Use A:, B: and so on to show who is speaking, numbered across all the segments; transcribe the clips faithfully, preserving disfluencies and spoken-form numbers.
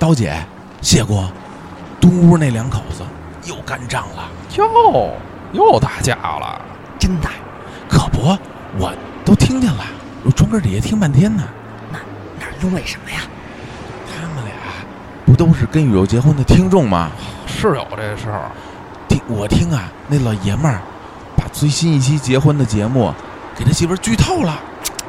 A: 高姐、谢过，东屋那两口子又干仗了，
B: 哟，又打架了，
C: 真的？
A: 可不，我都听见了，我窗根底下听半天呢。
C: 那那是因为什么呀？
A: 他们俩不都是跟宇宙结婚的听众吗？
B: 是有这事儿。
A: 听我听啊，那老爷们儿把最新一期结婚的节目给他媳妇儿剧透了。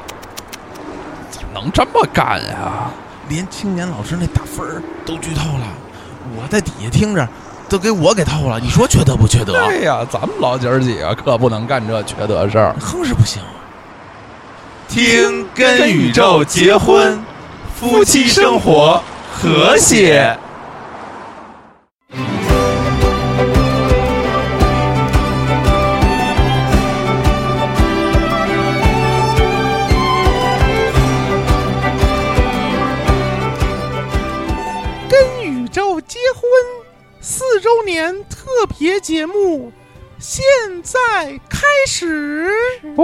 B: 能这么干呀？
A: 连青年老师那打分都剧透了，我在底下听着都给我给透了，你说缺德不缺德？
B: 对呀，咱们老姐儿几个可不能干这缺德事儿，
A: 哼是不行。
D: 听跟宇宙结婚，夫妻生活和谐。
E: 结婚四周年特别节目现在开始。哦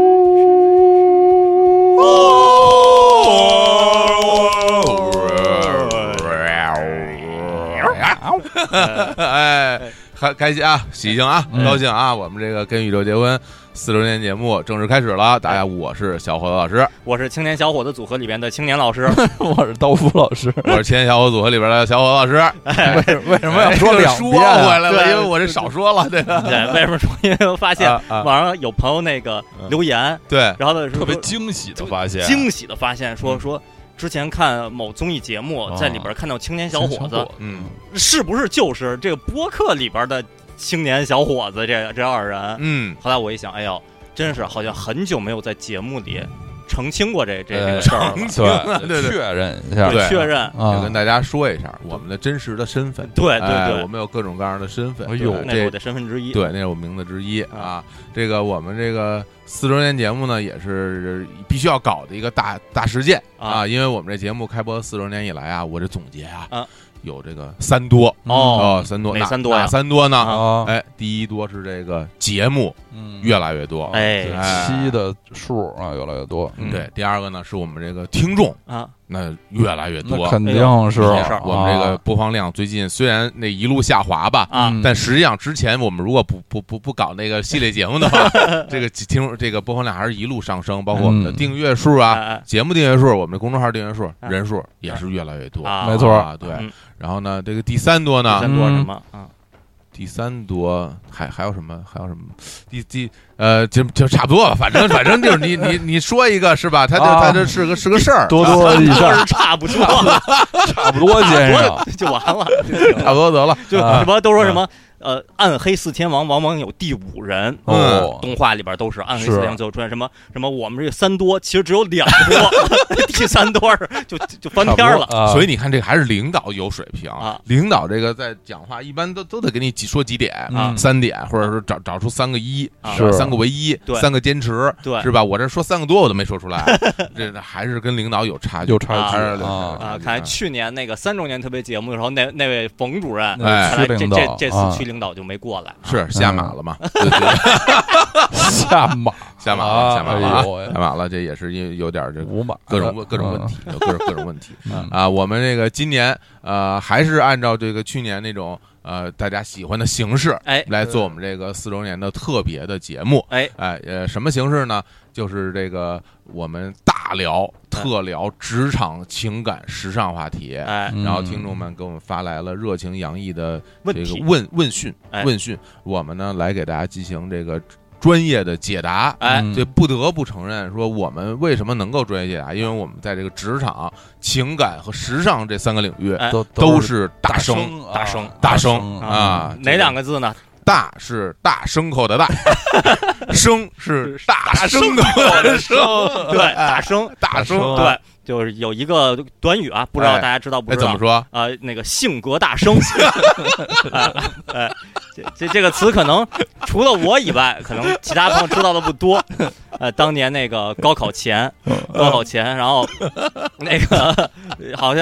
D: 哎，开开心啊，喜庆啊，高兴啊！我们这个跟宇宙结婚四周年节目正式开始了。大家，我是小伙子老师，
C: 我是青年小伙子组合里边的青年老师，
B: 我是刀夫老师，
D: 我是青年小伙子组合里边的小伙子老师。
B: 哎、为为什么要说两遍、啊？
D: 说回来了，因为我这少说了，对吧？
C: 对，为什么说？因为我发现网上有朋友那个留言，
D: 啊、对，
C: 然后呢
B: 特别惊喜的发现，
C: 惊喜的发现说说。之前看某综艺节目，在里边看到青年小伙子，
D: 嗯，
C: 是不是就是这个播客里边的青年小伙子这这二人？
D: 嗯，
C: 后来我一想，哎呦，真是好像很久没有在节目里澄清过这这这个事儿
D: 了，对对，
B: 确认一下，
C: 对，确认，
D: 要跟大家说一下我们的真实的身份。
C: 对对对，
D: 我们有各种各样的身份。
B: 哎呦，
C: 那是我的身份之一。
D: 对，那是我名字之一啊。这个我们这个四周年节目呢，也是必须要搞的一个大大事件啊，因为我们这节目开播四周年以来啊，我这总结啊。有这个三多
C: 哦，
D: 三多
C: 哪三多呀？
D: 三多呢？
B: 啊，
D: 哎，第一多是这个节目越来越多，
C: 哎，
B: 期的数啊越来越多。
D: 对，第二个呢是我们这个听众
C: 啊，
D: 那越来越多，
B: 肯定是
D: 我们这个播放量最近虽然那一路下滑吧，
C: 啊，
D: 但实际上之前我们如果不不不不搞那个系列节目的话，这个听这个播放量还是一路上升，包括我们的订阅数啊，节目订阅数，我们的公众号订阅数人数也是越来越多，
B: 没错
D: 啊，对。然后呢，这个第三多呢？
C: 第三多什么啊？
D: 第三多还还有什么？还有什么？第第呃，就就差不多了。反正反正就是你你你说一个是吧？他就他这是个是个事儿，
B: 多多益善，
C: 差不多，
B: 差不多先生
C: 就完了，
D: 差不多得了。
C: 就什么都说什么。呃，暗黑四天王往往有第五人，
B: 哦，
C: 动画里边都是暗黑四天王，最后出现什么什么，我们这个三多其实只有两多，第三多就就翻篇了。
D: 所以你看，这个还是领导有水平
C: 啊！
D: 领导这个在讲话一般都都得给你说几点啊，三点，或者说找找出三个一，
B: 是
D: 三个唯一，三个坚持，
C: 对，
D: 是吧？我这说三个多我都没说出来，这还是跟领导有差距，
B: 有差距
C: 啊！啊，看来去年那个三周年特别节目的时候，那那位冯主任，
D: 哎，
C: 这这这次区领导就没过来。
D: 是下马了嘛？
B: 下马，
D: 下马了，下马了，下马了。这也是因有点这各种各种问题，各种各种问题啊。我们这个今年呃，还是按照这个去年那种呃大家喜欢的形式，
C: 哎，
D: 来做我们这个四周年的特别的节目。
C: 哎
D: 哎呃，什么形式呢？就是这个我们大聊特聊职场情感时尚话题，
C: 哎，
D: 然后听众们给我们发来了热情洋溢的这个
C: 问
D: 问问讯，问讯，我们呢来给大家进行这个专业的解答。
C: 哎，
D: 这不得不承认说，我们为什么能够专业解答？因为我们在这个职场、情感和时尚这三个领域
B: 都
D: 都是大生、
C: 大生、
D: 大生啊！
C: 哪两个字呢？
D: 大是大牲口的大，生是大牲口的生，
C: 对，大生
D: 大生，
C: 对，就是有一个短语啊，不知道大家知道不知道？
D: 怎么说
C: 啊？那个性格大生，哎，这这这个词可能除了我以外，可能其他朋友知道的不多。呃，当年那个高考前，高考前，然后那个好像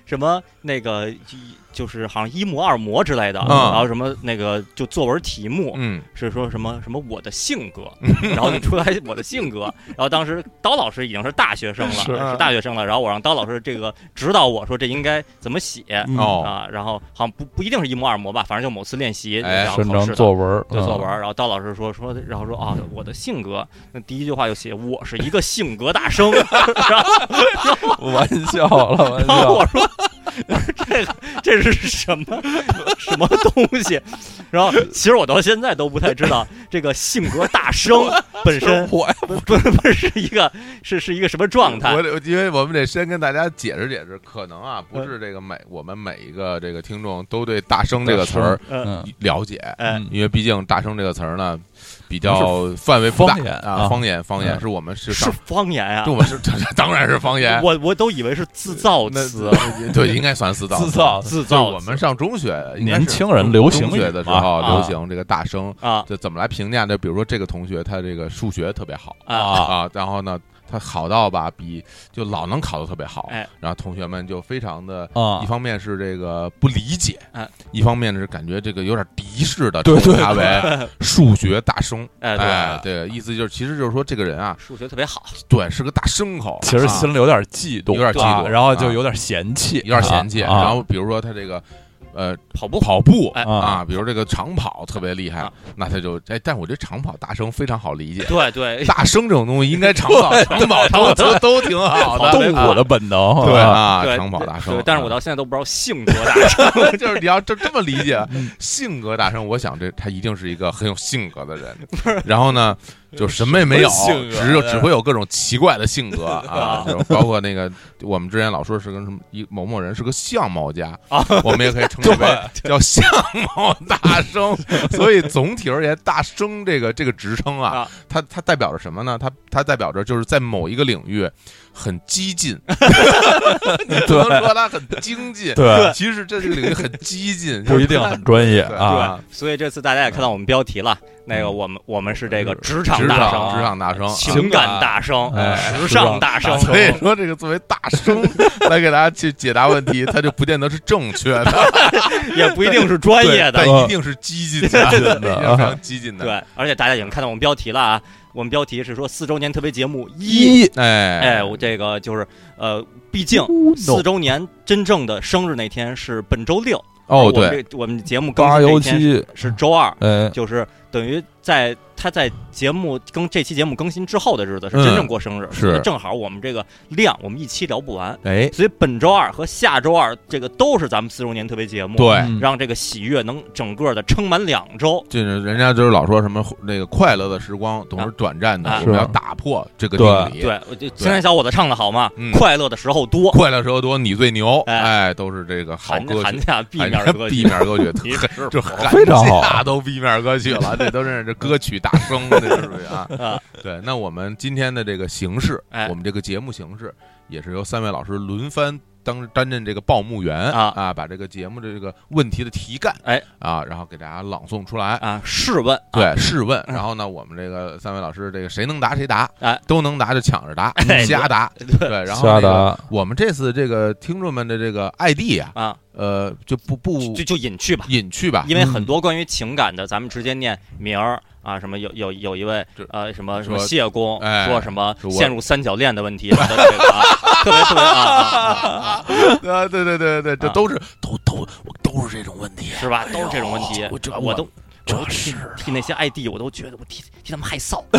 C: 什么那个就是好像一模二模之类的，
D: 嗯、
C: 然后什么那个就作文题目，
D: 嗯，
C: 是说什么什么我的性格，然后就出来我的性格，然后当时刀老师已经是大学生了，是, 是大学生了，然后我让刀老师这个指导我说这应该怎么写、
D: 嗯、
C: 啊，然后好像不不一定是一模二模吧，反正就某次练习，
D: 哎、
C: 然后考试
B: 作文，
C: 对作文，然后刀老师说说，然后说啊，我的性格，那第一句话就写我是一个性格大生，然后
B: 玩笑了，玩笑，
C: 然后我说。这个这是什么什么东西？然后其实我到现在都不太知道这个性格大生本身
B: 我
C: 不不不是一个是是一个什么状态。
D: 我因为我们得先跟大家解释解释，可能啊不是这个每我们每一个这个听众都对大生这个词儿了解，
C: 嗯，
D: 因为毕竟大生这个词儿呢比较范围不大啊，方言方言是我们是
C: 是方言啊，
D: 我们是当然是方言，
C: 我我都以为是自造词，
D: 对，应该算自造
B: 自造
C: 自造。
D: 我们上中学，
B: 年轻人流行
D: 学的时候流行这个大生
C: 啊，
D: 就怎么来评价呢？比如说这个同学他这个数学特别好
C: 啊
D: 啊，然后呢。他好到吧，比就老能考得特别好，
C: 哎，
D: 然后同学们就非常的，
B: 啊，
D: 一方面是这个不理解，
C: 哎，
D: 一方面是感觉这个有点敌视的，
B: 对
D: 称他为数学大生，
C: 哎，
D: 哎，对，意思就是其实就是说这个人啊，
C: 数学特别好，
D: 对，是个大牲口，
B: 其实心里有点嫉妒，
D: 有点嫉妒，
B: 然后就有点嫌弃，
D: 有点嫌弃，
B: 然
D: 后比如说他这个。呃，
C: 跑步
D: 跑步、
C: 哎、
D: 啊，比如这个长跑特别厉害，啊、那他就哎，但我这长跑大生非常好理解。
C: 对对，
D: 大生这种东西应该长跑、长跑都都都挺好的，
B: 动物的本能。
D: 对啊，
C: 对
D: 长跑大生。
C: 但是我到现在都不知道性格大生，
D: 就是你要这这么理解，性格大生，我想这他一定是一个很有性格的人。然后呢？就什么也没有，只有只会有各种奇怪的性格啊，就包括那个我们之前老说是跟什么一某某人是个相貌家，我们也可以称之为叫相貌大生。所以总体而言，大生这个这个职称啊，它它代表着什么呢？它它代表着就是在某一个领域很激进，你不能说他很精进，
B: 对，
D: 其实这这个领域很激进，
B: 不一定很专业啊。
C: 所以这次大家也看到我们标题了。那个我们我们是这个职场大生，
D: 职场大生，
C: 情感大生，时尚大生。
D: 所以说，这个作为大生来给大家去解答问题，他就不见得是正确的，
C: 也不一定是专业的，
D: 但一定是激进的，非常激进的。
C: 对，而且大家已经看到我们标题了啊，我们标题是说四周年特别节目一，
D: 哎
C: 哎，我这个就是呃，毕竟四周年真正的生日那天是本周六。
D: 哦，对，
C: 我们节目更新那天是是周二，
B: 哎，
C: 就是等于在他在节目更这期节目更新之后的日子是真正过生日，
D: 是
C: 正好我们这个量我们一期聊不完，
D: 哎，
C: 所以本周二和下周二这个都是咱们四周年特别节目，
D: 对，
C: 让这个喜悦能整个的撑满两周。
D: 就是人家就是老说什么那个快乐的时光总是短暂的，我们要打破这个定理。
C: 对，就青山小伙子唱的好嘛，快乐的时候多，
D: 快乐时候多，你最牛，哎，都是这个好歌曲，
C: 寒假 B 面歌曲
D: ，B 面歌曲，就
B: 非常好，
D: 都 B 面歌曲了，这都是这歌曲大生，这是不是啊？对，那我们今天的这个形式，我们这个节目形式也是由三位老师轮番当担任这个报幕员
C: 啊
D: 啊，把这个节目的这个问题的题干，
C: 哎
D: 啊，然后给大家朗诵出来
C: 啊，试问，
D: 对，试问，然后呢，我们这个三位老师这个谁能答谁答，
C: 哎，
D: 都能答就抢着答，瞎答，对，然后
B: 瞎答。
D: 我们这次这个听众们的这个 I D 啊，
C: 啊，
D: 呃，就不不
C: 就就隐去吧，
D: 隐去吧，
C: 因为很多关于情感的，咱们直接念名儿。啊，什么有有有一位呃什么什么谢公说什么陷入三角恋的问题，这个啊，特别特别啊啊，
D: 对对对对，这都是都都都是这种问题，
C: 是吧？都是这种问题，
D: 我这
C: 我都
D: 这是
C: 替那些 I D 我都觉得我替替他们害臊，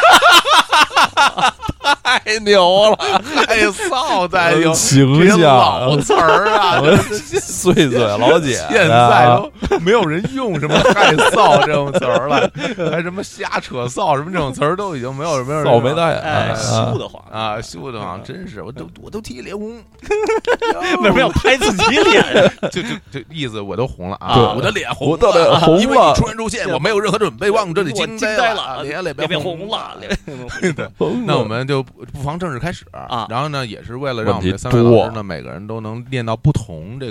B: 太牛了，
D: 害臊的有
B: 形象
D: 老词儿啊，
B: 碎嘴老姐，
D: 现在都没有人用什么害臊这种词儿了，还什么瞎扯臊什么这种词儿都已经没有没有人
B: 臊没带
C: 哎，羞得慌
D: 啊，羞得慌，真是我都我都替脸红，
C: 为什么要拍自己脸？
D: 就就就意思我都红了啊，我的脸红，
B: 我的脸红了，
D: 因为你突然出现，我没有任何准备，往这里惊
C: 呆
D: 了，脸脸
C: 变红了，
D: 对的。那我们就不妨正式开始
C: 啊。
D: 然后呢，也是为了让我们这三位老师呢，每个人都能练到不同这个品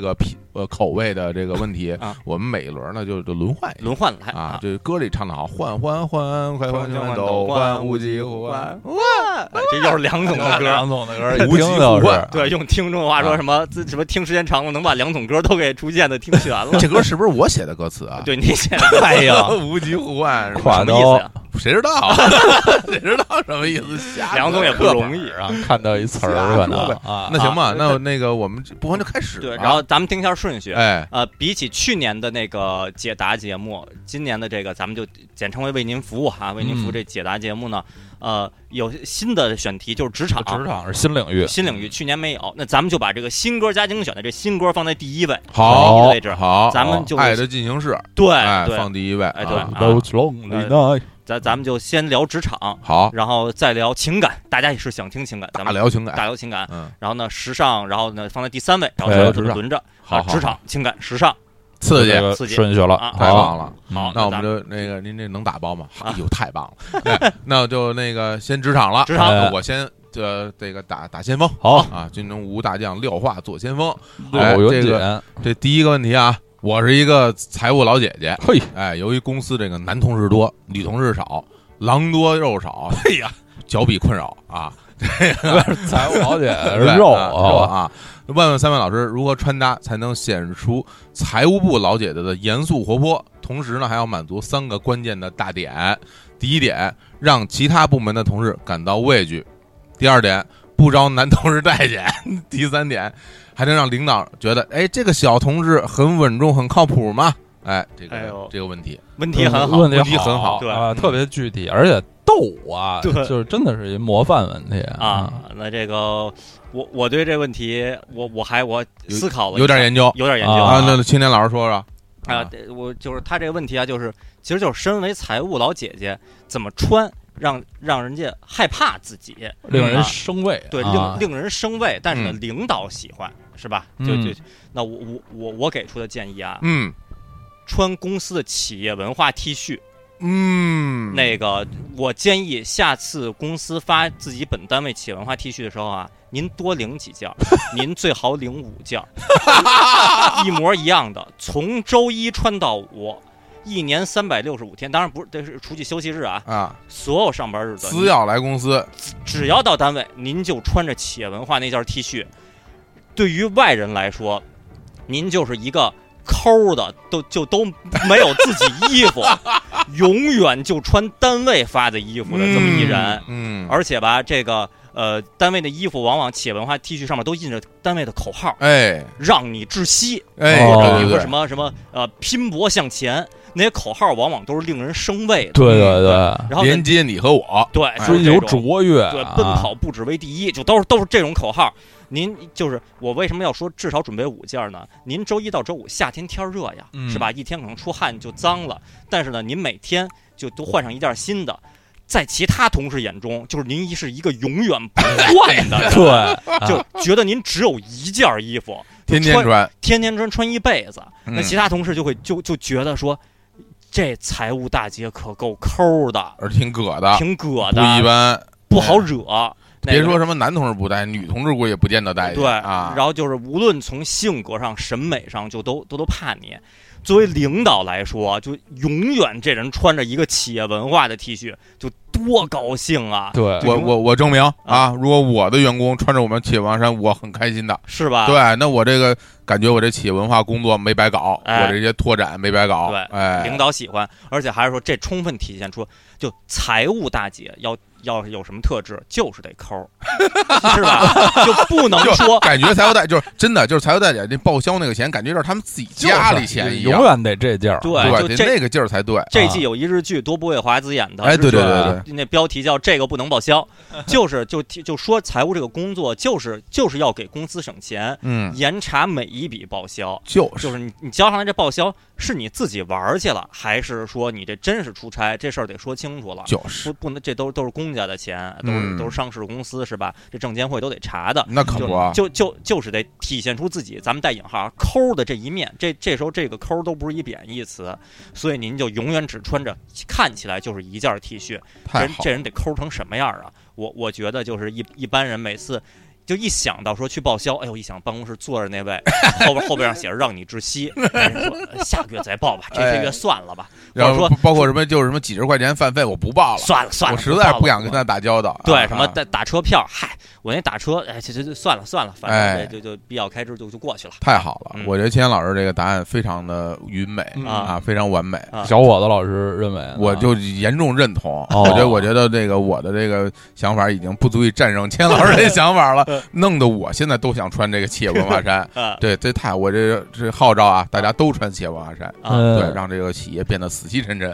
D: 呃口味的这个问题，我们每一轮呢就就轮换
C: 轮换来
D: 啊，这歌里唱的好，换换换，快换换斗换，无极互换，哇，
C: 这又是梁总的歌，
B: 梁总的歌，
D: 无极互换，
C: 对，用听众话说什么什么听时间长了能把两种歌都给逐渐的听全了。
D: 这歌是不是我写的歌词啊？
C: 对你写的，哎呀，
D: 无极互换，
B: 什
C: 么意思呀？
D: 谁知道？谁知道什么意思？
C: 梁总也不容易
B: 啊，看到一词儿可能
D: 啊。那行吧，那那个我们不妨就开始。
C: 对，然后咱们听一下顺序。
D: 哎，
C: 呃，比起去年的那个解答节目，今年的这个咱们就简称为为您服务哈，为您服务这解答节目呢，呃，有新的选题就是职场，
B: 职场是新领域，
C: 新领域去年没有，那咱们就把这个新歌加精选的这新歌放在第一位，
D: 好，
C: 第一位置，
D: 好，
C: 咱们就
D: 爱的进行式，
C: 对，
D: 放第一位，
C: 哎，对，咱咱们就先聊职场，
D: 好，
C: 然后再聊情感，大家也是想听情感，咱们
D: 大聊情感，
C: 大聊情感，
D: 嗯，
C: 然后呢，时尚，然后呢放在第三位，然后就轮着，
D: 好，
C: 职场、情感、时尚，
D: 刺激，
C: 刺激
B: 顺序了，
D: 太棒了，
C: 好，
D: 那我们就那个您这能打包吗？哎呦，太棒了，那就那个先职场了，
C: 职场，
D: 我先。这这个打打先锋，
B: 好
D: 啊！军中无大将，廖化做先锋。
B: 哎，
D: 这个这第一个问题啊，我是一个财务老姐姐，
B: 嘿，
D: 哎，由于公司这个男同事多，女同事少，狼多肉少，哎呀，脚比困扰啊。这个
B: 财务老姐肉
D: 肉啊！问问三位老师，如何穿搭才能显示出财务部老姐姐的严肃活泼？同时呢，还要满足三个关键的大点。第一点，让其他部门的同事感到畏惧。第二点，不招男同事待见；第三点，还能让领导觉得，哎，这个小同事很稳重、很靠谱吗？哎，这个、哎、这个问题，
C: 问题很好，
B: 问
D: 题很好，
C: 对
B: 啊，特别具体，而且逗啊，就是真的是一模范问题
C: 啊。那这个，我我对这问题，我我还我思考了
D: 有点研究，
C: 有点研究
D: 啊。那青年老师说说
C: 啊，我就是他这个问题啊，就是其实就是身为财务老姐姐怎么穿。让让人家害怕自己，
B: 令人生畏，
C: 对，令令人生畏，但是呢，领导喜欢，是吧？就就那我我我我给出的建议啊，
D: 嗯，
C: 穿公司的企业文化 T 恤，
D: 嗯，
C: 那个我建议下次公司发自己本单位企业文化 T 恤的时候啊，您多领几件，您最好领五件，一模一样的，从周一穿到五。一年三百六十五天，当然不是，这是除去休息日啊
D: 啊！
C: 所有上班日子，
D: 只要来公司，
C: 只要到单位，您就穿着企业文化那件 T 恤。对于外人来说，您就是一个抠的，都就都没有自己衣服，永远就穿单位发的衣服的这么一人。
D: 嗯，嗯
C: 而且吧，这个呃，单位的衣服往往企业文化 T 恤上面都印着单位的口号，
D: 哎，
C: 让你窒息，
D: 哎，
C: 或者比如什么什么呃，拼搏向前。那些口号往往都是令人生畏的，
B: 对对对，
C: 然后
D: 连接你和我，
C: 对，
B: 追求卓越，
C: 对，奔跑不只为第一，就都是都是这种口号。您就是我为什么要说至少准备五件呢？您周一到周五夏天天热呀，
B: 嗯、
C: 是吧？一天可能出汗就脏了，但是呢，您每天就都换上一件新的。在其他同事眼中，就是您是一个永远不换的人，
B: 对，
C: 就觉得您只有一件衣服，
D: 天天穿，
C: 天天穿，穿一辈子。
D: 嗯、
C: 那其他同事就会就就觉得说。这财务大姐可够抠的，
D: 而挺葛的，
C: 挺葛的，
D: 不一般，
C: 不好惹。
D: 别说什么男同事不带，女同事估计也不见得带。
C: 对
D: 啊，
C: 然后就是无论从性格上、审美上，就都都都怕你。作为领导来说，就永远这人穿着一个企业文化的 T 恤，就多高兴啊！
B: 对，
D: 我我我证明啊，如果我的员工穿着我们企业文化衫，我很开心的，
C: 是吧？
D: 对，那我这个感觉我这企业文化工作没白搞，
C: 哎、
D: 我这些拓展没白搞。
C: 对，
D: 哎，
C: 领导喜欢，而且还是说这充分体现出，就财务大姐要。要是有什么特质，就是得抠，是吧？就不能说
D: 感觉财务大就是真的，就是财务大姐那报销那个钱，感觉就是他们自己家里钱一样，
B: 永远得这劲儿，
C: 对，
D: 就这那个劲儿才对。
C: 这季有一日剧，多部未华子演的，
D: 哎，对对对对，
C: 那标题叫“这个不能报销”，就是就就说财务这个工作，就是就是要给公司省钱，
D: 嗯，
C: 严查每一笔报销，
D: 就是
C: 就是你你交上来这报销是你自己玩去了，还是说你这真是出差？这事儿得说清楚了，
D: 就是
C: 不不能这都都是公家的钱，都是、嗯、都是上市公司是吧？这证监会都得查的，
D: 那可不啊，
C: 就就就是得体现出自己，咱们带引号抠的这一面。这这时候这个抠都不是一贬义词，所以您就永远只穿着看起来就是一件 T 恤，这这人得抠成什么样啊？我我觉得就是一一般人每次就一想到说去报销，哎呦，一想办公室坐着那位，后边后边上写着让你窒息，人说下个月再报吧，这个月算了吧。
D: 然后
C: 说
D: 包括什么就是什么几十块钱饭费我不报了，
C: 算了算了，
D: 我实在不想跟他打交道。
C: 对，
D: 啊、
C: 什么打打车票，嗨，我那打车，哎，这这这算了算了，反正就就必要开支就就过去了。
D: 太好了，
C: 嗯、
D: 我觉得千老师这个答案非常的匀美、
C: 嗯、
D: 啊，非常完美。
C: 啊、
B: 小伙子老师认为，
D: 我就严重认同。
B: 哦、
D: 我觉得我觉得这个我的这个想法已经不足以战胜千老师这想法了，弄得我现在都想穿这个企业文化衫。对，这太我这这号召啊，大家都穿企业文化衫，
B: 嗯、
D: 对，让这个企业变得死气沉沉，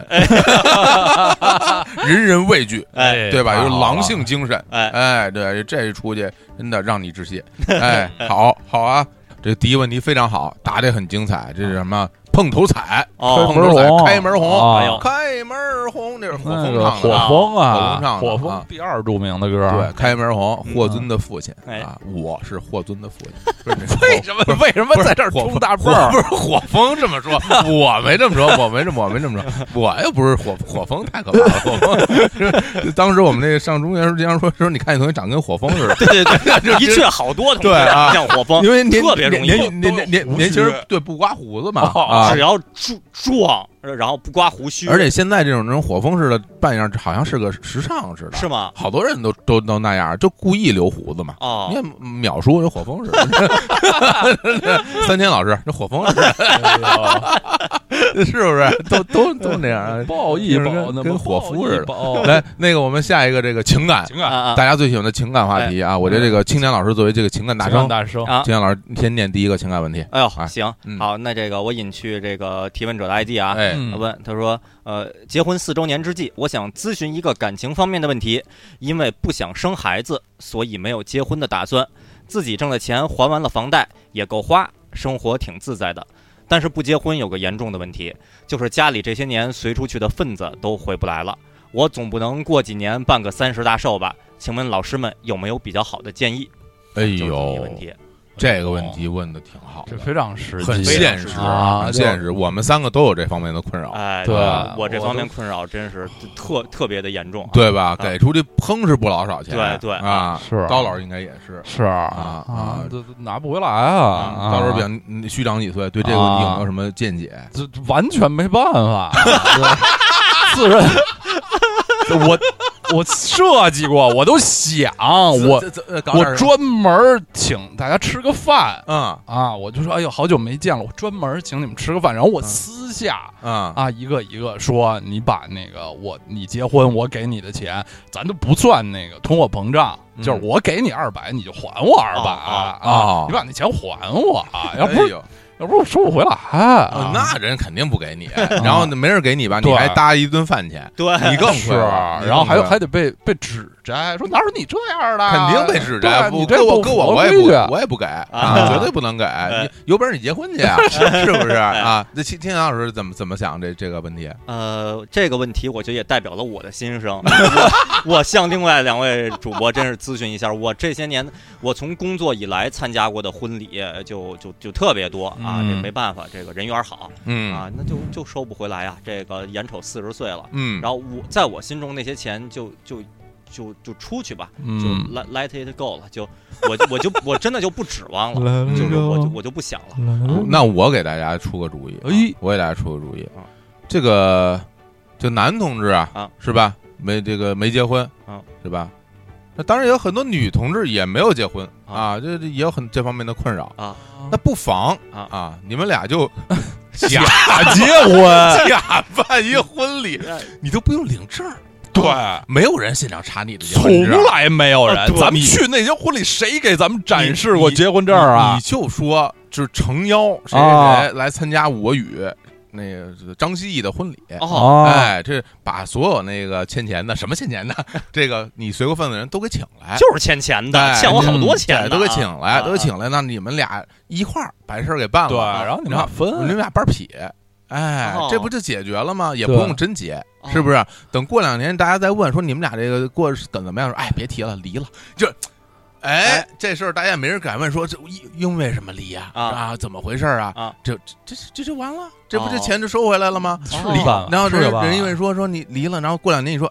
D: 人人畏惧，
C: 哎，
D: 对吧？有狼性精神，
C: 哎
D: 哎，对，这一出去真的让你窒息。哎，好好啊，这第一个问题非常好，答得很精彩。这是什么？碰头彩，
C: 哦，
D: 碰头彩，开门红，
B: 哎呦，
D: 开门红，这是火
B: 那
D: 风唱
B: 的，火风啊，
D: 火风唱
B: 火风第二著名的歌，
D: 对，开门红，霍尊的父亲啊，我是霍尊的父亲。为什么？
B: 为什么在这儿冲大辈儿？
D: 不是火风这么说，我没这么说，我没这么，我没这么说，我又不是火火风，太可怕了。火风，当时我们那个上中学时候经常说说，你看你同学长跟火风似的。
C: 对对对，一确好多同学像火风，
D: 因为年
C: 特别容易
D: 年年年年年轻人对不刮胡子嘛啊。
C: 只要壮，然后不刮胡须，
D: 而且现在这种这种火风式的扮相，好像是个时尚似的，
C: 是吗？
D: 好多人都都都那样，就故意留胡子嘛。
C: 哦，
D: 你看淼叔这火风似的，三千老师这火风似的，是不是？都都都那样，
B: 抱一抱，
D: 跟伙夫似的。来，那个我们下一个这个情感，
B: 情感，
D: 大家最喜欢的情感话题啊！我觉得这个青年老师作为这个情感大生，
B: 大生
C: 啊，
D: 青年老师先念第一个情感问题。
C: 哎呦，行，好，那这个我隐去这个提问者的 I D 啊，
D: 哎，
C: 问他说，呃，结婚四周年之际，我想咨询一个感情方面的问题，因为不想生孩子，所以没有结婚的打算，自己挣的钱还完了房贷，也够花，生活挺自在的。但是不结婚有个严重的问题，就是家里这些年随出去的份子都回不来了。我总不能过几年办个三十大寿吧？请问老师们有没有比较好的建议？
D: 哎呦，
C: 问题。
D: 这个问题问的挺好的，
B: 这非常实际，
D: 很现实
B: 啊，
D: 很现实。我们三个都有这方面的困扰，
C: 哎，
B: 对，
C: 我这方面困扰真是特特别的严重，
D: 对吧？给出去哼是不老少钱，
C: 对对
D: 啊，
B: 是
D: 高老应该也是，
B: 是
D: 啊啊，
B: 都拿不回来啊。
D: 高老比虚长几岁，对这个你有没有什么见解？
B: 这完全没办法，自认我。我设计过，我都想我我专门请大家吃个饭，
D: 嗯
B: 啊，我就说哎呦好久没见了，我专门请你们吃个饭，然后我私下
D: 啊
B: 啊一个一个说，你把那个我你结婚我给你的钱，咱就不算那个通货膨胀，就是我给你二百，你就还我二百啊，你把那钱还我，要不是。要不是我收不回来，
D: 哦，那人肯定不给你，然后没人给你吧，你还搭一顿饭钱，
C: 对，
D: 你更
B: 是，然后还有还得被被指摘，说哪有你这样的，
D: 肯定被指摘，
B: 你
D: 这我搁我我也不我也不给
C: 啊，
D: 绝对不能给，你有本事你结婚去啊，是不是啊？那青青阳老师怎么怎么想这这个问题？
C: 呃，这个问题我觉得也代表了我的心声，我向另外两位主播真是咨询一下，我这些年我从工作以来参加过的婚礼就就就特别多。啊，这没办法，这个人缘好，
D: 嗯
C: 啊，那就就收不回来呀。这个眼瞅四十岁了，
D: 嗯，
C: 然后我在我心中那些钱就就就就出去吧，
B: 嗯、
C: 就 let let it go 了，就我我就我真的就不指望了，就是我就我就不想了。
D: 嗯、那我给大家出个主意，
B: 哎，
D: 我给大家出个主意，啊、这个就男同志啊，
C: 啊
D: 是吧？没这个没结婚，
C: 啊，
D: 是吧？那当然有很多女同志也没有结婚啊，这也有很这方面的困扰
C: 啊。
D: 那不妨
C: 啊
D: 啊，你们俩就
B: 假结婚，
D: 假办一个婚礼，你都不用领证，
B: 对，
D: 没有人现场查你的结婚证，
B: 从来没有人。咱们去那些婚礼，谁给咱们展示过结婚证啊？
D: 你就说就是诚邀谁谁谁来参加我与。那个张希毅的婚礼
C: 哦，
D: 哎，这把所有那个欠钱的什么欠钱的，这个你随过份的人都给请来，
C: 就是欠钱的，欠我好多钱，
D: 都给请来，都给请来，那你们俩一块儿把事儿给办了，
B: 对，然后你们俩分，
D: 你们俩班撇，哎，这不就解决了吗？也不用真结，是不是？等过两年大家再问说你们俩这个过怎怎么样？说哎，别提了，离了，就。哎，这事儿大家也没人敢问，说这因为什么离呀？啊，怎么回事啊？
C: 啊，
D: 这这这就完了，这不这钱就收回来了吗？
B: 是
D: 离，然后这人一问说说你离了，然后过两年你说，哎，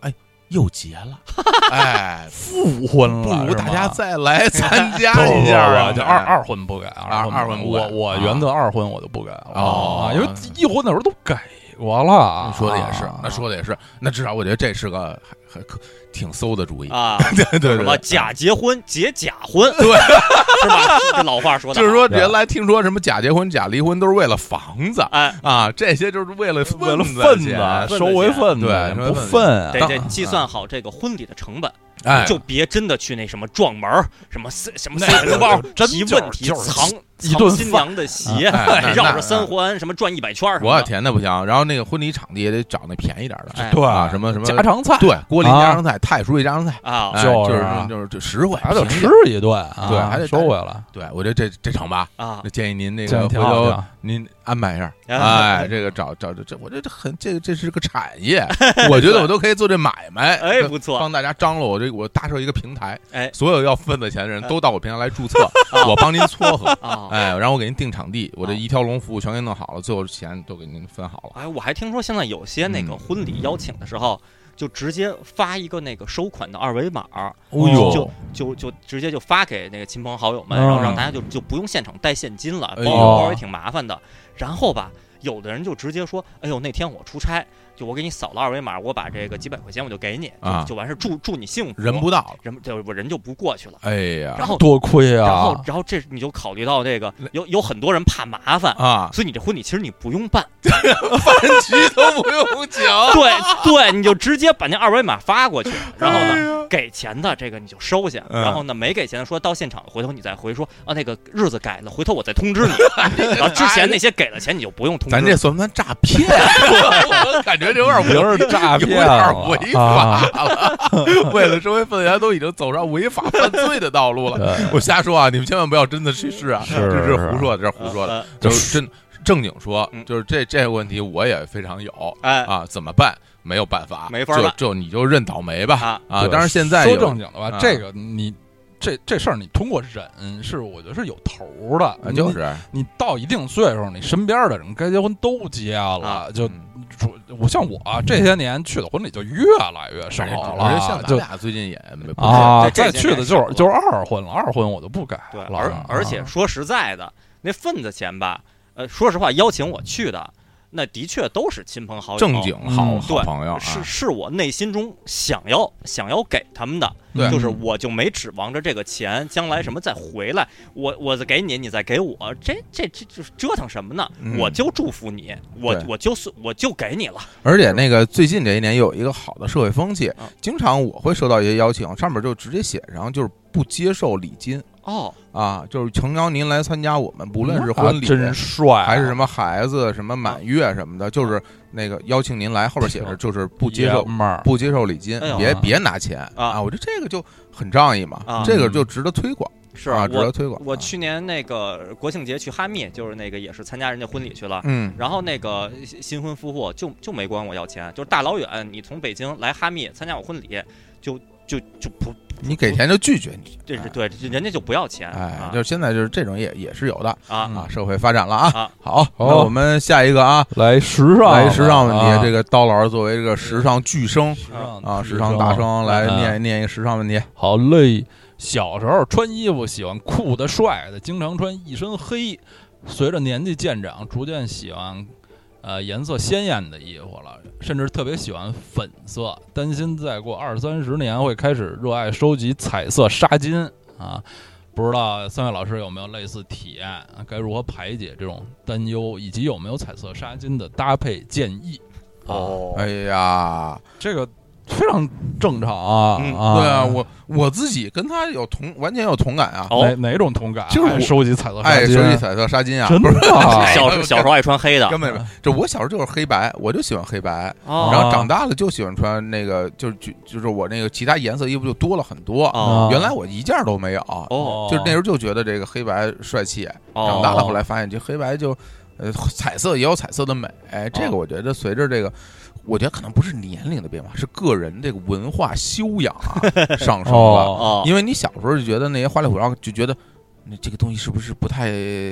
D: 又结了，哎，
B: 复婚了，
D: 不如大家再来参加
B: 不
D: 一下啊！
B: 就二二婚不改，
D: 二二婚不改
B: 我我原则二婚我就不改了
D: 哦，
B: 因为一婚的时候都改过了。
D: 说的也是，那说的也是，那至少我觉得这是个还还可挺馊的主意
C: 啊！
D: 对对对，
C: 什么假结婚结假婚，
D: 对，
C: 是吧？这老话说的，
D: 就是说原来听说什么假结婚、假离婚都是为了房子，
C: 哎
D: 啊，这些就是为了
B: 为了
D: 份
B: 子，收回份子，
D: 对，
B: 不分，
C: 得得计算好这个婚礼的成本。
D: 哎，
C: 就别真的去那什么撞门什么塞什么塞红包提问题藏藏新娘的鞋，绕着三环什么转一百圈。
D: 我天，那不行！然后那个婚礼场地也得找那便宜点的，
B: 对
D: 啊，什么什么
B: 家常菜，
D: 对，锅里家常菜、太叔家常菜
C: 啊，
D: 就是就是就实惠，
B: 还得吃一顿，
D: 对，还得
B: 收回来。
D: 对，我觉得这这成吧
C: 啊，
D: 那建议您那个回头您安排一下，哎，这个找找这，我觉得这很这这是个产业，我觉得我都可以做这买卖，
C: 哎，不错，
D: 帮大家张罗我这我搭设一个平台，
C: 哎，
D: 所有要份子钱的人都到我平台来注册，我帮您撮合，哎，然后我给您定场地，我这一条龙服务全给弄好了，最后钱都给您分好了。
C: 哎，我还听说现在有些那个婚礼邀请的时候，就直接发一个那个收款的二维码，
D: 哦呦，
C: 就就就直接就发给那个亲朋好友们，然后让大家就就不用现场带现金了，包邮包也挺麻烦的。然后吧，有的人就直接说：“哎呦，那天我出差，就我给你扫了二维码，我把这个几百块钱我就给你，
D: 啊，
C: 就完事，祝祝你幸福。”
D: 人不到，
C: 人就我人就不过去了。
D: 哎呀，
C: 然后
B: 多亏啊！
C: 然后然后这你就考虑到这个有有很多人怕麻烦
D: 啊，
C: 所以你这婚礼其实你不用办，
D: 饭局都不用请。
C: 对对，你就直接把那二维码发过去，然后呢，给钱的这个你就收下，然后呢没给钱的说到现场，回头你再回说啊那个日子改了，回头我再通知你。然后之前那些给了钱你就不用通知。
D: 咱这算不算诈骗？我感觉这有点
B: 有点诈骗，
D: 有点违法了。为了收回份子钱，都已经走上违法犯罪的道路了。我瞎说啊，你们千万不要真的去试啊，这是胡说的，这是胡说的，就是真正经说，就是这这个问题我也非常有，
C: 哎
D: 啊，怎么办？没有办法，
C: 没法办，
D: 就就你就认倒霉吧
C: 啊！
D: 当然现在
B: 说正经的吧，这个你。这这事儿你通过忍是我觉得是有头的，
D: 就是
B: 你到一定岁数，你身边的人该结婚都结了，
C: 啊、
B: 就我像我这些年去的婚礼就越来越少了。
D: 像咱俩最近也不
B: 啊，再去的就是就是二婚了，二婚我就不改
C: 了。
B: 对，
C: 而而且说实在的，那份子钱吧，呃，说实话，邀请我去的。那的确都是亲朋好友，
D: 正经好、
C: 嗯、
D: 好朋友、啊，
C: 是是我内心中想要想要给他们的，
D: 对，
C: 就是我就没指望着这个钱将来什么再回来，我我再给你，你再给我，这这这这折腾什么呢？
D: 嗯、
C: 我就祝福你，我我就是我就给你了。
D: 而且那个最近这一年有一个好的社会风气，
C: 嗯、
D: 经常我会收到一些邀请，上面就直接写上就是不接受礼金。
C: 哦
D: 啊，就是诚邀您来参加我们，不论是婚礼、
B: 啊、真帅、
D: 还是什么孩子、什么满月什么的，就是那个邀请您来，后边写着就是不接受不接受礼金，
C: 哎、
D: 别别拿钱
C: 啊！
D: 我觉得这个就很仗义嘛，
C: 啊、
D: 这个就值得推广。
C: 是
D: 啊，值得推广。
C: 我去年那个国庆节去哈密，就是那个也是参加人家婚礼去了。
D: 嗯，
C: 然后那个新婚夫妇就就没管我要钱，就是大老远你从北京来哈密参加我婚礼，就就就不。
D: 你给钱就拒绝你，
C: 这是对，人家就不要钱。
D: 哎，就是现在就是这种也也是有的
C: 啊
D: 啊，社会发展了啊。
C: 啊
D: 好，那我们下一个啊，
B: 来时尚，
D: 来时尚问题。这个刀老师作为这个时尚巨生啊，时尚大生，来念念一个时尚问题。
B: 好嘞，小时候穿衣服喜欢酷的、帅的，经常穿一身黑。随着年纪渐长，逐渐喜欢。呃，颜色鲜艳的衣服了，甚至特别喜欢粉色，担心再过二三十年会开始热爱收集彩色纱巾啊！不知道三位老师有没有类似体验啊？该如何排解这种担忧，以及有没有彩色纱巾的搭配建议？
C: 哦，
D: 哎呀，
B: 这个非常正常啊！
C: 嗯、
B: 啊
D: 对啊，我我自己跟他有同完全有同感啊！
B: 哪哪种同感？
D: 就是
B: 收集彩色纱巾，
D: 爱收集彩色纱巾啊！
B: 真的，
C: 小小时候爱穿黑的，
D: 根本就我小时候就是黑白，我就喜欢黑白，
C: 哦、
D: 然后长大了就喜欢穿那个，就是就就是我那个其他颜色衣服就多了很多。
C: 哦、
D: 原来我一件都没有，
C: 哦，
D: 就是那时候就觉得这个黑白帅气，
C: 哦、
D: 长大了后来发现这黑白就，呃，彩色也有彩色的美，哎，这个我觉得随着这个。我觉得可能不是年龄的变化，是个人这个文化修养啊上升了。
C: 哦、
D: 因为你小时候就觉得那些花里胡哨，就觉得那这个东西是不是不太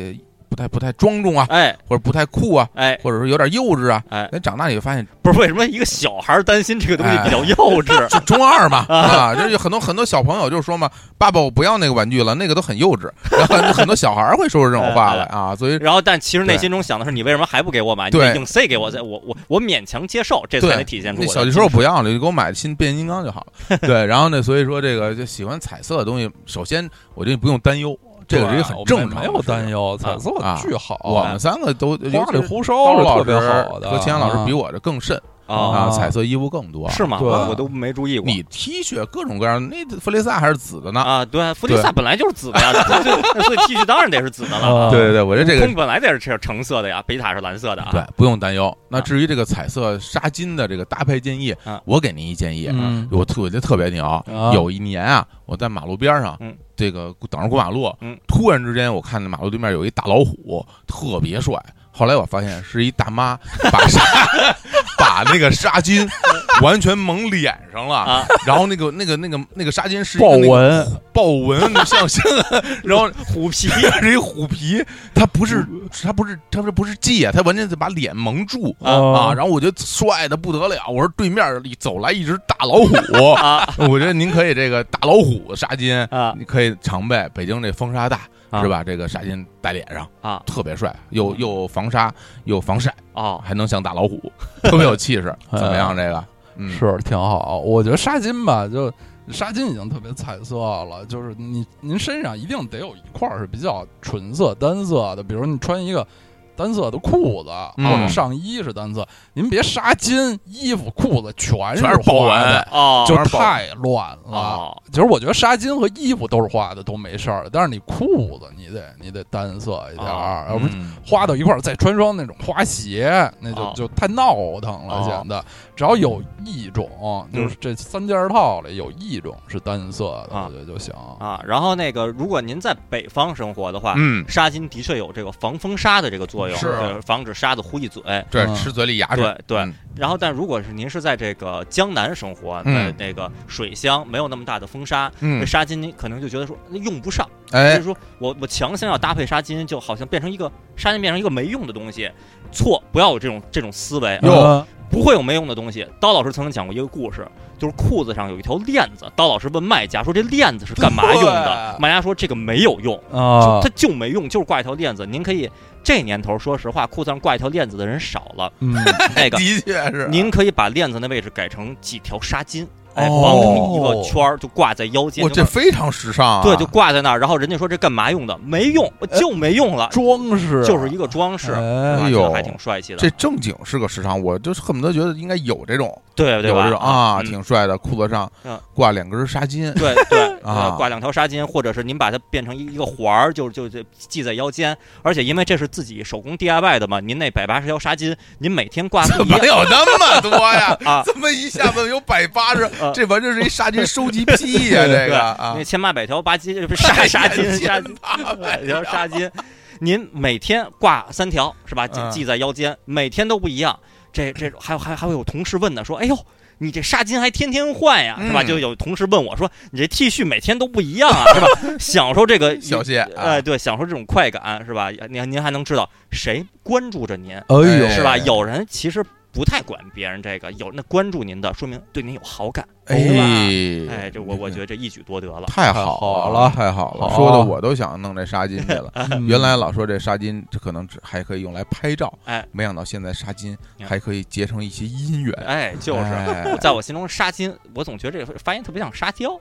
D: 不太不太庄重啊，
C: 哎，
D: 或者不太酷啊，
C: 哎，
D: 或者说有点幼稚啊，
C: 哎，
D: 那长大你就发现，
C: 不是为什么一个小孩担心这个东西比较幼稚？
D: 就中二嘛啊，这有很多很多小朋友就说嘛，爸爸我不要那个玩具了，那个都很幼稚，然后很多小孩会说出这种话来啊，所以
C: 然后但其实内心中想的是，你为什么还不给我买？你
D: 对，
C: 硬塞给我，我我我勉强接受，这才能体现出我。
D: 那小的时候不要了，就给我买新变形金刚就好了。对，然后呢，所以说这个就喜欢彩色的东西，首先我觉得不用担忧。这个是一个很正常，
B: 没有担忧，彩色巨好。
D: 我们三个都
B: 花里胡哨
D: 高老
B: 师的
D: 和钱老师比我这更甚啊，彩色衣服更多，
C: 是吗？我都没注意过。
D: 你 T 恤各种各样，那弗利萨还是紫的呢
C: 啊？对，弗利萨本来就是紫的呀，所以 T 恤当然得是紫的了。
D: 对对对，我觉得这个
C: 本来得是橙色的呀，贝塔是蓝色的啊。
D: 对，不用担忧。那至于这个彩色纱巾的这个搭配建议，我给您一建议，我特我觉得特别牛。有一年啊，我在马路边上。这个等着过马路，嗯，突然之间我看见马路对面有一大老虎，特别帅。后来我发现是一大妈把纱把那个纱巾完全蒙脸上了，啊、然后那个那个那个那个纱巾是一个
B: 豹纹，
D: 豹纹像像，然后
C: 虎皮
D: 是一虎皮，它不是它不是它不是系啊，它完全是把脸蒙住啊啊！然后我觉得帅的不得了，我说对面走来一只大老虎啊，我觉得您可以这个大老虎纱巾啊，你可以常备，北京这风沙大。是吧？这个纱巾戴脸上啊，特别帅，又又防沙又防晒
C: 啊，
D: 还能像大老虎，特别有气势。怎么样？这个
B: 嗯，是挺好。我觉得纱巾吧，就纱巾已经特别彩色了，就是你您身上一定得有一块是比较纯色、单色的，比如你穿一个。单色的裤子或者上衣是单色，嗯、您别纱巾、衣服、裤子全是花的，
C: 哦、
B: 就太乱了。
C: 哦、
B: 其实我觉得纱巾和衣服都是花的都没事儿，但是你裤子你得你得单色一点儿，要、哦、不花到一块儿再穿双那种花鞋，那就、哦、就太闹腾了。显得、哦、只要有一种，就是这三件套里有一种是单色的，
C: 啊、
B: 我觉得就行
C: 啊。然后那个，如果您在北方生活的话，
D: 嗯，
C: 纱巾的确有这个防风沙的这个作用。
D: 是
C: 防止沙子糊进嘴，
D: 对，吃嘴里牙碜。
C: 对对、
D: 嗯。
C: 然后，但如果是您是在这个江南生活，
D: 嗯、
C: 那个水乡没有那么大的风沙，
D: 嗯，
C: 这纱巾您可能就觉得说用不上，
D: 哎，
C: 就是说我我强行要搭配纱巾，就好像变成一个纱巾变成一个没用的东西。错，不要有这种这种思维。
D: 有。
C: 不会有没用的东西。刀老师曾经讲过一个故事，就是裤子上有一条链子，刀老师问卖家说这链子是干嘛用的？卖家说这个没有用
B: 啊，
C: 它就没用，就是挂一条链子。您可以这年头说实话，裤子上挂一条链子的人少了，
B: 嗯，
C: 那个
D: 的确是。
C: 您可以把链子的位置改成几条纱巾。哎，绑成一个圈儿，就挂在腰间。
D: 哇，这非常时尚啊！
C: 对，就挂在那儿。然后人家说这干嘛用的？没用，就没用了。
B: 装饰，
C: 就是一个装饰。
D: 哎呦，
C: 还挺帅气的。
D: 这正经是个时尚，我就是恨不得觉得应该有这种，
C: 对对，
D: 有这种啊，
C: 嗯、
D: 挺帅的。裤子上挂两根纱巾，
C: 对对
D: 啊，
C: 挂两条纱巾，或者是您把它变成一个环儿，就就就系在腰间。而且因为这是自己手工 D I Y 的嘛，您那百八十条纱巾，您每天挂
D: 怎么有那么多呀？
C: 啊，
D: 怎么一下子有百八十？这完全是一纱巾收集癖呀！这个啊，
C: 那千八百条八巾不是纱纱巾，纱巾百条纱巾，您每天挂三条是吧？系在腰间，每天都不一样。这这还有还还会有同事问呢，说：“哎呦，你这纱巾还天天换呀，是吧？”就有同事问我说：“你这 T 恤每天都不一样啊，是吧？”享受这个
D: 小谢，
C: 哎，对，享受这种快感是吧？您您还能知道谁关注着您？
B: 哎呦，
C: 是吧？有人其实不太管别人这个，有那关注您的，说明对您有好感。
D: 哎，
C: 哎，这我我觉得这一举多得了，
D: 太好了，太好了，说的我都想弄这纱巾去了。原来老说这纱巾这可能只还可以用来拍照，
C: 哎，
D: 没想到现在纱巾还可以结成一些姻缘。
C: 哎，就是，在我心中纱巾，我总觉得这个发音特别像沙雕。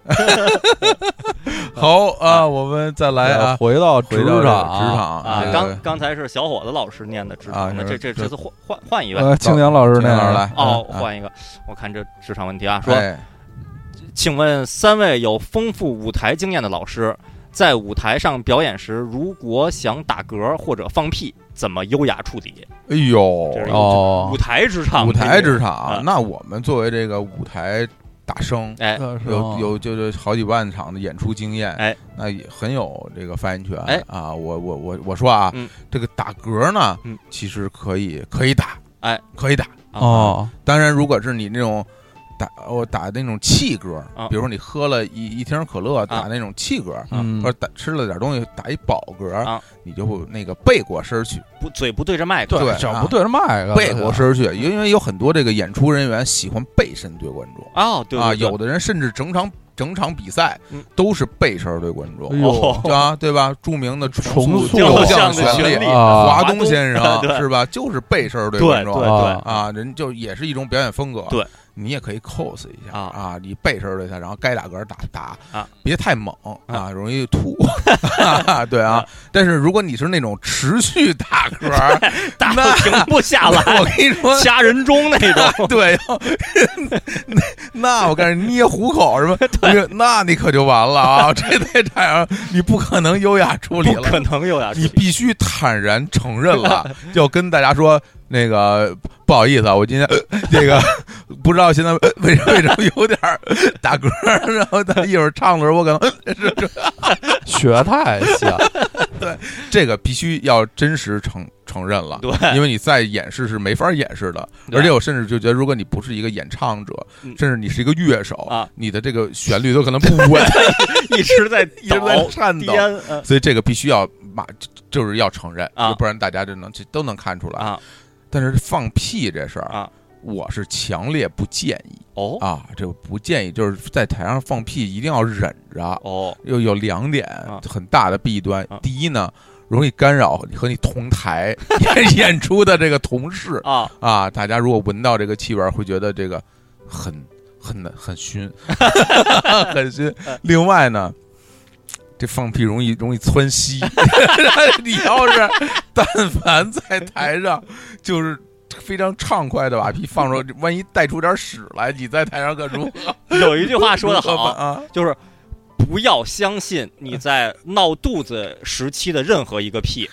D: 好啊，我们再来啊，
B: 回到职场，职
D: 场
C: 啊，刚刚才是小伙子老师念的职场，那这这这次换换换一位，
B: 青年老师念
D: 来
C: 哦，换一个，我看这职场问题啊，说。请问三位有丰富舞台经验的老师，在舞台上表演时，如果想打嗝或者放屁，怎么优雅处理？
D: 哎呦，
C: 哦，舞台职场，
D: 舞台职场，那我们作为这个舞台大生，
C: 哎，
D: 有有就是好几万场的演出经验，
C: 哎，
D: 那也很有这个发言权，
C: 哎
D: 啊，我我我我说啊，
C: 嗯、
D: 这个打嗝呢，
C: 嗯、
D: 其实可以可以打，
C: 哎，
D: 可以打
B: 哦。
D: 当然，如果是你那种。 打我打那种气嗝，
C: 啊、
D: 比如说你喝了一一瓶可乐，打那种气嗝，
B: 嗯、
D: 或者打吃了点东西打一饱嗝，
C: 啊、
D: 你就会那个背过身去，
C: 不嘴不对着麦克，
D: 对，
B: 脚不对着麦克，
D: 背过身去，因为有很多这个演出人员喜欢背身对观众
C: 哦，对, 对, 对
D: 啊，有的人甚至整场。整场比赛都是背身对观众，
B: 哦、
D: 啊，对吧？著名的
B: 重塑
D: 雕像
C: 旋律，
D: 华东先生是吧？就是背身对观众，
C: 对对对
D: 啊，人就也是一种表演风格。
C: 对，
D: 你也可以 cos 一下
C: 啊
D: 啊，你背身对他，然后该打嗝打打
C: 啊，
D: 别太猛啊，容易吐。对啊，但是如果你是那种持续打嗝，
C: 打停不下来，
D: 我跟你说，
C: 掐人中那种，
D: 对，那那我告诉你捏虎口什么，那你可就完了啊！这在台上你不可能优雅处理了，
C: 不可能优雅处理，
D: 你必须坦然承认了，就跟大家说。那个不好意思啊，我今天、呃、这个不知道现在为为什么有点打嗝，然后他一会儿唱的时候，我可能、呃、
B: 学太像。
D: 对，这个必须要真实承承认了，
C: 对，
D: 因为你在演示是没法演示的，而且我甚至就觉得，如果你不是一个演唱者，甚至你是一个乐手
C: 啊，
D: 你的这个旋律都可能不稳，
C: 一直在
D: 一直在颤抖，所以这个必须要马就是要承认，
C: 啊、
D: 不然大家就能都能看出来
C: 啊。
D: 但是放屁这事儿
C: 啊，
D: 我是强烈不建议
C: 哦
D: 啊，这不建议，就是在台上放屁一定要忍着
C: 哦。
D: 又有两点很大的弊端，
C: 啊、
D: 第一呢，容易干扰和你同台演演出的这个同事
C: 啊
D: 啊，大家如果闻到这个气味，会觉得这个很很很熏，很熏。另外呢。这放屁容易容易窜稀，你要是但凡在台上就是非常畅快的把屁放出，万一带出点屎来，你在台上可如何？
C: 有一句话说得好
D: 啊，
C: 就是不要相信你在闹肚子时期的任何一个屁。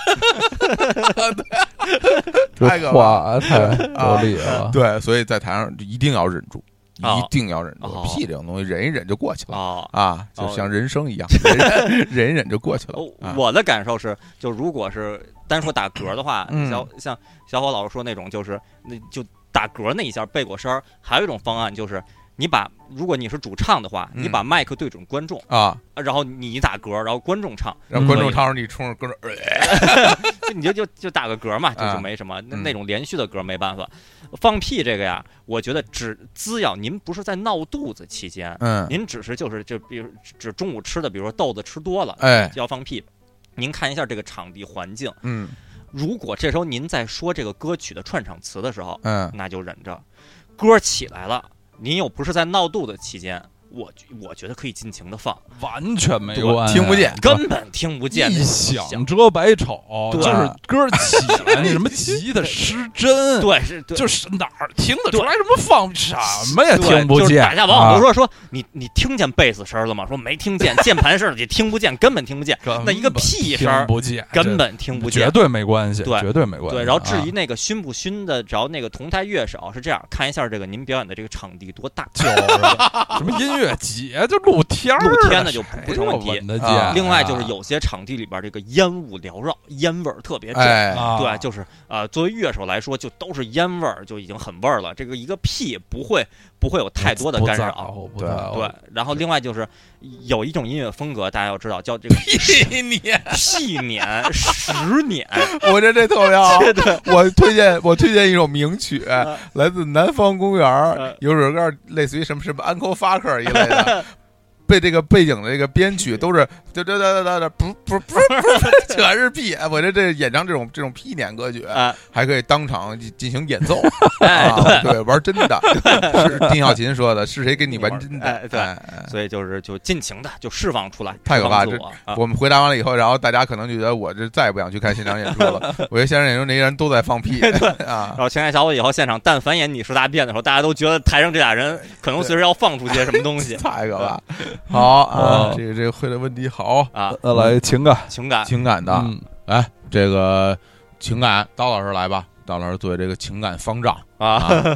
D: 太可怕，
B: 太有理了、
D: 啊。对，所以在台上一定要忍住。
C: 哦、
D: 一定要忍住，
C: 哦、
D: 屁这种东西忍一忍就过去了、
C: 哦、
D: 啊，就像人生一样，哦、忍, 忍一忍就过去了。
C: 哦啊、我的感受是，就如果是单说打嗝的话，
D: 嗯、
C: 小像小伙老师说那种，就是那就打嗝那一下背过身儿。还有一种方案就是，你把如果你是主唱的话，
D: 嗯、
C: 你把麦克对准观众
D: 啊，
C: 然后你打嗝，然后观众唱，
D: 然后观众唱时你冲着观众，
C: 嗯、你就就就打个嗝嘛，就就没什么、啊、那那种连续的嗝没办法。放屁这个呀，我觉得只只要您不是在闹肚子期间，
D: 嗯，
C: 您只是就是就比如只中午吃的，比如说豆子吃多了，
D: 哎，
C: 就要放屁。您看一下这个场地环境，
D: 嗯，
C: 如果这时候您在说这个歌曲的串场词的时候，
D: 嗯，
C: 那就忍着。歌起来了，您又不是在闹肚子期间。我我觉得可以尽情的放，
B: 完全没关系，
D: 听不见，
C: 根本听不见。
B: 一响遮百丑，就是歌起来，那什么吉他失真，
C: 对，是，
B: 就是哪儿听得出来什么放什么呀？听不见。
C: 大家往往都说说你你听见贝斯声了吗？说没听见，键盘声也听不见，根本听不见。那一个屁声
B: 听不见，
C: 根本听不见，
B: 绝对没关系，
C: 对，
B: 绝对没关系。
C: 对，然后至于那个熏不熏的，只要那个同台乐手是这样，看一下这个您表演的这个场地多大，
B: 就是什么音乐。节就露天
C: 露天的就不不成问题。
B: 啊、
C: 另外就是有些场地里边这个烟雾缭绕，烟味儿特别重。
D: 哎、
C: 对，就是呃，作为乐手来说，就都是烟味儿，就已经很味儿了。这个一个屁不会不会有太多的干扰。
B: 对
C: 对。然后另外就是有一种音乐风格，大家要知道，叫这个
D: 屁年、
C: 细年、十年。
D: 我觉得这特别好。我推荐我推荐一首名曲，
C: 啊、
D: 来自南方公园，
C: 啊、
D: 有首歌类似于什么什么 Uncle Fucker 一类的。被这个背景的这个编曲都是哒哒哒哒哒不不不不全是屁，我觉得这演唱这种这种屁年歌曲，
C: 啊、
D: 还可以当场进行演奏，
C: 哎、
D: 啊，对，玩真的，是丁小琴说的，是谁给你玩真的？
C: 哎、对、哎，所以就是就尽情的就释放出来，
D: 太可怕！这
C: 啊、
D: 我们回答完了以后，然后大家可能就觉得我这再也不想去看现场演出了。我觉得现场演出那些人都在放屁，
C: 对
D: 啊。
C: 然后青年小伙以后现场但凡演你是大便的时候，大家都觉得台上这俩人可能随时要放出些什么东西，
D: 太可怕！好啊，这个这个会的问题好
C: 啊，
B: 那来情感
C: 情感
D: 情感的，
B: 嗯，
D: 来这个情感，刀老师来吧，刀老师作为这个情感方丈
C: 啊，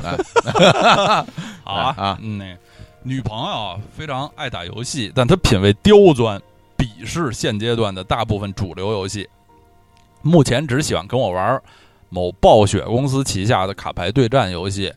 B: 好啊啊，嗯，那女朋友非常爱打游戏，但她品味刁钻，鄙视现阶段的大部分主流游戏，目前只喜欢跟我玩某暴雪公司旗下的卡牌对战游戏。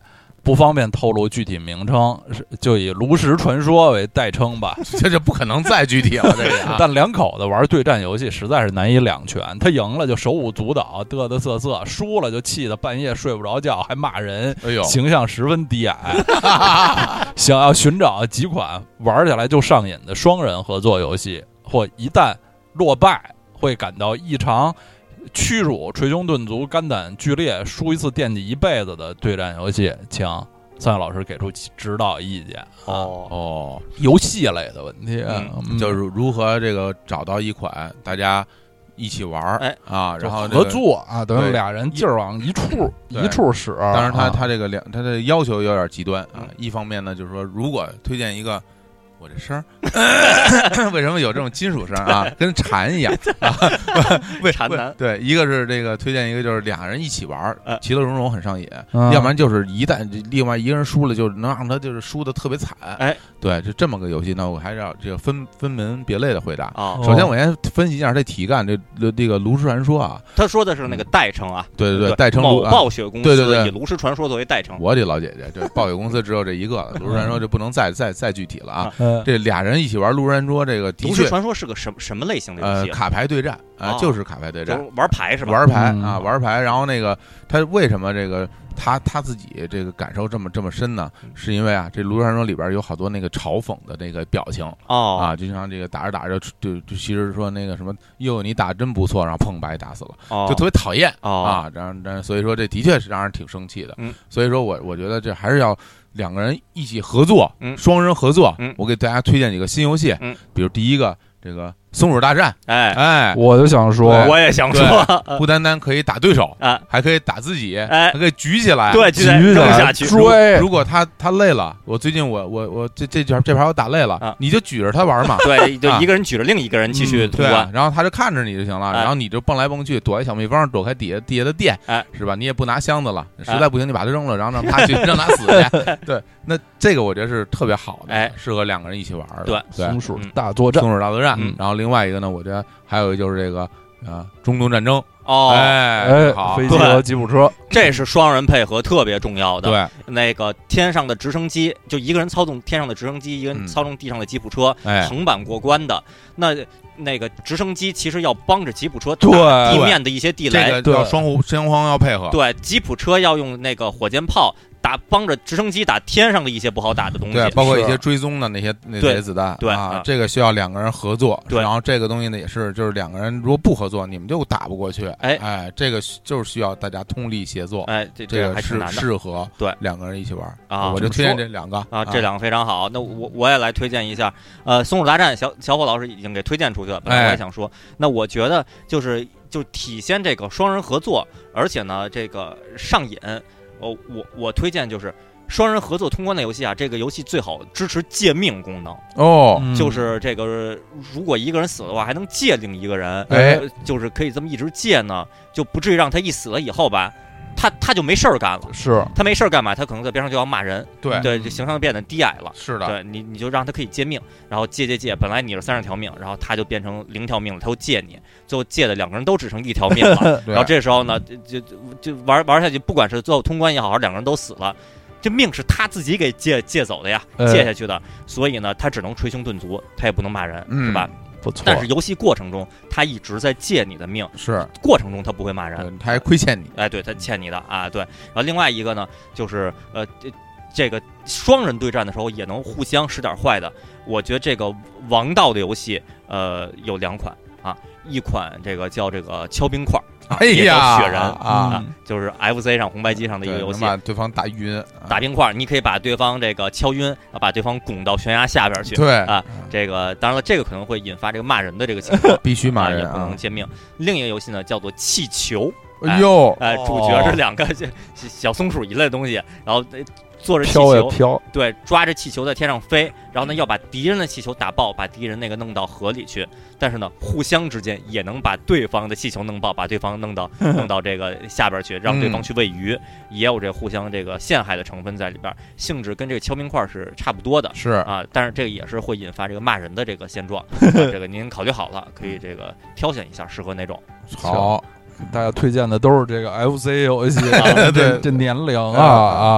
B: 不方便透露具体名称，就以炉石传说为代称吧。
D: 这就不可能再具体了，这个、啊。
B: 但两口子玩对战游戏实在是难以两全，他赢了就手舞足蹈、嘚嘚瑟瑟，输了就气得半夜睡不着觉，还骂人，
D: 哎呦，
B: 形象十分低矮。想要寻找几款玩起来就上瘾的双人合作游戏，或一旦落败会感到异常屈辱、捶胸顿足、肝胆俱裂、输一次惦记一辈子的对战游戏，请三位老师给出指导意见。
C: 哦
D: 哦，
B: 游戏类的问题，
D: 嗯、就是如何这个找到一款大家一起玩儿、
C: 哎、
D: 啊，然后、
B: 这个、合作啊，等于俩人劲儿往一处一处使。
D: 当然他，他、
B: 啊、
D: 他这个两他的要求有点极端啊。嗯、一方面呢，就是说，如果推荐一个。我这声为什么有这种金属声啊？跟蝉一样啊！为
C: 蝉男
D: 对，一个是这个推荐一个就是俩人一起玩，
C: 呃、
D: 其乐融融很上瘾；
B: 嗯、
D: 要不然就是一旦另外一个人输了，就能让他就是输的特别惨。
C: 哎，
D: 对，就这么个游戏，那我还是要这个分分门别类的回答
C: 啊。
D: 首先，我先分析一下这体感，这这个炉石传说啊，
C: 他说的是那个代称啊，
D: 对对对，
C: 对
D: 代称
C: 某暴雪公司
D: 对对对
C: 以炉石传说作为代称。
D: 我的老姐姐，这暴雪公司只有这一个了，炉石传说就不能再再再具体了啊。
B: 嗯
D: 这俩人一起玩炉石传说，这个的确，
C: 炉石传说是个什么什么类型的游戏？
D: 呃，卡牌对战啊、呃，就是卡牌对战，
C: 就是玩牌是吧？
D: 玩牌、
B: 嗯、
D: 啊，玩牌。然后那个他为什么这个他他自己这个感受这么这么深呢？是因为啊，这炉石传说里边有好多那个嘲讽的那个表情
C: 哦
D: 啊，就像这个打着打着就就其实说那个什么哟，你打真不错，然后砰把你打死了，
C: 哦、
D: 就特别讨厌、
C: 哦、
D: 啊。然后然所以说这的确是让人挺生气的。
C: 嗯，
D: 所以说我我觉得这还是要。两个人一起合作，
C: 嗯，
D: 双人合作，
C: 嗯，
D: 我给大家推荐几个新游戏，
C: 嗯，
D: 比如第一个这个松鼠大战，
C: 哎
D: 哎，
B: 我就想说，
C: 我也想说，
D: 不单单可以打对手
C: 啊，
D: 还可以打自己，
C: 哎，
D: 还可以举起来，
C: 对，
B: 举起来
C: 下去
B: 追。
D: 如果他他累了，我最近我我我这这这这盘我打累了，
C: 啊，
D: 你就举着他玩嘛，
C: 对，就一个人举着另一个人继续通关，
D: 然后他就看着你就行了，然后你就蹦来蹦去，躲在小蜜蜂，躲开底下底下的电，
C: 哎，
D: 是吧？你也不拿箱子了，实在不行你把它扔了，然后让他去让他死去，对，那这个我觉得是特别好的，
C: 哎，
D: 适合两个人一起玩的，
C: 对，
B: 松鼠大作战，
D: 松鼠大作战，
C: 嗯，
D: 然后另外一个呢，我觉得还有就是这个啊，中东战争。
C: 哦，
D: 哎，好，
B: 飞机和吉普车，
C: 这是双人配合特别重要的。
D: 对，
C: 那个天上的直升机，就一个人操纵天上的直升机，一个人操纵地上的吉普车，
D: 哎，
C: 横版过关的。那那个直升机其实要帮着吉普车
B: 打
C: 地面的一些地雷，
D: 这个要双互双方要配合。
C: 对，吉普车要用那个火箭炮打，帮着直升机打天上的一些不好打的东西，
D: 对，包括一些追踪的那些那些子弹，
C: 对
D: 啊，这个需要两个人合作。
C: 对，
D: 然后这个东西呢也是，就是两个人如果不合作，你们就打不过去。
C: 哎
D: 哎，这个就是需要大家通力协作。
C: 哎，这
D: 这
C: 个
D: 是适合
C: 对
D: 两个人一起玩
C: 啊。
D: 我就推荐这两个
C: 啊，这两个非常好。那我我也来推荐一下，呃，松鼠大战，小小伙老师已经给推荐出去了。本来我也想说，那我觉得就是就体现这个双人合作，而且呢这个上瘾。哦，我我推荐就是。双人合作通关的游戏啊，这个游戏最好支持借命功能
D: 哦，
C: 就是这个如果一个人死的话，还能借另一个人，
D: 哎，
C: 就是可以这么一直借呢，就不至于让他一死了以后吧，他他就没事儿干了。
B: 是
C: 他没事儿干嘛？他可能在边上就要骂人，
D: 对
C: 对，就形象变得低矮了。
D: 是的，
C: 对你你就让他可以借命，然后借借借，本来你是三十条命，然后他就变成零条命了，他又借你，最后借的两个人都只剩一条命了。然后这时候呢，就就就玩玩下去，不管是最后通关也好，还是两个人都死了。这命是他自己给借借走的呀，借下去的，所以呢，他只能捶胸顿足，他也不能骂人，
D: 嗯、
C: 是吧？
B: 不错。
C: 但是游戏过程中，他一直在借你的命，
D: 是
C: 过程中他不会骂人，
D: 他还亏欠你，
C: 哎，对他欠你的啊，对。然后另外一个呢，就是呃，这这个双人对战的时候也能互相使点坏的。我觉得这个王道的游戏，呃，有两款啊，一款这个叫这个敲冰块。啊、
D: 哎呀，
C: 雪人
D: 啊、
C: 嗯，就是 F C 上红白机上的一个游戏，
D: 把对方打晕，
C: 打冰块，你可以把对方这个敲晕，把对方拱到悬崖下边去。
D: 对
C: 啊，这个当然了，这个可能会引发这个骂人的这个情况，
D: 必须骂人、
C: 啊，也不能借命。另一个游戏呢，叫做气球。
D: 哎呦，
C: 哎，主角是两个小松鼠一类的东西，然后坐着气
B: 球，飘
C: 也
B: 飘，
C: 对，抓着气球在天上飞，然后呢要把敌人的气球打爆，把敌人那个弄到河里去。但是呢，互相之间也能把对方的气球弄爆，把对方弄到弄到这个下边去，让对方去喂鱼，嗯、也有这互相这个陷害的成分在里边，性质跟这个敲冰块是差不多的，
D: 是
C: 啊，但是这个也是会引发这个骂人的这个现状。啊、这个您考虑好了，可以这个挑选一下适合哪种。
D: 好。
B: 大家推荐的都是这个 F C 游戏，
D: 啊、
B: 这这年龄啊啊！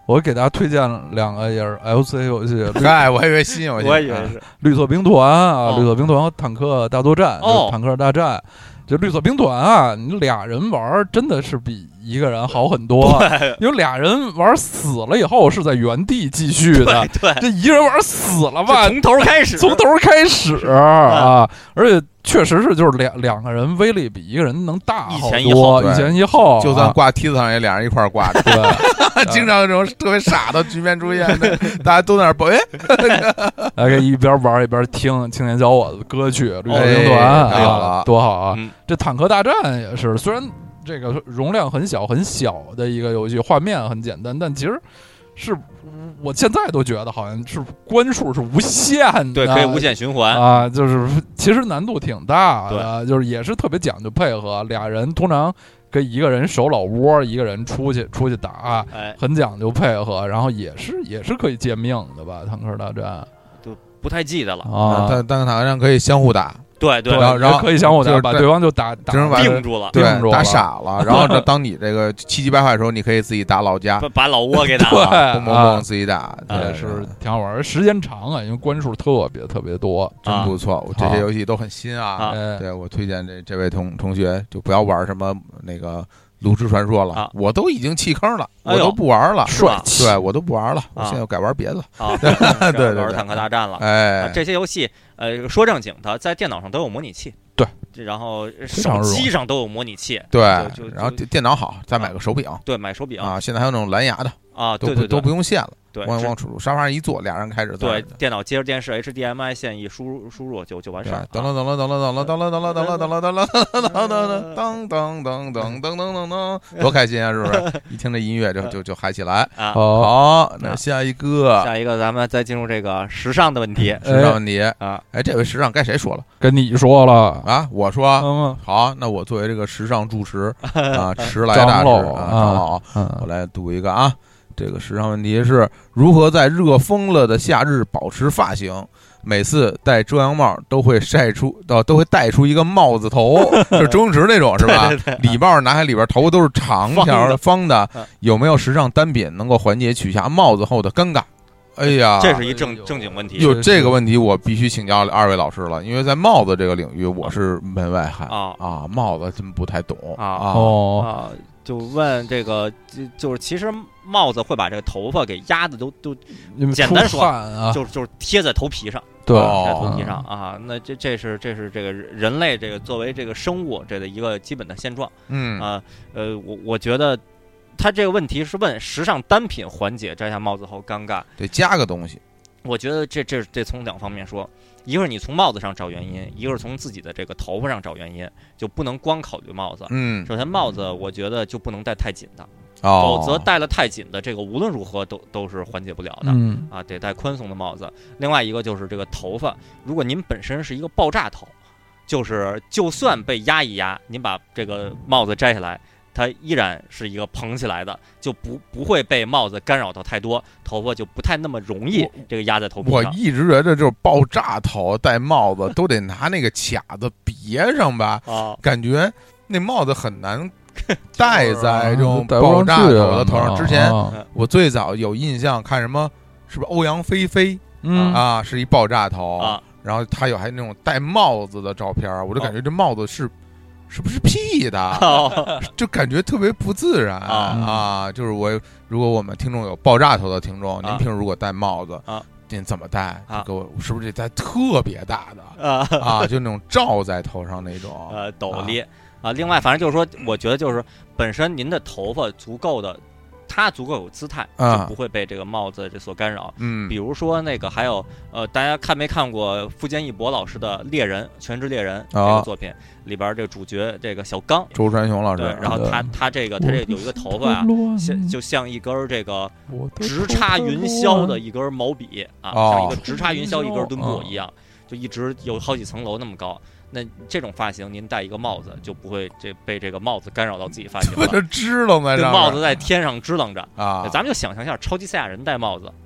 B: 我给大家推荐两个也是 F C 游戏，
D: 哎，我以为新游戏，
C: 我以为是
B: 绿色兵团啊，
C: 哦、
B: 绿色兵团和坦克大作战，
C: 哦，
B: 坦克大战。就绿色兵团啊，你俩人玩真的是比一个人好很多，因为俩人玩死了以后是在原地继续的，
C: 对，
B: 这一个人玩死了吧，
C: 从头开始，
B: 从头开始啊，而且确实是就是两两个人威力比一个人能大好多，
C: 一前一后，
B: 一前一后，
D: 就算挂梯子上也俩人一块儿挂着，
B: 对，
D: 经常有这种特别傻的局面出现的，大家都在那儿抱，哎，
B: 还可以一边玩一边听青年小伙子的歌曲，绿色兵团，
D: 哎呀，
B: 多好啊！
C: 嗯、
B: 这坦克大战也是，虽然这个容量很小很小的一个游戏，画面很简单，但其实是我现在都觉得好像是关数是无限的，
C: 对，可以无限循环
B: 啊，就是其实难度挺大的，就是也是特别讲究配合，俩人通常跟一个人守老窝，一个人出去出去打，
C: 哎，
B: 很讲究配合，然后也是也是可以借命的吧？坦克大战
C: 都不太记得了
B: 啊，
D: 但坦克大战可以相互打。
C: 对对，
D: 然后然后
B: 可以相互打，把对方就打打
C: 定住了，
D: 对，打傻了。然后这当你这个气急败坏的时候，你可以自己打老家，
C: 把把老窝给打
B: 了，
D: 嘣嘣嘣自己打，
B: 对，是挺好玩。时间长啊，因为关数特别特别多，
D: 真不错。这些游戏都很新啊，对我推荐这这位同同学就不要玩什么那个炉石传说了，我都已经弃坑了，我都不玩了，
B: 帅气，
D: 对我都不玩了，我现在又改玩别的
C: 了，
D: 对对对，
C: 玩坦克大战了。
D: 哎，
C: 这些游戏呃说正经的，在电脑上都有模拟器。
B: 对，
C: 然后手机上都有模拟器，
D: 对，
C: 就
D: 然后电脑好，再买个手柄，
C: 对，买手柄
D: 啊，现在还有那种蓝牙的
C: 啊，对对，
D: 都不用线了，
C: 对，
D: 往往沙发上一坐，俩人开始
C: 对，电脑接着电视 H D M I 线一输入输入就就完事儿。
D: 等了等了等了等了等了等了等了等了等了等了等了噔噔噔噔噔噔噔，多开心啊！是不是？一听这音乐就就就嗨起来
C: 啊！
D: 好，那下一个，
C: 下一个咱们再进入这个时尚的问题，
D: 时尚问题
C: 啊！
D: 哎，这回时尚该谁说了？
B: 跟你说了
D: 啊，我说。
B: 嗯，
D: 好，那我作为这个时尚主持啊，迟来大师啊，张老，我来读一个啊。这个时尚问题是如何在热疯了的夏日保持发型？每次戴遮阳帽都会晒出，呃，都会戴出一个帽子头，就是周星驰那种是吧？
C: 对对对
D: 礼帽拿开里边头发都是长条的、方的。有没有时尚单品能够缓解取下帽子后的尴尬？哎呀，
C: 这是一正正经问题。
D: 有这个问题，我必须请教二位老师了，因为在帽子这个领域，我是门外汉
C: 啊
D: 啊，帽子真不太懂
C: 啊
B: 哦
C: 啊，就问这个，就就是其实帽子会把这个头发给压的都都，简单说，
B: 啊、
C: 就是就是贴在头皮上，
B: 对，
C: 贴在头皮上啊。那这这是这是这个人类这个作为这个生物这的一个基本的现状，
D: 嗯
C: 啊呃，我我觉得。他这个问题是问时尚单品缓解摘下帽子后尴尬，
D: 得加个东西。
C: 我觉得这这这从两方面说，一个是你从帽子上找原因，一个是从自己的这个头发上找原因，就不能光考虑帽子。
D: 嗯，
C: 首先帽子我觉得就不能戴太紧的，
D: 哦、
C: 否则戴了太紧的这个无论如何都都是缓解不了的。
B: 嗯
C: 啊，得戴宽松的帽子。另外一个就是这个头发，如果您本身是一个爆炸头，就是就算被压一压，您把这个帽子摘下来。它依然是一个蓬起来的，就不不会被帽子干扰到太多，头发就不太那么容易这个压在头皮上。
D: 我一直觉得就是爆炸头戴帽子都得拿那个卡子别上吧，
C: 啊，
D: 感觉那帽子很难戴在这种爆炸头的头上。之前我最早有印象看什么，是不是欧阳菲菲？
B: 嗯
D: 啊，是一爆炸头
C: 啊，
D: 然后他有还那种戴帽子的照片，我就感觉这帽子是。是不是屁的？
C: 哦、
D: 就感觉特别不自然
C: 啊,
D: 啊！就是我，如果我们听众有爆炸头的听众，
C: 啊、
D: 您平时如果戴帽子
C: 啊，
D: 您怎么戴？
C: 啊、
D: 给我是不是得戴特别大的
C: 啊
D: 啊？就那种罩在头上那种
C: 呃斗笠 啊, 啊。另外，反正就是说，我觉得就是本身您的头发足够的。它足够有姿态，就不会被这个帽子这所干扰。
D: 嗯，
C: 比如说那个还有呃，大家看没看过富坚义博老师的《猎人》《全职猎人》这个作品、哦、里边这个主角这个小刚
D: 周传雄老师，
C: 对，然后他他这个他这有一个头发啊，像就像一根这个直插云霄的一根毛笔啊，
D: 哦、
C: 像一个直插云霄一根墩布一样，就一直有好几层楼那么高。那这种发型，您戴一个帽子就不会这被这个帽子干扰到自己发型了。
D: 这支棱在这，
C: 帽子在天上支棱着
D: 啊！
C: 咱们就想象一下，超级赛亚人戴帽子，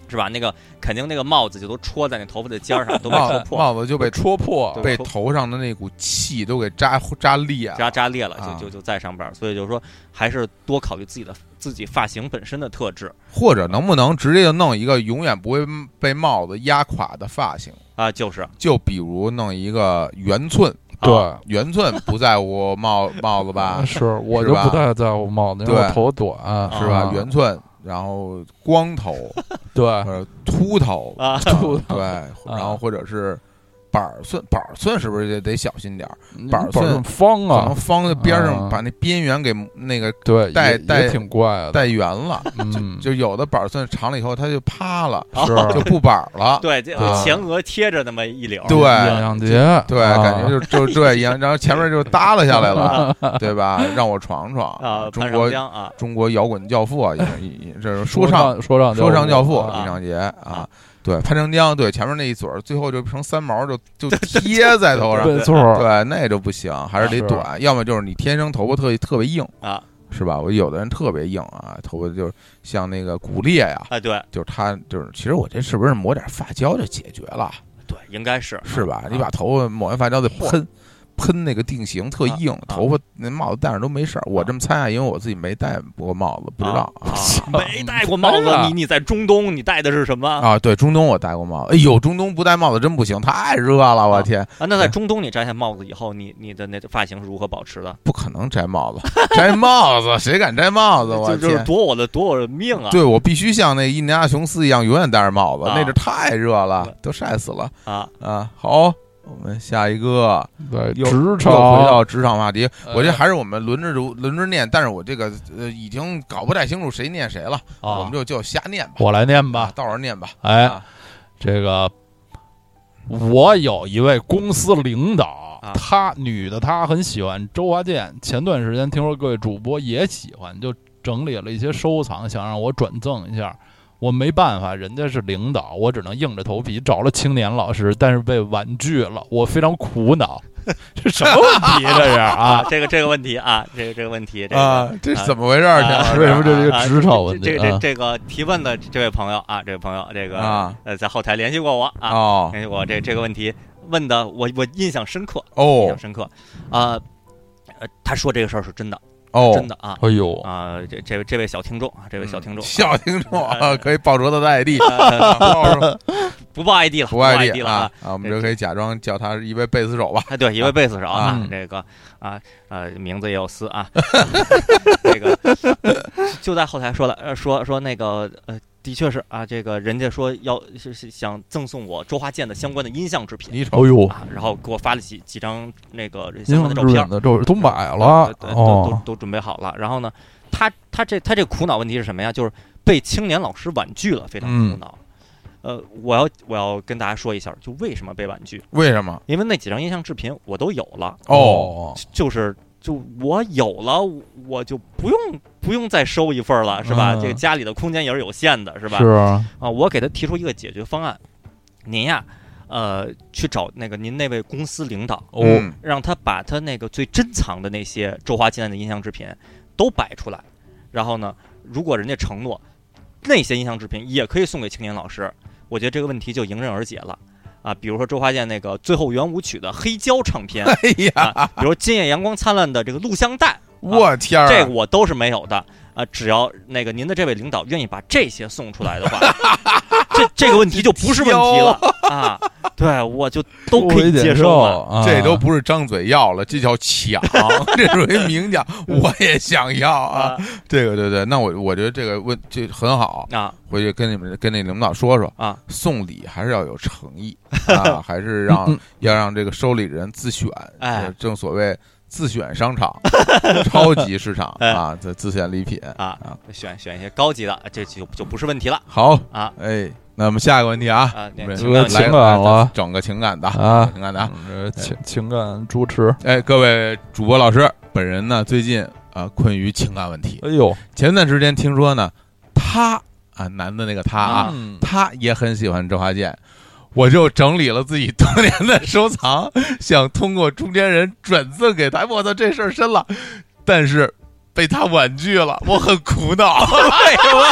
C: 是吧？那个肯定那个帽子就都戳在那头发的尖上，都被戳破，
D: 帽子就被
B: 戳破，
D: 被头上的那股气都给扎扎裂，
C: 扎扎裂了，
D: 啊、
C: 就就就在上边。所以就是说，还是多考虑自己的自己发型本身的特质，
D: 或者能不能直接就弄一个永远不会被帽子压垮的发型
C: 啊？就是，
D: 就比如弄一个圆寸。
B: 对，
D: 啊、圆寸不在乎帽帽子吧？
B: 是，我就不太在乎帽子，因为我头短，
D: 是吧？圆寸，然后光头，
B: 对，
D: 呃，秃头
C: 啊，
B: 秃
D: 对，然后或者是板寸，板寸是不是得小心点儿？板
B: 寸方啊，
D: 可能方的边上把那边缘给那个
B: 对
D: 带带
B: 挺怪的，
D: 带圆了，
B: 嗯，
D: 就有的板寸长了以后它就趴了，
B: 是
D: 就不板了。
C: 对，这前额贴着那么一绺，
D: 对，
B: 阴阳节，
D: 对，感觉就就对，然后前面就耷拉下来了，对吧？让我闯闯
C: 啊，
D: 中国
C: 啊，
D: 中国摇滚教父啊，这是说唱
B: 说唱
D: 说唱教父
C: 尹
D: 相杰啊。对，潘长江，对前面那一嘴儿，最后就成三毛，就就贴在头上，
B: 没错，
D: 对，那就不行，还是得短，要么就是你天生头发特特别硬
C: 啊，
D: 是吧？我有的人特别硬啊，头发就是像那个骨裂呀，
C: 啊，对，
D: 就是他就是，其实我这是不是抹点发胶就解决了？
C: 对，应该是
D: 是吧？你把头发抹完发胶再喷。喷那个定型特硬，
C: 啊、
D: 头发那帽子戴上都没事儿。啊、我这么猜啊，因为我自己没戴过帽子，不知道
C: 啊。啊没戴过帽子，你你在中东，你戴的是什么
D: 啊？对，中东我戴过帽子。哎呦，中东不戴帽子真不行，太热了，我天！
C: 啊，那在中东你摘下帽子以后，你你的那发型是如何保持的？
D: 不可能摘帽子，摘帽子谁敢摘帽子？我
C: 就就是夺我的夺我的命啊！
D: 对，我必须像那印第安琼斯一样，永远戴着帽子，啊、那是太热了，都晒死了
C: 啊
D: 啊！好。我们下一个，
B: 对，
D: 又
B: 职场
D: 又回到职场话题。我这还是我们轮着轮着念，但是我这个呃已经搞不太清楚谁念谁了，
B: 啊、
D: 我们就就瞎念吧。
B: 我来念吧，
D: 啊、到时候念吧。
B: 哎，
D: 啊、
B: 这个我有一位公司领导，
C: 啊、
B: 她女的，她很喜欢周华健。前段时间听说各位主播也喜欢，就整理了一些收藏，想让我转赠一下。我没办法，人家是领导，我只能硬着头皮找了青年老师，但是被婉拒了，我非常苦恼。这什么问题这是啊？
C: 这个这个问题啊，这个这个问题，这个、
D: 啊，这是怎么回事儿？
C: 啊、
B: 为什么这是一个职场问题？
C: 这这这个提问的这位朋友啊，这位朋友，这个
D: 啊，
C: 呃，在后台联系过我啊，
D: 哦，
C: 联系过我这这个问题问的，我我印象深刻
D: 哦，
C: 印象深刻啊，呃，他说这个事儿是真的。
D: 哦，
C: 真的啊！
B: 哎呦
C: 啊，这这位这位小听众啊，这位小听众，
D: 小听众啊，可以报出他的 I D，
C: 不报 I D 了，
D: 不报 I
C: D 了
D: 啊！啊，我们就可以假装叫他一位贝斯手吧。
C: 哎，对，一位贝斯手啊，这个啊呃名字也有丝啊，这个就在后台说了，说说那个呃。的确是啊，这个人家说要是想赠送我周华健的相关的音像制品，
B: 哎呦、
C: 啊，然后给我发了几几张那个相关的照片，
B: 的都都买了，
C: 对对，都都都准备好了。然后呢，他他这他这苦恼问题是什么呀？就是被青年老师婉拒了，非常苦恼。嗯、呃，我要我要跟大家说一下，就为什么被婉拒？
D: 为什么？
C: 因为那几张音像制品我都有了
D: 哦，
C: 就是。就我有了，我就不用不用再收一份了，是吧？嗯、这个家里的空间也是有限的，是吧？
B: 是啊。
C: 啊，我给他提出一个解决方案，您呀，呃，去找那个您那位公司领导，
B: 哦，
C: 让他把他那个最珍藏的那些周华健的音像制品都摆出来，然后呢，如果人家承诺那些音像制品也可以送给青年老师，我觉得这个问题就迎刃而解了。啊，比如说周华健那个最后圆舞曲的黑胶唱片，
D: 哎呀、
C: 啊，比如今夜阳光灿烂的这个录像带，
D: 我天、啊，
C: 这个我都是没有的啊。只要那个您的这位领导愿意把这些送出来的话，这这个问题就不是问题了啊。对，我就都可以接受了，
B: 啊、
D: 这都不是张嘴要了，这叫抢，这属于明讲，我也想要啊。这个对对，那我我觉得这个问这很好
C: 啊，
D: 回去跟你们跟那领导说说
C: 啊，
D: 送礼还是要有诚意啊，还是让要让这个收礼人自选，
C: 哎，
D: 正所谓。自选商场，超级市场啊，这自选礼品
C: 啊啊，选选一些高级的，这就就不是问题了。
D: 好
C: 啊，
D: 哎，那我们下一个问题啊，
C: 啊，
B: 情感情感了，
D: 整个情感的
B: 啊，
D: 情感的，
B: 情情感主持。
D: 哎，各位主播老师，本人呢最近啊困于情感问题。
B: 哎呦，
D: 前段时间听说呢，他啊男的那个他啊，
B: 嗯、
D: 他也很喜欢周华健。我就整理了自己多年的收藏，想通过中间人转赠给他。我操，这事儿深了，但是被他婉拒了，我很苦恼。
C: 为什么？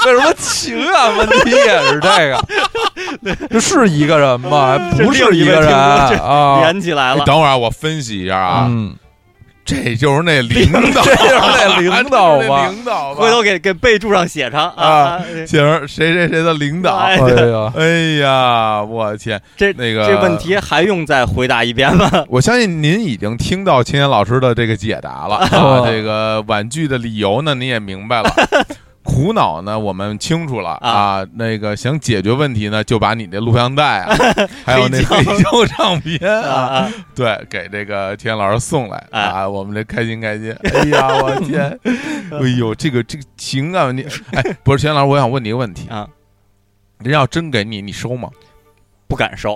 B: 为什么情感问题也是这个？这是一个人吗？不是一个人啊，
C: 连起来了。
D: 等会儿我分析一下啊。
B: 嗯。
D: 这就是那领导，
B: 这就是那领导吧？
D: 领导吧，
C: 回头给给备注上写上啊，
D: 写上谁谁谁的领导。
B: 哎呀，
D: 哎呀，我天，
C: 这
D: 那个
C: 这问题还用再回答一遍吗？
D: 我相信您已经听到秦岩老师的这个解答了啊，这个婉拒的理由呢，你也明白了。苦恼呢，我们清楚了啊。那个想解决问题呢，就把你的录像带啊，还有那黑胶唱片啊，对，给这个田老师送来啊，我们这开心开心。哎呀，我天，哎呦，这个这个情感问题，哎，不是田老师，我想问你一个问题啊，人要真给你，你收吗？
C: 不敢收，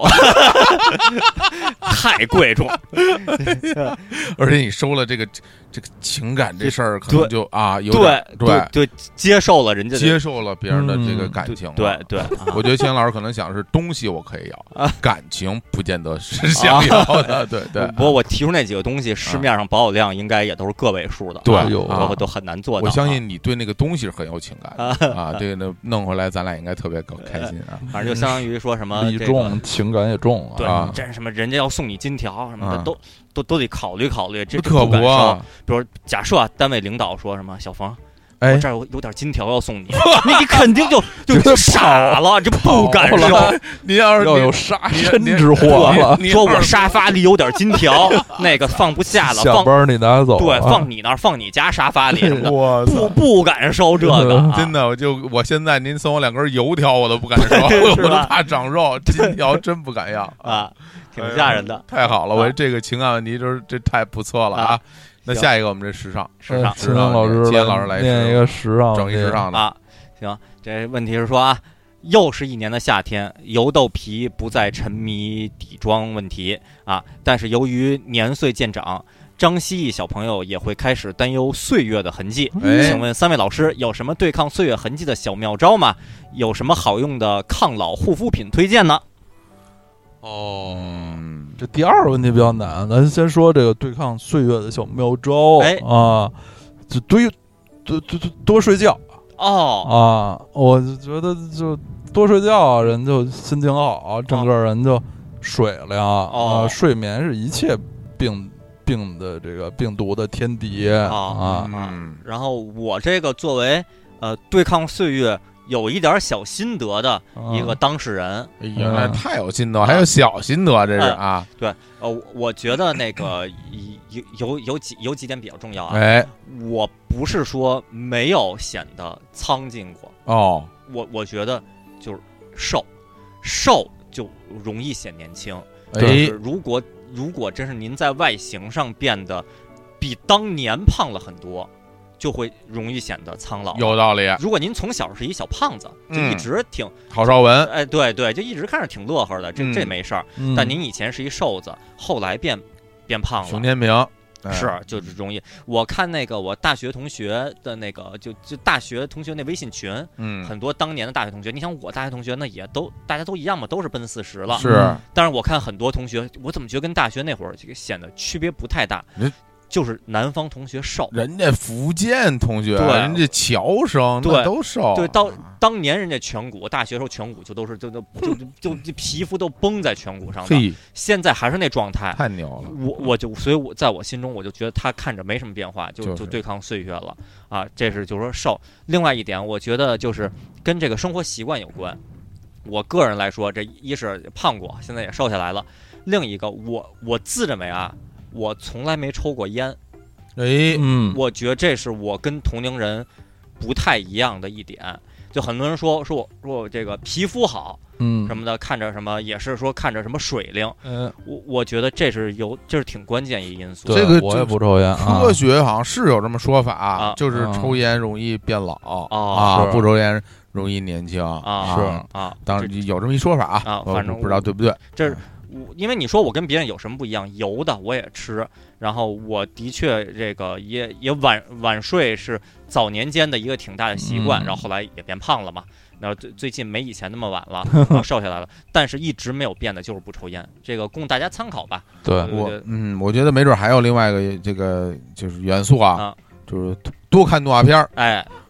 C: 太贵重。
D: 而且你收了这个这个情感这事儿，可能就啊有
C: 对
D: 对
C: 对接受了人家
D: 接受了别人的这个感情。
C: 对对，
D: 我觉得秦老师可能想是东西我可以要，感情不见得是想要的。对对。
C: 不过我提出那几个东西，市面上保有量应该也都是个位数的，
D: 对，
C: 都都很难做到。
D: 我相信你对那个东西是很有情感的啊，这个弄回来咱俩应该特别开心啊。
C: 反正就相当于说什么
B: 礼重。情感也重
C: 对
B: 啊，
C: 这什么人家要送你金条什么的，都都都得考虑考虑，这
D: 可不啊。
C: 比如假设啊，单位领导说什么，小冯，
D: 哎，
C: 我这儿有有点金条要送你，你你肯定就就傻了，这不敢收。
D: 你要是
B: 要有杀身之祸了，
C: 说我沙发里有点金条，那个放不下了，
B: 下班你拿走，
C: 对，放你那儿，放你家沙发里什么的，
D: 我
C: 不不敢收这个，
D: 真的，我就我现在您送我两根油条，我都不敢收，我都怕长肉，金条真不敢要
C: 啊，挺吓人的。
D: 太好了，我这个情感问题就是这太不错了啊。那下一个我们这时尚，
C: 时尚，
B: 时尚老师，
D: 秦岩老师来
B: 念一个时尚，
D: 整一时尚的
C: 啊。行，这问题是说啊，又是一年的夏天，油豆皮不再沉迷底妆问题啊，但是由于年岁渐长，张希毅小朋友也会开始担忧岁月的痕迹。
D: 哎、
C: 请问三位老师有什么对抗岁月痕迹的小妙招吗？有什么好用的抗老护肤品推荐呢？
B: 哦，嗯、这第二个问题比较难，咱先说这个对抗岁月的小妙招。
C: 哎
B: 啊，就多多多多睡觉。
C: 哦
B: 啊，我就觉得就多睡觉，人就心情好，整个人就水灵。
C: 哦、
B: 啊，睡眠是一切病病的这个病毒的天敌。
C: 哦、啊。嗯，然后我这个作为呃对抗岁月有一点小心得的一个当事人，
D: 哎呀，那太有心得，还有小心得，这是啊。
C: 对，呃，我觉得那个有有有几有几点比较重要啊。
D: 哎，
C: 我不是说没有显得苍劲过
D: 哦，
C: 我我觉得就是瘦，瘦就容易显年轻。
D: 哎，
C: 如果如果真是您在外形上变得比当年胖了很多，就会容易显得苍老。
D: 有道理。
C: 如果您从小是一小胖子，就一直挺
D: 郝邵文，
C: 哎，对对，就一直看着挺乐呵的，这、嗯、这没事儿、嗯。但您以前是一瘦子，后来变变胖了，
D: 熊天平、
C: 哎、是就是容易。我看那个我大学同学的那个，就就大学同学那微信群，
D: 嗯，
C: 很多当年的大学同学，你想我大学同学那也都大家都一样嘛，都是奔四十了，
D: 是。
C: 但是我看很多同学，我怎么觉得跟大学那会儿这个显得区别不太大？
D: 嗯，
C: 就是南方同学瘦，
D: 人家福建同学，
C: 对，
D: 人家侨生，
C: 对，
D: 都瘦。
C: 对，到当年人家颧骨，大学时候颧骨就都是就就就就就皮肤都绷在颧骨上的，现在还是那状态，
D: 太牛了。
C: 我我就所以我在我心中我就觉得他看着没什么变化，就、
D: 就是、
C: 就对抗岁月了啊。这是就是说瘦。另外一点，我觉得就是跟这个生活习惯有关。我个人来说，这一是胖过，现在也瘦下来了；另一个，我我自认为啊。我从来没抽过烟，
D: 哎，
B: 嗯，
C: 我觉得这是我跟同龄人不太一样的一点。就很多人说说我说我这个皮肤好，
B: 嗯，
C: 什么的，看着什么也是说看着什么水灵，
B: 嗯，
C: 我我觉得这是有这是挺关键一个因素。
D: 这个
B: 我也不抽烟，
D: 科学好像是有这么说法，
C: 啊、
D: 就是抽烟容易变老、
C: 啊，
D: 啊，不抽烟容易年轻
C: 啊，
D: 是啊，当然有这么一说法
C: 啊，反正
D: 不知道对不对，
C: 这是。因为你说我跟别人有什么不一样？油的我也吃，然后我的确这个也也晚晚睡是早年间的一个挺大的习惯、嗯，然后后来也变胖了嘛。然后最最近没以前那么晚了，然后瘦下来了，但是一直没有变的就是不抽烟，这个供大家参考吧。
B: 对
D: 我嗯，我觉得没准还有另外一个这个就是元素啊，啊就是多看动画片儿，
C: 哎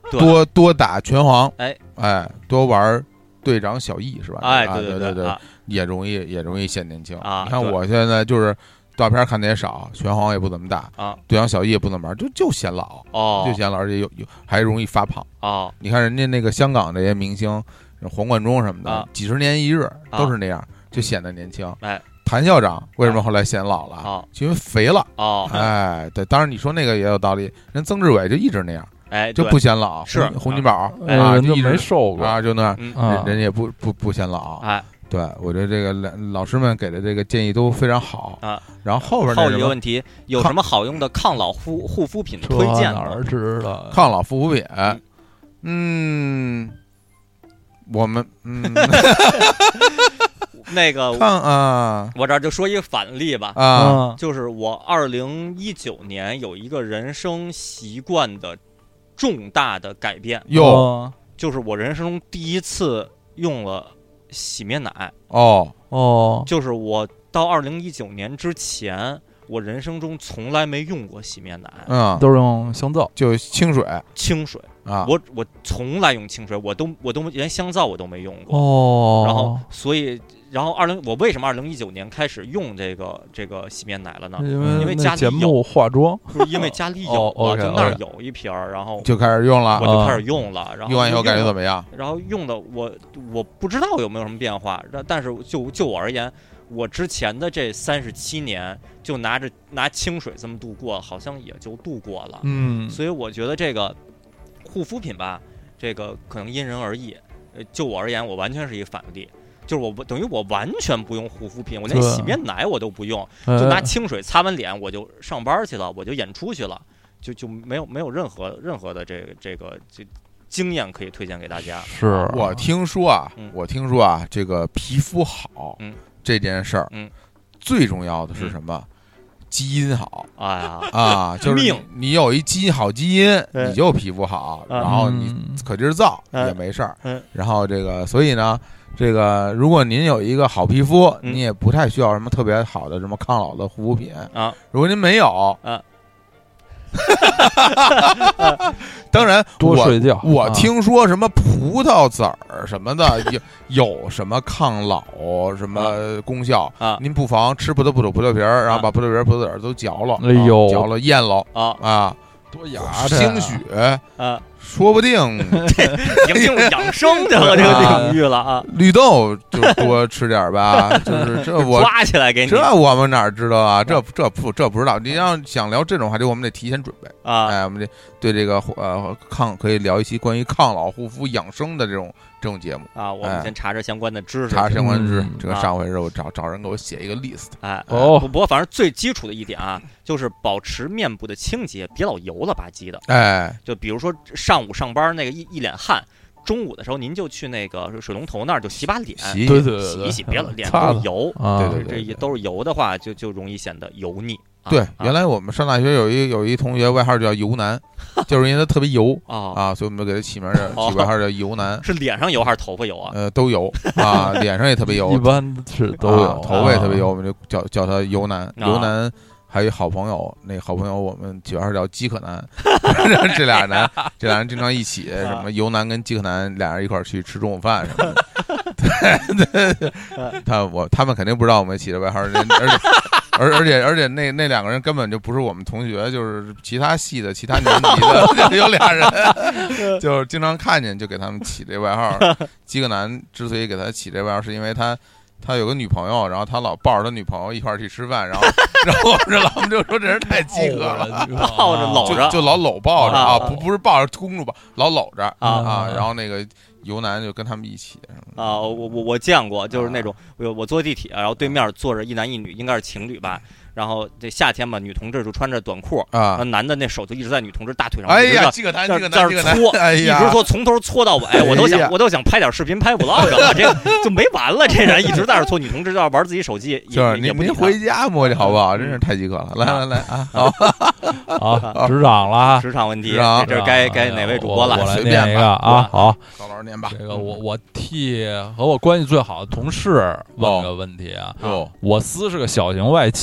D: 多多打拳皇，
C: 哎
D: 哎，多玩队长小易是吧？
C: 哎，
D: 对对
C: 对对，
D: 也容易也容易显年轻
C: 啊。
D: 你看我现在就是照片看的也少，拳皇也不怎么打
C: 啊，
D: 队长小易也不怎么玩，就就显老
C: 哦，
D: 就显老，而且有有还容易发胖
C: 哦。
D: 你看人家那个香港这些明星，黄贯中什么的，
C: 啊、
D: 几十年一日都是那样，就显得年轻。
C: 哎，
D: 谭校长为什么后来显老了？
C: 啊，
D: 就因为肥了。
C: 哦，
D: 哎，对，当然你说那个也有道理，人曾志伟就一直那样。
C: 哎，
D: 就不显老，
C: 是
D: 洪金宝
B: 啊，
D: 就
B: 一直没瘦过
D: 啊，就那
C: 嗯
D: 人人也不不不显老。
C: 哎，
D: 对我觉得这个老师们给的这个建议都非常好
C: 啊。
D: 然后后边
C: 后一个问题，有什么好用的抗老护护肤品推荐
B: 哪儿知道？
D: 抗老护肤品，嗯，我们嗯，
C: 那个
D: 抗啊，
C: 我这儿就说一个反例吧
D: 啊，
C: 就是我二零一九年有一个人生习惯的重大的改变，
D: 哟，
C: 就是我人生中第一次用了洗面奶。
D: 哦
B: 哦，
C: 就是我到二零一九年之前，我人生中从来没用过洗面奶，
D: 嗯，
B: 都是用香皂，
D: 就清水，
C: 清水
D: 啊，
C: 我我从来用清水，我都我都连香皂我都没用过。
B: 哦，
C: 然后所以。然后二零，我为什么二零一九年开始用这个这个洗面奶了呢？
B: 因为
C: 因为家里
B: 节目化妆，
C: 不是因为家里有了，
B: 哦 okay,
C: 就那儿有一瓶儿，然后
D: 就开始用了，
C: 我就开始用了。然后
D: 用完以后感觉怎么样？
C: 然后用的我我不知道有没有什么变化，但是就就我而言，我之前的这三十七年就拿着拿清水这么度过，好像也就度过了。
B: 嗯，
C: 所以我觉得这个护肤品吧，这个可能因人而异。呃，就我而言，我完全是一个反例。就是我等于我完全不用护肤品，我连洗面奶我都不用，就拿清水擦完脸我就上班去了，我就演出去了，就就没有没有任何任何的这个这个这经验可以推荐给大家。
B: 是
D: 我听说啊，
C: 嗯、
D: 我听说啊，这个皮肤好，
C: 嗯，
D: 这件事儿，
C: 嗯，
D: 最重要的是什么？
C: 嗯、
D: 基因好。
C: 哎呀
D: 啊，就是
C: 命，
D: 你有一基因好基因，你就皮肤好，
C: 嗯、
D: 然后你可劲儿造、
C: 嗯、
D: 也没事儿。
C: 嗯，
D: 然后这个，所以呢。这个，如果您有一个好皮肤，
C: 嗯、
D: 你也不太需要什么特别好的什么抗老的护肤品
C: 啊。
D: 如果您没有，
C: 啊，
D: 当然
B: 多睡觉。
D: 我, 我听说什么葡萄籽儿什么的有有什么抗老什么功效
C: 啊？
D: 您不妨吃葡萄不吐葡萄皮儿，然后把葡萄皮儿、葡萄籽儿都嚼了，
B: 哎呦，
D: 嚼了咽了
C: 啊
D: 啊，
B: 多牙
D: 兴许
C: 啊。
D: 说不定
C: 已经进入养生这个这个领域了啊！
D: 绿豆就多吃点吧，就是这我
C: 抓起来给你，
D: 这我们哪知道啊？这这不这不知道。你要想聊这种话题，我们得提前准备
C: 啊！
D: 哎，我们得对这个呃抗可以聊一期关于抗老护肤养生的这种这种节目
C: 啊。我们先查查相关的知识，
D: 查相关知识。
B: 嗯、
D: 这个上回是我找找人给我写一个 list。
C: 哎
B: 哦，
C: 不过反正最基础的一点啊，就是保持面部的清洁，别老油了吧唧的。
D: 哎，
C: 就比如说上午上班那个一一脸汗，中午的时候您就去那个水龙头那儿就洗把脸，
D: 洗
B: 对对
C: 洗一洗，别脸
B: 都
C: 是油。
B: 啊，
D: 对对，
C: 这都是油的话，就就容易显得油腻。
D: 对，
C: 啊、
D: 原来我们上大学有一有一同学外号叫油男，就是因为他特别油
C: 啊
D: 啊，所以我们就给他起名叫起外号叫油男。
C: 是脸上油还是头发油啊？
D: 呃，都油啊，脸上也特别油，
B: 一般是都有，
D: 啊、头发也特别油，我们就叫叫他油男。
C: 啊、
D: 油男还有一好朋友，那好朋友我们起外号叫饥渴男，这俩人这俩人经常一起，什么油男跟饥渴男俩人一块儿去吃中午饭什么的。对对，他我他们肯定不知道我们起的外号，而且。而而且而且那那两个人根本就不是我们同学，就是其他系的其他年级的有俩人，就是经常看见就给他们起这外号。饥渴男之所以给他起这外号，是因为他他有个女朋友，然后他老抱着他女朋友一块儿去吃饭，然后然后我们这老们就说这人太饥渴了，
C: 抱着搂着
D: 就就老搂抱着啊，不不是抱着公主抱，老搂着
C: 啊，
D: 然后那个。油男就跟他们一起
C: 啊，我我我见过，就是那种我我坐地铁，然后对面坐着一男一女，应该是情侣吧。然后这夏天嘛，女同志就穿着短裤
D: 啊，
C: 男的那手就一直在女同志大腿上，
D: 哎呀，这个男这个男
C: 在那搓，
D: 哎呀，
C: 一直搓，从头搓到尾，我都想我都想拍点视频拍 vlog 了，这个就没完了。这人一直在那搓，女同志要玩自己手机，
D: 就是您您回家摸去好不好？真是太饥渴了，来来来啊，好，
B: 好，职场了，
C: 职场问题，
D: 这
C: 这该该哪位主播了？
B: 我来
D: 随便
B: 一个啊，好，
D: 高老师念吧。
B: 这个我我替和我关系最好的同事问个问题啊，
D: 哦，
B: 我司是个小型外企，因为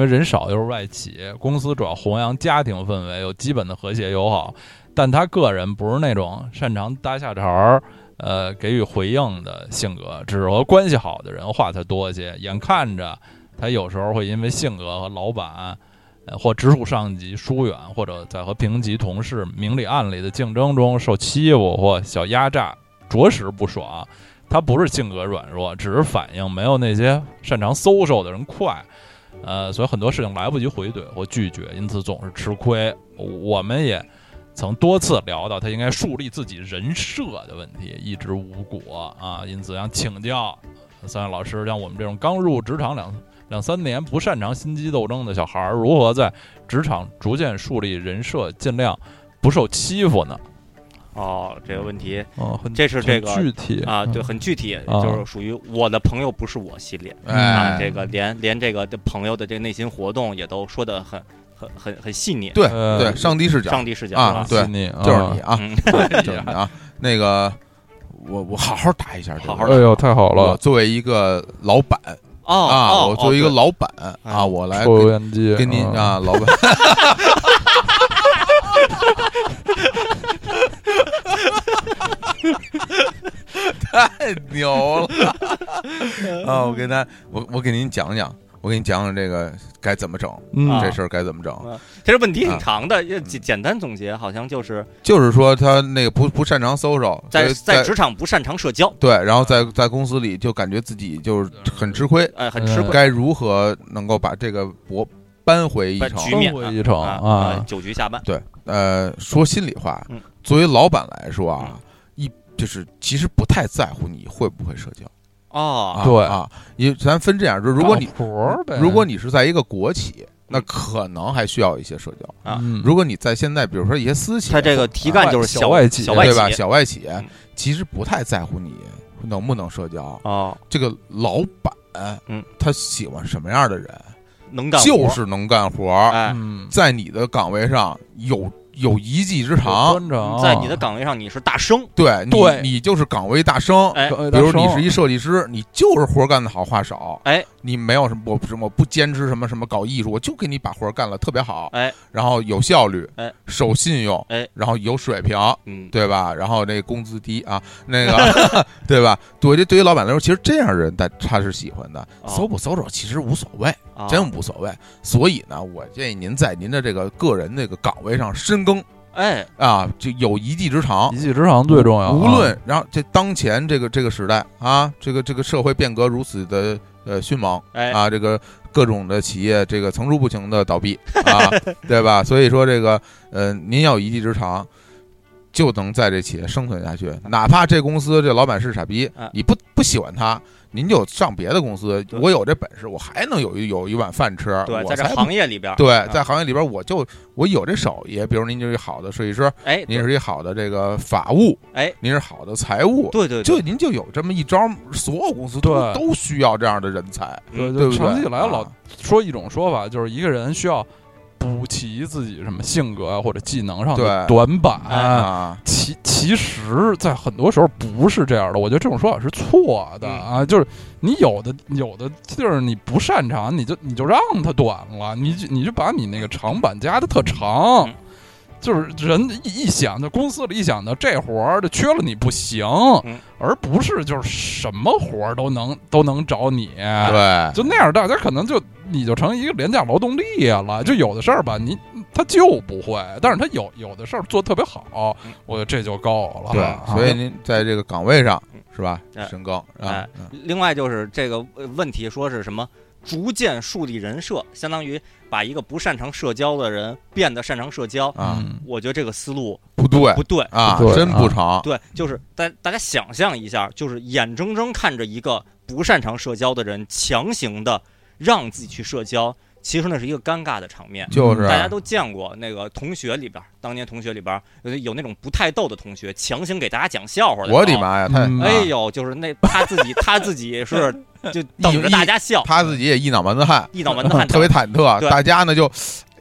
B: 为人少又是外企，公司主要弘扬家庭氛围，有基本的和谐友好，但他个人不是那种擅长搭下茬呃给予回应的性格，只是和关系好的人话才多些。眼看着他有时候会因为性格和老板呃或直属上级疏远，或者在和平级同事明里暗里的竞争中受欺负或小压榨，着实不爽。他不是性格软弱，只是反应没有那些擅长social的人快，呃，所以很多事情来不及回怼或拒绝，因此总是吃亏。我们也曾多次聊到他应该树立自己人设的问题，一直无果啊。因此想请教三位老师，像我们这种刚入职场两两三年、不擅长心机斗争的小孩，如何在职场逐渐树立人设，尽量不受欺负呢？
C: 哦，这个问题，
B: 哦，很
C: 这是这个
B: 具体
C: 啊，对，很具体，
B: 啊、
C: 就是属于我的朋友不是我系列、
D: 哎、
C: 啊，这个连连这个的朋友的这个内心活动也都说得很很很很细腻，
D: 对、
B: 呃、
D: 对，上帝视角，
C: 上帝视角
D: 啊，对，
B: 你
D: 就是你啊，
C: 嗯、
D: 就是你啊，那个我我好好打一下这个，
C: 好好
B: 哎呦，太好了！
D: 我作为一个老板。
C: 哦
D: 啊，
C: 哦
D: 我作为一个老板、
C: 哦、
D: 啊，我来
B: 跟
D: 跟您啊，老板，太牛了啊！我跟他，我我给您讲讲，我给你讲讲这个该怎么整，
B: 嗯、
D: 这事儿该怎么整。
C: 啊、其实问题挺长的，啊、简简单总结好像就是
D: 就是说他那个不不擅长 social，
C: 在在职场不擅长社交，
D: 对，然后在在公司里就感觉自己就是很吃亏，
C: 哎，很吃亏。
D: 该如何能够把这个博搬回一城？
C: 局面
B: 搬回一城
C: 啊，
B: 啊
C: 九局下半。
D: 对，呃，说心里话，
C: 嗯、
D: 作为老板来说啊，
C: 嗯、
D: 一就是其实不太在乎你会不会社交。
C: 哦，
D: 啊、
B: 对
D: 啊，因为咱分这样，如果你如果你是在一个国企，那可能还需要一些社交
C: 啊。
D: 如果你在现在，比如说一些私企，
C: 它这个题干就是
B: 小外企，
C: 小外企
D: 对吧？小外企、
C: 嗯、
D: 其实不太在乎你能不能社交
C: 哦。
D: 这个老板，
C: 嗯，
D: 他喜欢什么样的人？
C: 能干活，
D: 就是能干活。
C: 哎，
D: 在你的岗位上有。有一技之长，
C: 在你的岗位上你是大生，
D: 对
B: 对，
D: 你就是岗位大生。
C: 哎，
D: 比如你是一设计师，你就是活干得好，话少。
C: 哎，
D: 你没有什么我什么不坚持什么什么搞艺术，我就给你把活干了特别好。
C: 哎，
D: 然后有效率，
C: 哎，
D: 守信用，
C: 哎，
D: 然后有水平，
C: 嗯，
D: 对吧？然后那工资低啊，那个对吧？对，这对于老板来说，其实这样的人他他是喜欢的，
C: 哦、
D: 搜不搜着其实无所谓。
C: 哦、
D: 真无所谓。所以呢，我建议您在您的这个个人那个岗位上深耕。
C: 哎
D: 啊，就有一技之长，
B: 一技之长最重要。
D: 无论，然后这当前这个这个时代啊，这个这个社会变革如此的呃迅猛，
C: 哎
D: 啊，这个各种的企业这个层出不穷的倒闭啊，对吧？所以说这个呃，您要有一技之长，就能在这企业生存下去。哪怕这公司这老板是傻逼，
C: 啊、
D: 你不不喜欢他。您就上别的公司，我有这本事，我还能有一有一碗饭吃。
C: 对，
D: 我
C: 在这行业里边，
D: 对，
C: 啊、
D: 在行业里边，我就我有这手艺。比如您就是一好的设计师，
C: 哎，
D: 您是一好的这个法务，
C: 哎，
D: 您是好的财务，
C: 对对，
D: 就您就有这么一招，所有公司都都需要这样的人才，
B: 对
D: 对不对？
B: 长期以来老说一种说法，就是一个人需要补齐自己什么性格啊或者技能上的短板
D: 啊，
B: 其其实，在很多时候不是这样的。我觉得这种说法是错的啊，就是你有的有的地儿你不擅长，你就你就让它短了，你你就把你那个长板加的特长。就是人一想，就公司里一想到这活儿，就缺了你不行，
C: 嗯、
B: 而不是就是什么活儿都能都能找你，
D: 对，
B: 就那样，大家可能就你就成一个廉价劳动力了。就有的事儿吧，你他就不会，但是他有有的事儿做得特别好，我觉得这就够了。
D: 对，
B: 啊、
D: 所以您在这个岗位上是吧，深耕。
C: 哎，另外就是这个问题，说是什么？逐渐树立人设，相当于把一个不擅长社交的人变得擅长社交
D: 啊。
C: 我觉得这个思路
D: 不对，
C: 不对
D: 啊，
B: 对
D: 真不成。
C: 对，就是大大家想象一下，就是眼睁睁看着一个不擅长社交的人强行的让自己去社交，其实那是一个尴尬的场面。
D: 就是
C: 大家都见过那个同学里边，当年同学里边有有那种不太逗的同学，强行给大家讲笑话的。
D: 我的妈呀！他
C: 哎呦，就是那他自己他自己是。就等着大家笑，
D: 他自己也一脑门子汗，
C: 一脑门子汗，
D: 特别忐忑。大家呢就，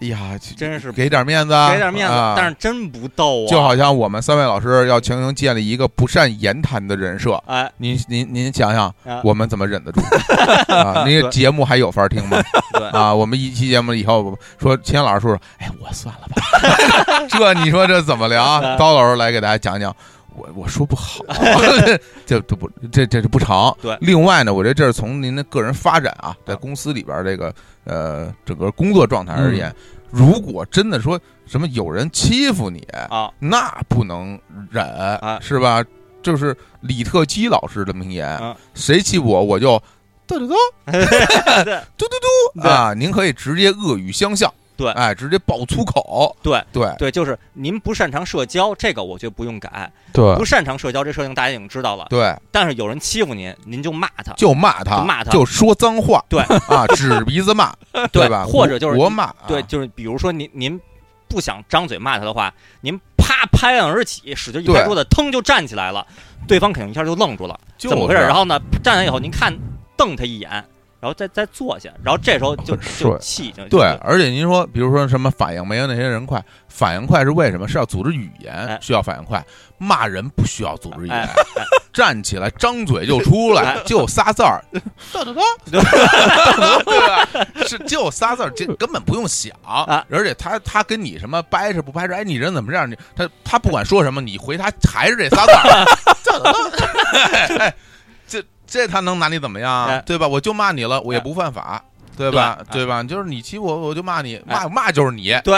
A: 哎呀，
C: 真是
A: 给点面子，
C: 给点面子，
A: 啊、
C: 但是真不逗啊！
A: 就好像我们三位老师要强行建立一个不善言谈的人设，
C: 哎，
A: 您您您想想，
C: 啊、
A: 我们怎么忍得住啊？那个节目还有法听吗？
C: 对
A: 啊，我们一期节目以后说，秦老师说，哎，我算了吧，这你说这怎么聊？刀老师来给大家讲讲。我我说不好，这这不这这是不成。
C: 对，
A: 另外呢，我觉得这是从您的个人发展啊，在公司里边这个呃整个工作状态而言，嗯、如果真的说什么有人欺负你
C: 啊，
A: 那不能忍，
C: 啊、
A: 是吧？就是李特基老师的名言：
C: 啊、
A: 谁欺负我，我就嘟嘟嘟，嘟嘟嘟啊！您可以直接恶语相向。
C: 对，
A: 哎，直接爆粗口。
C: 对
A: 对
C: 对，就是您不擅长社交，这个我觉得不用改。
B: 对，
C: 不擅长社交这事情大家已经知道了。
A: 对，
C: 但是有人欺负您，您就骂他，
A: 就骂他，
C: 就骂他，
A: 就说脏话。
C: 对
A: 啊，指鼻子骂，对吧？
C: 或者就是
A: 我骂，
C: 对，就是比如说您您不想张嘴骂他的话，您啪拍案而起，使劲一拍桌子，腾就站起来了，对方肯定一下就愣住了，
A: 怎
C: 么回事？然后呢，站起来以后，您看瞪他一眼。然后再再坐下，然后这时候就就气就
A: 对，而且您说，比如说什么反应没有那些人快，反应快是为什么？是要组织语言，
C: 哎、
A: 需要反应快。骂人不需要组织语言，
C: 哎哎、
A: 站起来张嘴就出来，哎、就仨字儿，哒哒哒，对吧？是就仨字儿，这根本不用想。
C: 啊、
A: 而且他他跟你什么掰扯不掰扯？哎，你人怎么这样？你他他不管说什么，你回他还是这仨字儿，哒哒哒。哎这这他能拿你怎么样？
C: 哎、
A: 对吧？我就骂你了，我也不犯法，对吧？
C: 对,
A: 对吧？就是你欺负我，我就骂你，骂、哎、骂就是你，
C: 对，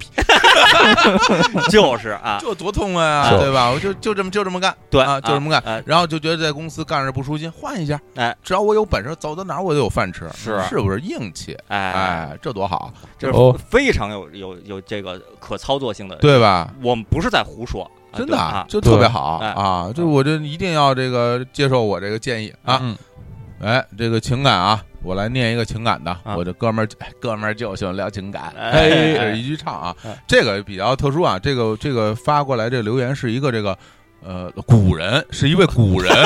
C: 就是啊，
A: 就多痛快啊，对吧？我就就这么就这么干，
C: 对
A: 啊，就这么干、
C: 啊，
A: 然后就觉得在公司干着不舒心，换一下，
C: 哎，
A: 只要我有本事，走到哪儿我都有饭吃，
C: 是
A: 是不是硬气？
C: 哎
A: 哎，这多好，
C: 这是非常有有有这个可操作性的，
A: 对吧？
C: 我们不是在胡说。
A: 真的
C: 啊，
A: 就特别好
C: 啊！
A: 啊就我这一定要这个接受我这个建议啊！
B: 嗯，
A: 哎，这个情感啊，我来念一个情感的。
C: 啊、
A: 我这哥们儿，哥们儿就喜欢聊情感，
C: 哎，
A: 这是一句唱啊。
C: 哎、
A: 这个比较特殊啊，这个这个发过来这个留言是一个这个呃古人，是一位古人。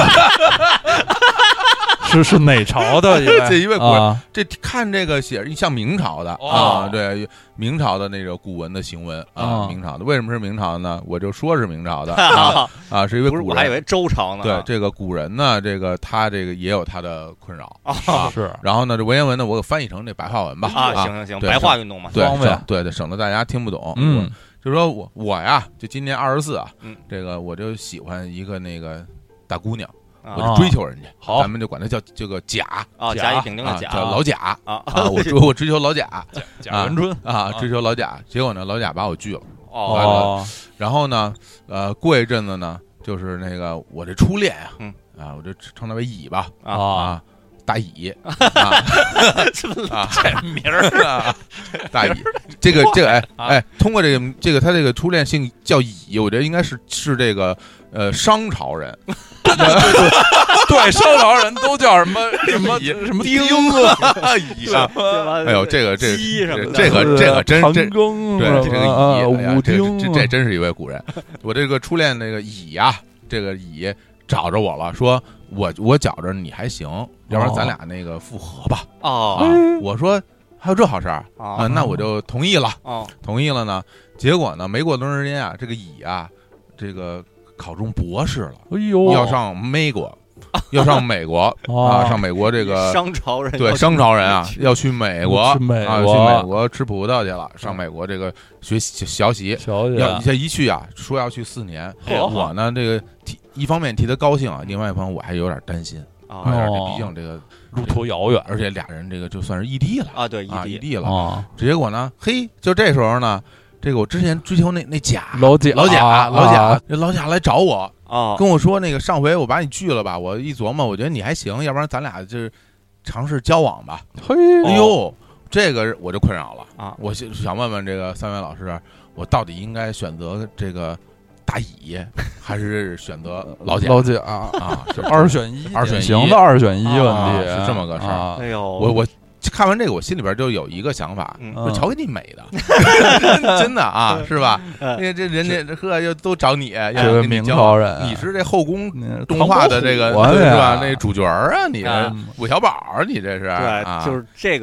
B: 是是哪朝的？
A: 这一位古人，
B: 啊、
A: 这看这个写像明朝的、
B: 哦、
A: 啊，对，明朝的那个古文的行文啊，
B: 哦、
A: 明朝的。为什么是明朝的呢？我就说是明朝的啊, 啊，是一位古人。
C: 我还以为周朝呢。
A: 对，这个古人呢，这个他这个也有他的困扰
C: 啊。
B: 是。
A: 然后呢，这文言文呢，我给翻译成这白话文吧。
C: 啊，行行行，白话运动嘛，
A: 对对对对，省得大家听不懂。
B: 嗯，
A: 就说我我呀，就今年二十四啊，
C: 嗯，
A: 这个我就喜欢一个那个大姑娘。我
C: 就
A: 追求人家，
B: 好，
A: 咱们就管他叫这个贾
C: 啊，甲乙丙丁的甲，
A: 叫老贾
C: 啊
A: 啊，我追我追求老贾，
B: 贾元春
A: 啊，追求老贾，结果呢，老贾把我拒了。
B: 哦，
A: 然后呢，呃，过一阵子呢，就是那个我这初恋啊，
C: 嗯
A: 啊，我就称他为乙吧，
B: 啊，
A: 大乙啊，
C: 这名儿
A: 啊，大乙，这个这个哎哎，通过这个这个他这个初恋姓叫乙，我觉得应该是是这个。呃，商朝人，
B: 对对对，对，商朝人都叫什么什么什么
A: 丁
B: 子
A: 乙啊！哎呦，这个这
C: 个
A: 这个这个真这
B: 对
A: 这个乙，
B: 武丁，
A: 这这真是一位古人。我这个初恋那个乙呀，这个乙找着我了，说我我觉着你还行，要不然咱俩那个复合吧。
C: 哦，
A: 我说还有这好事儿啊，那我就同意了。
C: 哦，
A: 同意了呢，结果呢，没过多长时间啊，这个乙啊，这个。考中博士了，
B: 哎呦，
A: 要上美国，要上美国啊，上美国这个
C: 商朝人
A: 对商朝人啊，要去美国啊，去美国吃葡萄去了，上美国这个学学习，要这一去啊，说要去四年。我呢，这个替一方面替他高兴啊，另外一方面我还有点担心啊，毕竟这个
B: 路途遥远，
A: 而且俩人这个就算是异地了
C: 啊，对，
A: 啊，异地了
B: 啊。
A: 结果呢，嘿，就这时候呢。这个我之前追求那那贾
B: 老贾
A: 老贾
B: 啊
A: 老贾这老贾来找我
C: 啊，
A: 跟我说那个上回我把你拒了吧，我一琢磨，我觉得你还行，要不然咱俩就是尝试交往吧。
B: 嘿，
A: 哎呦，这个我就困扰了
C: 啊！
A: 我想问问这个三位老师，我到底应该选择这个大乙，还是选择老贾？
B: 老贾
A: 啊，
B: 二选一，
A: 二选一
B: 型的二选一问题
A: 是这么个事儿。
C: 哎呦，
A: 我我。看完这个，我心里边就有一个想法，
C: 嗯、
A: 就瞧给你美的，真的啊，是吧？因为这人家呵又都找你，
B: 这个明朝人，
A: 你是这后宫动画的这个是吧？那主角啊，你这韦小宝，你这是
C: 对，就是这个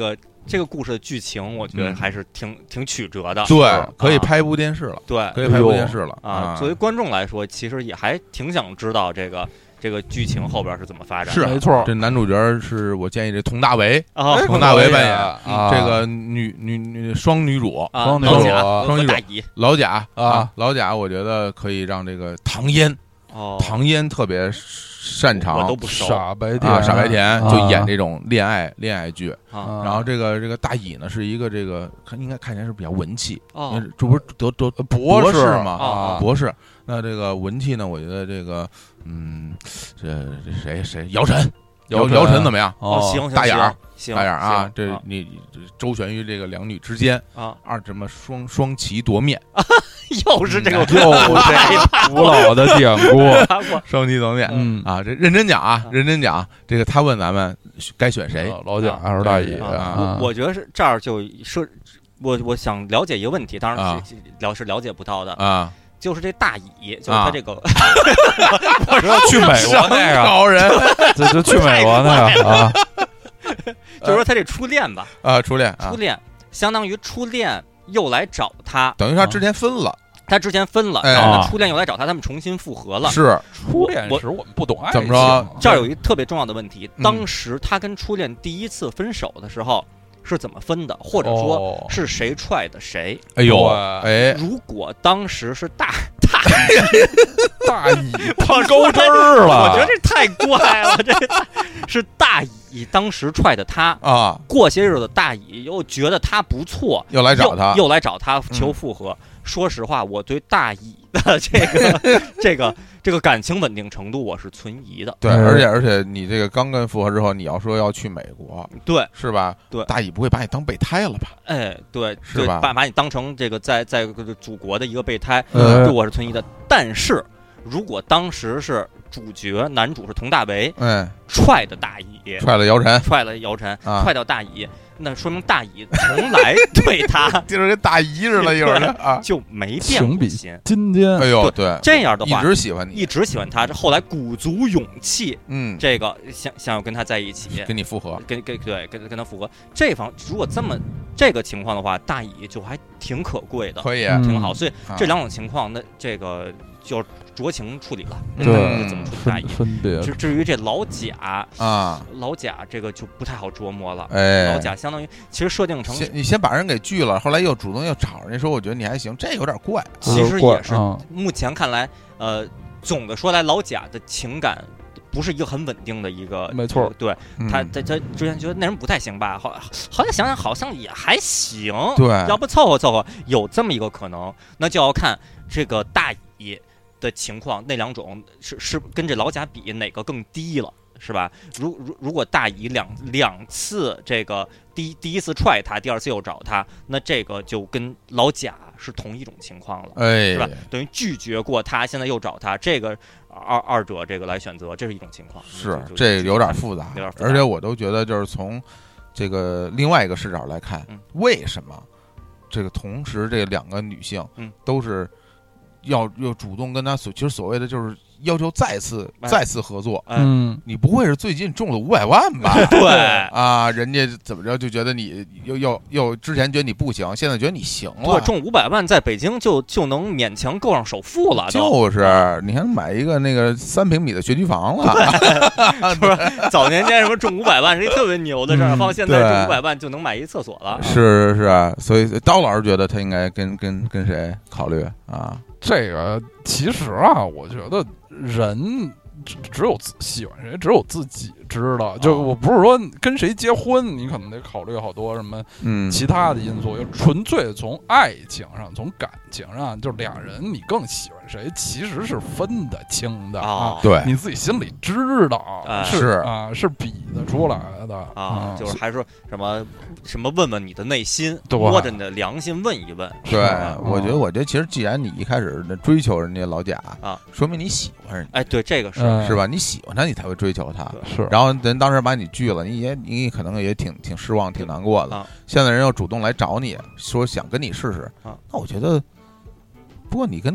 C: 这个故事的剧情，我觉得还是挺、嗯、挺曲折的。
A: 对，可以拍一部电视了。
C: 对，
A: 可以拍一部电视了
C: 啊！啊作为观众来说，其实也还挺想知道这个这个剧情后边是怎么发展的。
A: 是
B: 没错，
A: 这男主角是我建议这佟大为
C: 啊，
A: 佟大为扮演、
B: 啊、
A: 这个女女女双女主，
C: 啊、
B: 双女
C: 主，
A: 双女主
C: 大姨
A: 老贾
B: 啊，
A: 老贾，我觉得可以让这个唐嫣，
C: 哦，
A: 唐嫣特别擅长，
C: 我都不熟，
B: 傻白甜，
A: 啊，傻白甜
B: 啊、
A: 就演这种恋爱恋爱剧。
C: 啊，
A: 然后这个这个大乙呢是一个这个应该看起来是比较文气，
C: 哦，
A: 这不是得得
B: 博
A: 士吗？
C: 啊，
A: 博士。那这个文气呢，我觉得这个嗯，这这谁谁姚晨，姚姚晨怎么样？
C: 哦，行，
A: 大眼儿，
C: 行，
A: 大眼儿啊，这
C: 啊
A: 你周旋于这个两女之间
C: 啊，
A: 二什么双双旗夺面，
C: 又是这个，
B: 又是这古老的典故，
A: 双旗夺面，
B: 嗯
A: 啊，这认真讲啊，认真讲，这个他问咱们该选谁，
B: 老贾还是大乙
C: 啊？我觉得是这儿就说，我我想了解一个问题，当然是了是了解不到的
A: 啊。
C: 就是这大乙，就是他这个，
B: 我说去美国那个
A: 高人，
B: 这就去美国那个啊，
C: 就是说他这初恋吧，
A: 啊，初恋，
C: 初恋相当于初恋又来找他，
A: 等于他之前分了，
C: 他之前分了，然后呢，初恋又来找他，他们重新复合了。
A: 是
B: 初恋时我们不懂爱情，
A: 怎么着？
C: 这儿有一特别重要的问题，当时他跟初恋第一次分手的时候。是怎么分的，或者说是谁踹的谁？
A: 哎呦，哎，
C: 如果当时是大大
B: 大乙烫高枝儿了，
C: 我觉得这太怪了，这是大乙当时踹的他
A: 啊。
C: 过些日子，大乙又觉得他不错，
A: 又来找他，
C: 又, 又来找他求复合。嗯、说实话，我对大乙的这个这个这个感情稳定程度，我是存疑的。
A: 对，而且而且你这个刚跟复合之后，你要说要去美国，
C: 对，
A: 是吧？
C: 对，
A: 大乙不会把你当备胎了吧？
C: 哎，对，
A: 是吧？
C: 把把你当成这个在在祖国的一个备胎，
B: 嗯、
C: 对我是存疑的。但是如果当时是主角男主是佟大为，
A: 哎，
C: 踹的大乙，
A: 踹了姚晨，
C: 踹了姚晨，
A: 啊、
C: 踹掉大乙。那说明大乙从来对他
A: 就是跟大姨似的，一会儿啊，
C: 就没变过心。
B: 今天，
A: 哎呦，对，
C: 这样的话
A: 一直喜欢你，
C: 一直喜欢他。这后来鼓足勇气，
A: 嗯，
C: 这个想想要跟他在一起，
A: 跟你复合，
C: 跟跟对跟跟他复合。这方如果这么这个情况的话，大乙就还挺可贵的，
A: 可以
C: 挺好。所以这两种情况，那这个就酌情处理了。
B: 对，
C: 怎么处理大乙？
B: 分别。
C: 至至于这老贾
A: 啊，
C: 老贾这个就不太好琢磨了。
A: 哎，
C: 老贾相当于其实设定成
A: 你先把人给拒了，后来又主动又找人家说，我觉得你还行，这有点怪。
C: 其实也是，目前看来，呃，总的说来，老贾的情感不是一个很稳定的一个，
B: 没错。
C: 对他，他他之前觉得那人不太行吧，好，好像想想好像也还行，
A: 对，
C: 要不凑合凑合，有这么一个可能，那就要看这个大乙的情况，那两种是是跟这老贾比哪个更低了。是吧？如如如果大乙两两次这个第第一次踹他，第二次又找他，那这个就跟老贾是同一种情况了，
A: 哎，
C: 是吧？等于拒绝过他，现在又找他，这个二二者这个来选择，这是一种情况。
A: 是这有点复杂，
C: 有点复杂，
A: 而且我都觉得就是从这个另外一个视角来看，
C: 嗯、
A: 为什么这个同时这两个女性都是要要主动跟他所，其实所谓的就是。要求再次、
C: 哎、
A: 再次合作，
B: 嗯，
A: 你不会是最近中了五百万吧？
C: 对
A: 啊，人家怎么着就觉得你又又又之前觉得你不行，现在觉得你行了。
C: 对，中五百万在北京就就能勉强够上首付了。
A: 就是你还买一个那个三平米的学区房了，
C: 是不是？早年间什么中五百万是一特别牛的事儿，放、嗯、现在中五百万就能买一厕所了。
A: 是是是，所以刀老师觉得他应该跟跟跟谁考虑啊？
B: 这个其实啊，我觉得人只只有自喜欢谁，只有自己知道。就我不是说跟谁结婚，你可能得考虑好多什么其他的因素。就纯粹从爱情上、从感情上，就俩人你更喜欢谁，其实是分得清的啊。
A: 对，
B: 你自己心里知道，是啊，是比得出来的
C: 啊。就是还说什么什么问问你的内心，摸着你的良心问一问。
A: 对，我觉得，我觉得其实既然你一开始追求人家老贾
C: 啊，
A: 说明你喜欢人家。
C: 哎，对，这个是
A: 是吧？你喜欢他，你才会追求他。
B: 是，
A: 然后人当时把你拒了，你也你可能也挺挺失望、挺难过的。现在人又主动来找你说想跟你试试，那我觉得，不过你跟那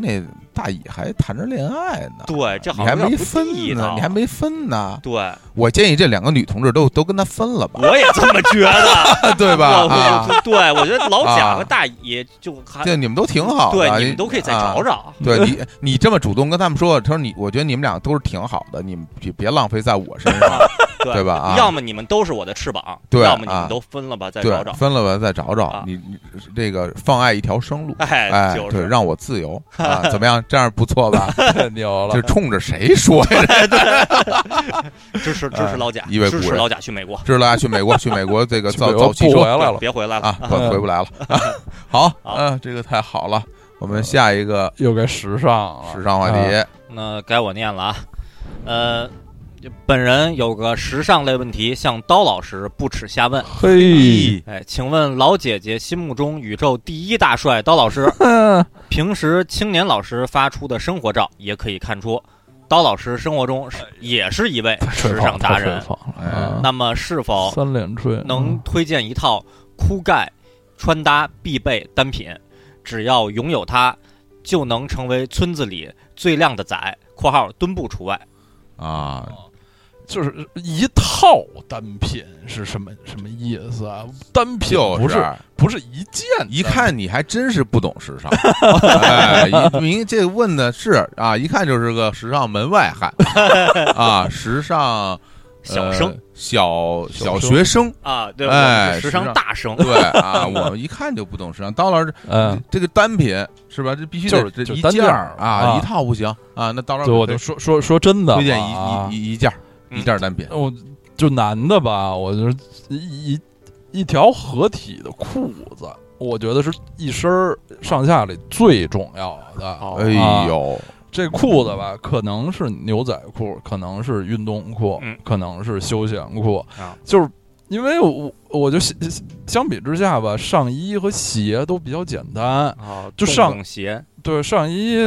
A: 大乙还谈着恋爱呢。
C: 对，这好
A: 像你还没分
C: 呢，
A: 你还没分呢。
C: 对，
A: 我建议这两个女同志都都跟他分了吧。
C: 我也这么觉得，
A: 对吧？
C: 啊、对，我觉得老贾和大乙就还
A: 对你们都挺好的，
C: 对，你们都可以再找找。
A: 啊、对你，你这么主动跟他们说，他说你，我觉得你们俩都是挺好的，你们别别浪费在我身上，
C: 对,
A: 对吧？啊，
C: 要么你们都是我的翅膀，
A: 对，
C: 要么你们都分了吧，
A: 啊、
C: 再找找，
A: 分了吧，再找找。啊、你你这个放爱一条生路，
C: 哎，
A: 哎
C: 就是、
A: 对，让我自由啊，怎么样？这样不错吧？
B: 太牛了！
A: 这冲着谁说呀？
C: 支持支持老贾，
A: 一位
C: 支持老贾去美国，
A: 支持老贾去美国，去美国这个造造汽车
B: 回来了，
C: 别回来了
A: 啊，不回不来了。好，嗯，这个太好了。我们下一个
B: 又该时尚
A: 时尚话题，
C: 啊、那该我念了啊。呃，本人有个时尚类问题，向刀老师不耻下问。
B: 嘿，
C: 哎，请问老姐姐心目中宇宙第一大帅刀老师，平时青年老师发出的生活照也可以看出，刀老师生活中也是一位时尚达人。
A: 哎、
C: 那么是否
B: 三连吹
C: 能推荐一套酷盖穿搭必备单品？只要拥有它，就能成为村子里最靓的仔（括号墩布除外）
A: 啊，
B: 就是一套单品是什么什么意思啊？单品不是、就是、不是一件，
A: 一看你还真是不懂时尚。哎，明这问的是啊，一看就是个时尚门外汉啊，时尚。
C: 小生、
A: 呃、小小学生
C: 啊，对，
A: 哎，
C: 时尚大生，
A: 对啊，我们一看就不懂时尚。刀老师，
B: 嗯，
A: 这个单品是吧？这必须得
B: 这
A: 一件儿啊，啊，一套不行啊。那刀老师，
B: 我就说说说真的，
A: 推荐一一一件一件单品。
B: 我就男的吧，我就一一条合体的裤子，我觉得是一身上下里最重要的。
A: 哎呦。
B: 这裤子吧，可能是牛仔裤，可能是运动裤，
C: 嗯、
B: 可能是休闲裤，
C: 啊、
B: 就是因为我我就相比之下吧，上衣和鞋都比较简单
C: 啊，
B: 就上
C: 洞洞鞋，
B: 对上衣，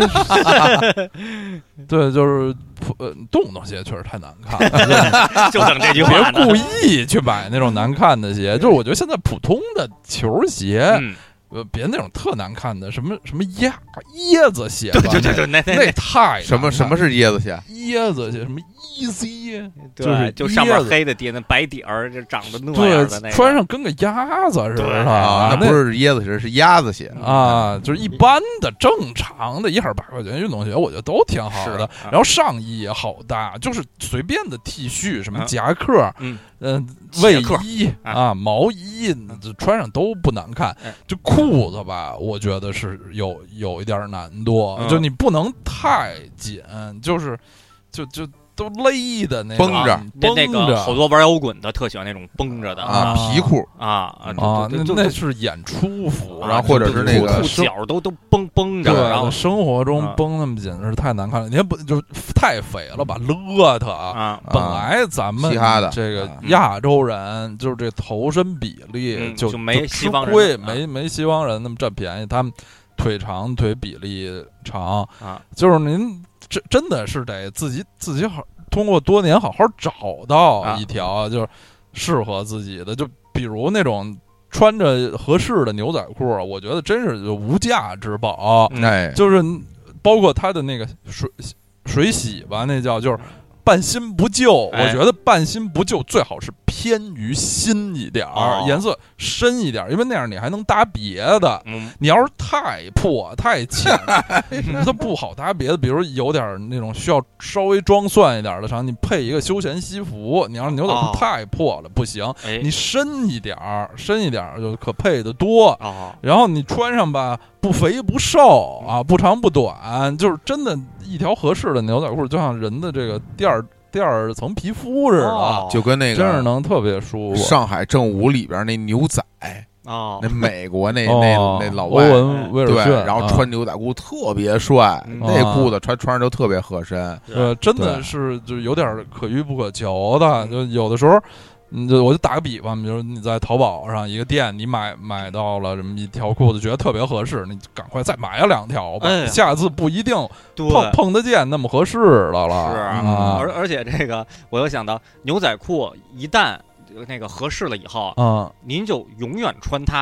B: 对就是呃洞洞鞋确实太难看了，
C: 就等这句话，
B: 别故意去买那种难看的鞋，就是我觉得现在普通的球鞋。
C: 嗯
B: 呃，别那种特难看的，什么什么椰椰子鞋吧，
C: 对对对对，那
B: 那太
A: 什么什么是椰子鞋？
B: 椰子鞋什么 easy，
C: 对，就上面黑的底那白底儿，就长得那样的那个，
B: 穿上跟个鸭子似的
A: 啊，那不是椰子鞋，是鸭子鞋
B: 啊，就是一般的正常的一二百块钱运动鞋，我觉得都挺好的。然后上衣也好搭，就是随便的 T 恤，什么夹克，
C: 嗯
B: 嗯，卫衣啊，毛衣，穿上都不难看，就裤子吧，我觉得是有有一点难度，
C: 嗯、
B: 就你不能太紧，就是就就都勒的那
A: 绷着，
C: 那那个好多玩摇滚的特喜欢那种绷着的
A: 啊，皮裤
C: 啊啊
B: 啊，那那是演出服，
A: 然后或者是那个
C: 脚都都绷绷着，然后
B: 生活中绷那么紧是太难看了，你看不就太肥了吧，邋遢
C: 啊！
B: 本来咱们
A: 嘻哈的
B: 这个亚洲人就是这头身比例就
C: 就没西方人
B: 没没西方人那么占便宜，他们腿长腿比例长
C: 啊，
B: 就是您真真的是得自己自己好通过多年好好找到一条、啊、就是适合自己的，就比如那种穿着合适的牛仔裤，我觉得真是无价之宝。
A: 哎，
B: 就是包括它的那个水水洗吧，那叫就是半新不旧、哎、我觉得半新不旧最好是偏于新一点儿、哦、颜色深一点，因为那样你还能搭别的、
C: 嗯、
B: 你要是太破太浅它不好搭别的，比如有点那种需要稍微装蒜一点的场，你配一个休闲西服，你要是牛仔裤太破了、哦、不行、
C: 哎、
B: 你深一点深一点就可配的多、
C: 哦、
B: 然后你穿上吧不肥不瘦啊，不长不短，就是真的一条合适的牛仔裤就像人的这个第二第二层皮肤似的、哦、
A: 就跟那个
B: 真是能特别舒服。
A: 上海正午里边那牛仔
C: 哦，
A: 那美国那、哦、那那老外
B: 欧文威尔逊，
A: 对，然后穿牛仔裤特别帅、嗯，那裤子穿穿上就特别合身，
B: 呃，真的是就有点可遇不可求的，就有的时候。你就我就打个比方，比如你在淘宝上一个店，你买买到了这么一条裤子，觉得特别合适，你赶快再买两条吧，
C: 哎、
B: 下次不一定碰碰得见那么合适的了。
C: 是啊，
B: 嗯、
C: 而而且这个我又想到牛仔裤一旦那个合适了以后，
B: 嗯，
C: 您就永远穿它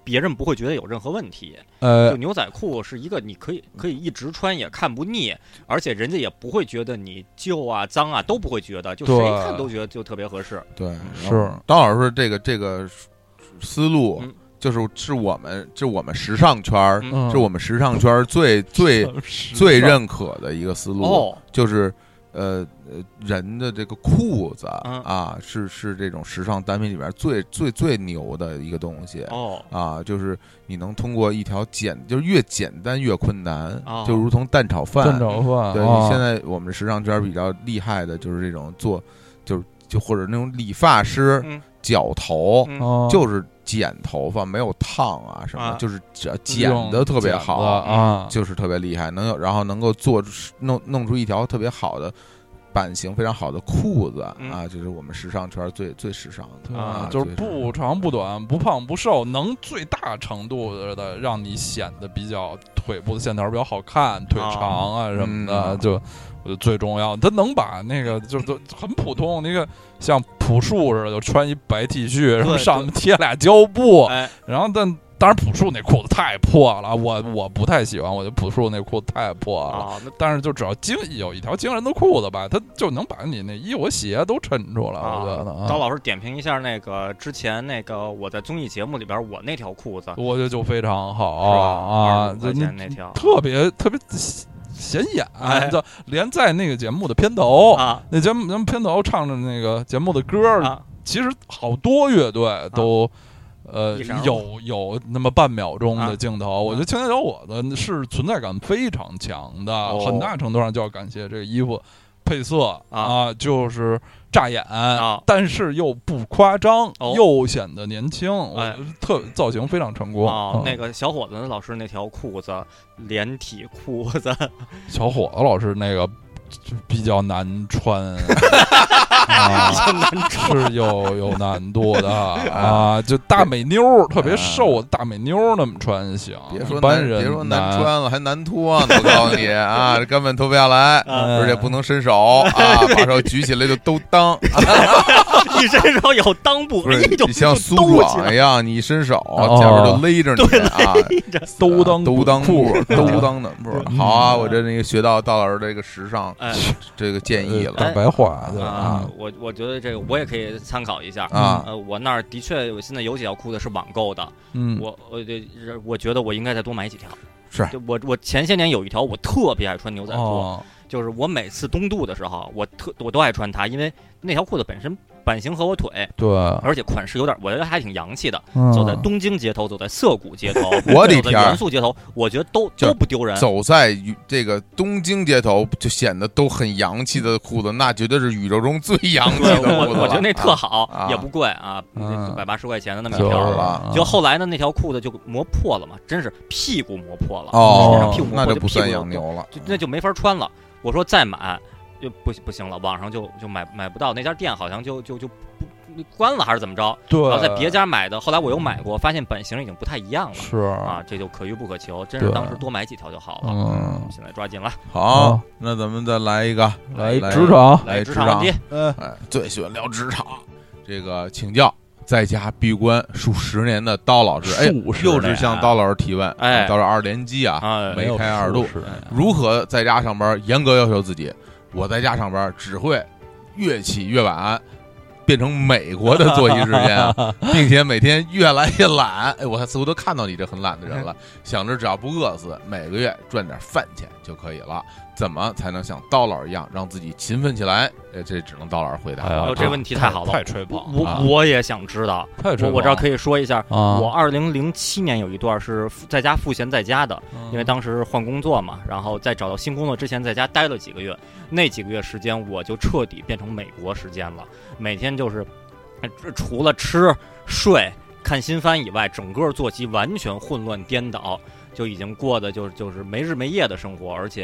C: 别人不会觉得有任何问题。
B: 呃，
C: 就牛仔裤是一个你可以可以一直穿也看不腻，而且人家也不会觉得你旧啊脏啊都不会觉得，就谁看都觉得就特别合适。
D: 对，
B: 是
D: 当老师这个这个思路。嗯，就是是我们，是我们时尚圈儿，
B: 嗯、
D: 是我们时尚圈儿最最最认可的一个思路，
C: 哦、
D: 就是呃人的这个裤子、
C: 嗯、
D: 啊，是是这种时尚单品里边最最最牛的一个东西
C: 哦
D: 啊，就是你能通过一条简，就是越简单越困难，
C: 哦、
D: 就如同蛋炒饭，
B: 蛋炒饭，
D: 对、
B: 哦、
D: 你现在我们时尚圈比较厉害的就是这种做，就是就或者那种理发师。
C: 嗯
D: 绞头、
B: 嗯、
D: 就是剪头发，没有烫啊什么，
C: 啊、
D: 就是只要剪的特别好
B: 啊，
D: 就是特别厉害，能有然后能够做弄弄出一条特别好的版型非常好的裤子、
C: 嗯、
D: 啊，就是我们时尚圈最最时尚的
B: 啊，就是不长不短，不胖不瘦，能最大程度的让你显得比较腿部的线条比较好看，腿长啊什么的，
D: 嗯、
B: 就。最重要，他能把那个就都很普通，那个像朴树似的，就穿一白 T 恤，然后上面贴俩胶布，
C: 哎、
B: 然后但当然朴树那裤子太破了，我我不太喜欢，我觉得朴树那裤子太破了。
C: 哦、
B: 但是就只要惊有一条惊人的裤子吧，它就能把你那衣服鞋都衬出来。
C: 哦、
B: 我觉得。
C: 刀老师点评一下那个之前那个我在综艺节目里边我那条裤子，
B: 我觉得就非常好
C: 啊，
B: 就
C: 那那条
B: 特别特别。显眼，
C: 哎、
B: 就连在那个节目的片头
C: 啊，
B: 那节目咱们片头唱着那个节目的歌，
C: 啊、
B: 其实好多乐队都，
C: 啊、
B: 呃，有有那么半秒钟的镜头。
C: 啊、
B: 我觉得青年小伙子是存在感非常强的，
C: 哦、
B: 很大程度上就要感谢这个衣服配色
C: 啊，
B: 啊就是扎眼，
C: 啊、
B: 但是又不夸张，
C: 哦、
B: 又显得年轻，
C: 哎、
B: 特造型非常成功。
C: 哦，
B: 嗯、
C: 那个小伙子老师那条裤子，连体裤子，
B: 小伙子老师那个比较难穿。
C: 啊，
B: 是有有难度的啊！就大美妞特别瘦的大美妞那么穿行，
D: 别说
B: 难别
D: 说难穿了，还难脱呢！我告诉你啊，根本脱不下来，而且不能伸手啊，把手举起来就都当，
C: 一伸手有裆部，
D: 不是
C: 就
D: 你像苏壮一样，你一伸手前面就勒着你啊，
B: 都当
D: 都当裤，都当的不是好啊！我这那个学到道老师这个时尚这个建议了，
B: 大白话
C: 啊，我我觉得这个我也可以参考一下
D: 啊。
C: 呃，我那儿的确，我现在有几条裤子是网购的，
B: 嗯，
C: 我我我觉得我应该再多买几条。
D: 是，
C: 就我我前些年有一条我特别爱穿牛仔裤，
B: 哦、
C: 就是我每次东渡的时候，我特我都爱穿它，因为那条裤子本身版型合我腿，
B: 对，
C: 而且款式有点，我觉得还挺洋气的。
B: 嗯、
C: 走在东京街头，走在涩谷街头，
D: 我的天，
C: 元素街头，我觉得都都不丢人。
D: 走在这个东京街头，就显得都很洋气的裤子，那绝对是宇宙中最洋气的裤子。
C: 我我觉得那特好，
D: 啊、
C: 也不贵啊，一百八十块钱的那么一条。
D: 啊、
C: 就后来呢，那条裤子就磨破了嘛，真是屁股磨破了。
D: 哦，
C: 屁股磨破
D: 那就不算洋牛了，
C: 就那就没法穿了。我说再买就不不行了，网上就就买买不到，那家店好像就就就不关了还是怎么着？
B: 对，
C: 然后在别家买的，后来我又买过，发现版型已经不太一样了。
B: 是
C: 啊，这就可遇不可求，真是当时多买几条就好了。
B: 嗯，
C: 现在抓紧了。
D: 好，那咱们再来一个，
B: 来一职场，
C: 来
D: 职
C: 场问题。
D: 哎，最喜欢聊职场，这个请教。在家闭关数十年的刀老师，哎，又是向刀老师提问，
C: 哎，
D: 刀老师二连击啊，
C: 哎、
D: 梅开二度，如何在家上班严格要求自己？我在家上班只会越起越晚，变成美国的作息时间，并且每天越来越懒。哎，我似乎都看到你这很懒的人了，想着只要不饿死，每个月赚点饭钱就可以了。怎么才能像刀老师一样让自己勤奋起来？哎，这只能刀老师回答。
B: 哎
C: 呦，这问题太好了，
B: 太吹捧。
C: 我我也想知道，
B: 太吹捧。
C: 我这儿可以说一下，
B: 啊、
C: 我二零零七年有一段是在家赋闲在家的，
B: 嗯、
C: 因为当时换工作嘛，然后在找到新工作之前，在家待了几个月。那几个月时间，我就彻底变成美国时间了，每天就是除了吃睡看新番以外，整个作息完全混乱颠倒，就已经过的就就是没日没夜的生活，而且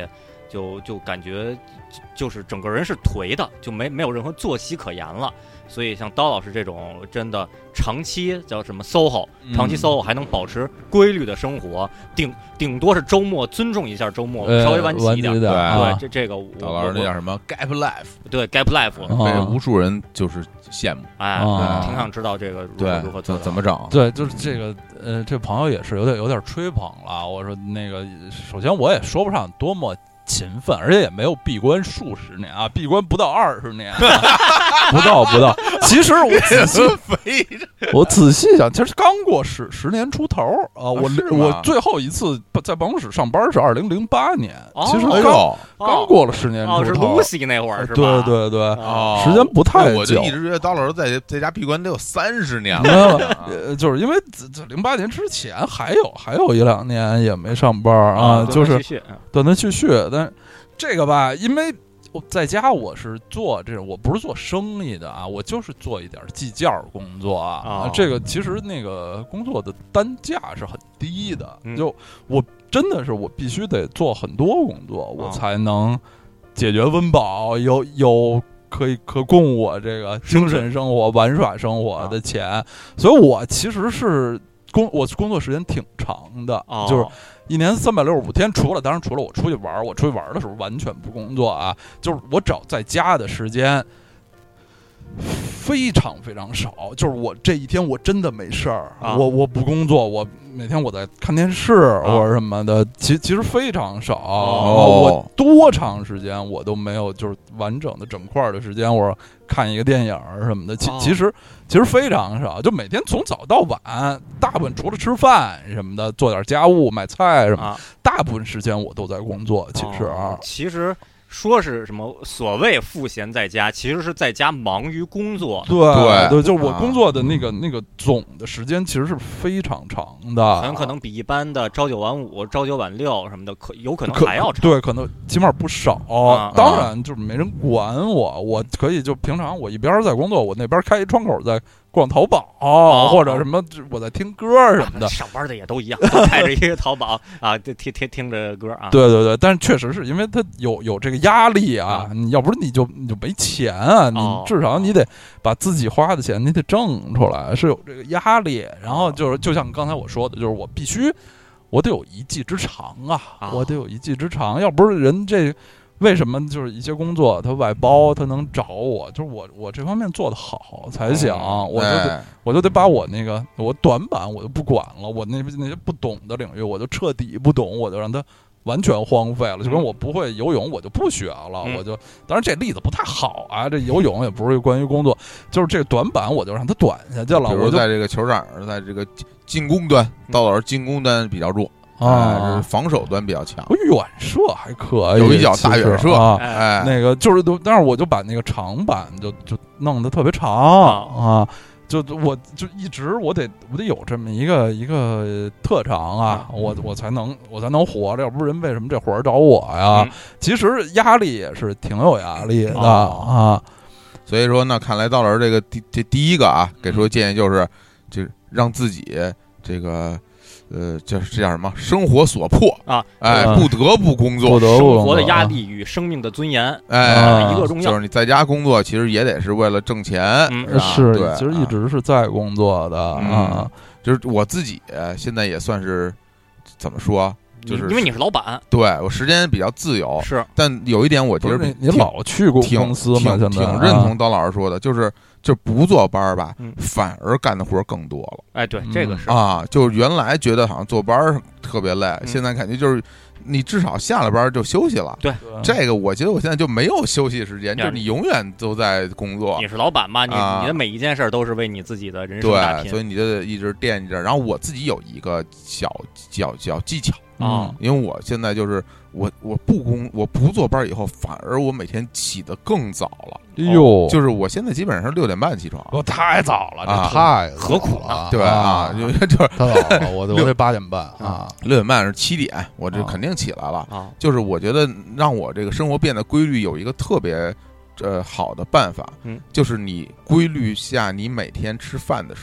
C: 就就感觉就是整个人是颓的，就没没有任何作息可言了。所以像刀老师这种真的长期叫什么 S O H O， 长期 S O H O 还能保持规律的生活，顶顶多是周末尊重一下周末，
B: 呃、
C: 稍微晚起一点。
B: 对
C: 对，啊、这这个
A: 刀老师那叫什么 Gap Life，
C: 对 Gap Life，
A: 被无数人就是羡慕。
C: 哎，
B: 啊、
C: 挺想知道这个如何如何
A: 怎怎么整？
B: 对，就是这个呃，这朋友也是有点有点吹捧了。我说那个，首先我也说不上多么勤奋，而且也没有闭关数十年啊，闭关不到二十年、啊，不到不到。其实我仔细我仔细想，其实刚过十十年出头啊。我我最后一次在办公室上班是二零零八年，
C: 哦、
B: 其实刚、
C: 哦、
B: 刚过了十年出头。
C: 哦，是 Lucy 那会儿是吧？
B: 对对对，
C: 哦、
B: 时间不太久。
A: 我就一直觉得刀老师在在家闭关得有三十年
B: 了，呃，就是因为这零八年之前还有还有一两年也没上班啊，
C: 哦、
B: 就是
C: 断
B: 断续续。但这个吧，因为我在家我是做这种，我不是做生意的啊，我就是做一点计件工作啊。
C: 哦、
B: 这个其实那个工作的单价是很低的，
C: 嗯、
B: 就我真的是我必须得做很多工作，我才能解决温饱，有有可以可供我这个精神生活、玩耍生活的钱。哦、所以我其实是工我工作时间挺长的，
C: 哦、
B: 就是。一年三百六十五天，除了当然除了我出去玩，我出去玩的时候完全不工作啊，就是我找在家的时间非常非常少，就是我这一天我真的没事儿，
C: 啊、
B: 我我不工作，我每天我在看电视或者什么的，
C: 啊、
B: 其其实非常少，
C: 哦、
B: 我多长时间我都没有就是完整的整块的时间，我看一个电影什么的，其、
C: 哦、
B: 其实其实非常少，就每天从早到晚，大部分除了吃饭什么的，做点家务、买菜什么，
C: 啊、
B: 大部分时间我都在工作。其实，
C: 哦、其实。说是什么所谓赋闲在家，其实是在家忙于工作。
B: 对对对，就是我工作的那个、啊、那个总的时间其实是非常长的，
C: 很可能比一般的朝九晚五、朝九晚六什么的，可有可能还要长。
B: 对，可能起码不少。
C: 啊、
B: 当然就是没人管我，我可以就平常我一边在工作，我那边开一窗口在逛淘宝、
C: 哦、
B: 或者什么，我在听歌什么的。
C: 啊、上班的也都一样，都开着一个淘宝啊，听听听着歌啊。
B: 对对对，但是确实是因为他有有这个压力啊，你要不是你就你就没钱啊，你至少你得把自己花的钱你得挣出来，是有这个压力。然后就是就像刚才我说的，就是我必须我得有一技之长啊，
C: 啊
B: 我得有一技之长，要不是人这。为什么就是一些工作他外包他能找我，就是我我这方面做得好才行，
A: 嗯、
B: 我就得、哎、我就得把我那个我短板我就不管了，我那那些不懂的领域我就彻底不懂，我就让他完全荒废了。就跟我不会游泳我就不学了，
C: 嗯、
B: 我就当然这例子不太好啊，这游泳也不是关于工作，就是这个短板我就让它短下去了。
A: 比如在这个球场上，在这个进攻端，刀老师进攻端比较弱。
B: 啊，
A: 哎、防守端比较强，
B: 我远射还可以，
A: 有一脚大远射
B: 啊，
A: 哎，
B: 那个就是都，但是我就把那个长板就就弄得特别长啊，就我就一直我得我得有这么一个一个特长啊，我我才能我才能活着，要不是人为什么这活儿找我呀？
C: 嗯、
B: 其实压力也是挺有压力的、哦、啊，
A: 所以说呢，看来到了这个第这第一个啊，给出的建议就是，就让自己这个。呃，这这叫什么？生活所迫
C: 啊！
A: 哎，不得不工作，
B: 不得不
C: 生活的压力与生命的尊严，
A: 哎，
C: 一个重要。
A: 就是你在家工作，其实也得是为了挣钱，
C: 嗯、
B: 是，
A: 对，
B: 其实一直是在工作的啊、
A: 嗯。就是我自己现在也算是怎么说？就是
C: 因为你是老板，
A: 对我时间比较自由，
C: 是。
A: 但有一点，我觉得
B: 你老去过公司嘛，
A: 挺挺认同刀老师说的，就是就不坐班吧，
C: 嗯、
A: 反而干的活更多了。
C: 哎，对，这个是
A: 啊，就原来觉得好像坐班特别累，
C: 嗯、
A: 现在感觉就是你至少下了班就休息了。
C: 对，
A: 这个我觉得我现在就没有休息时间，就是你永远都在工作。
C: 你是老板嘛，你、
A: 啊、
C: 你的每一件事都是为你自己的人生打拼，
A: 对，所以你就一直惦记着。然后我自己有一个小小小技巧。
C: 啊、
A: 嗯，因为我现在就是我我不工我不坐班以后，反而我每天起得更早了。
B: 哎呦，
A: 就是我现在基本上是六点半起床，
B: 我太早了，
A: 啊、
B: 这太
C: 何苦了？
A: 对啊，就就是
B: 太早了，我我得八点半啊，
A: 六点半是七点，我这肯定起来了。
C: 啊，
A: 就是我觉得让我这个生活变得规律，有一个特别呃好的办法，
C: 嗯，
A: 就是你规律下你每天吃饭的时间。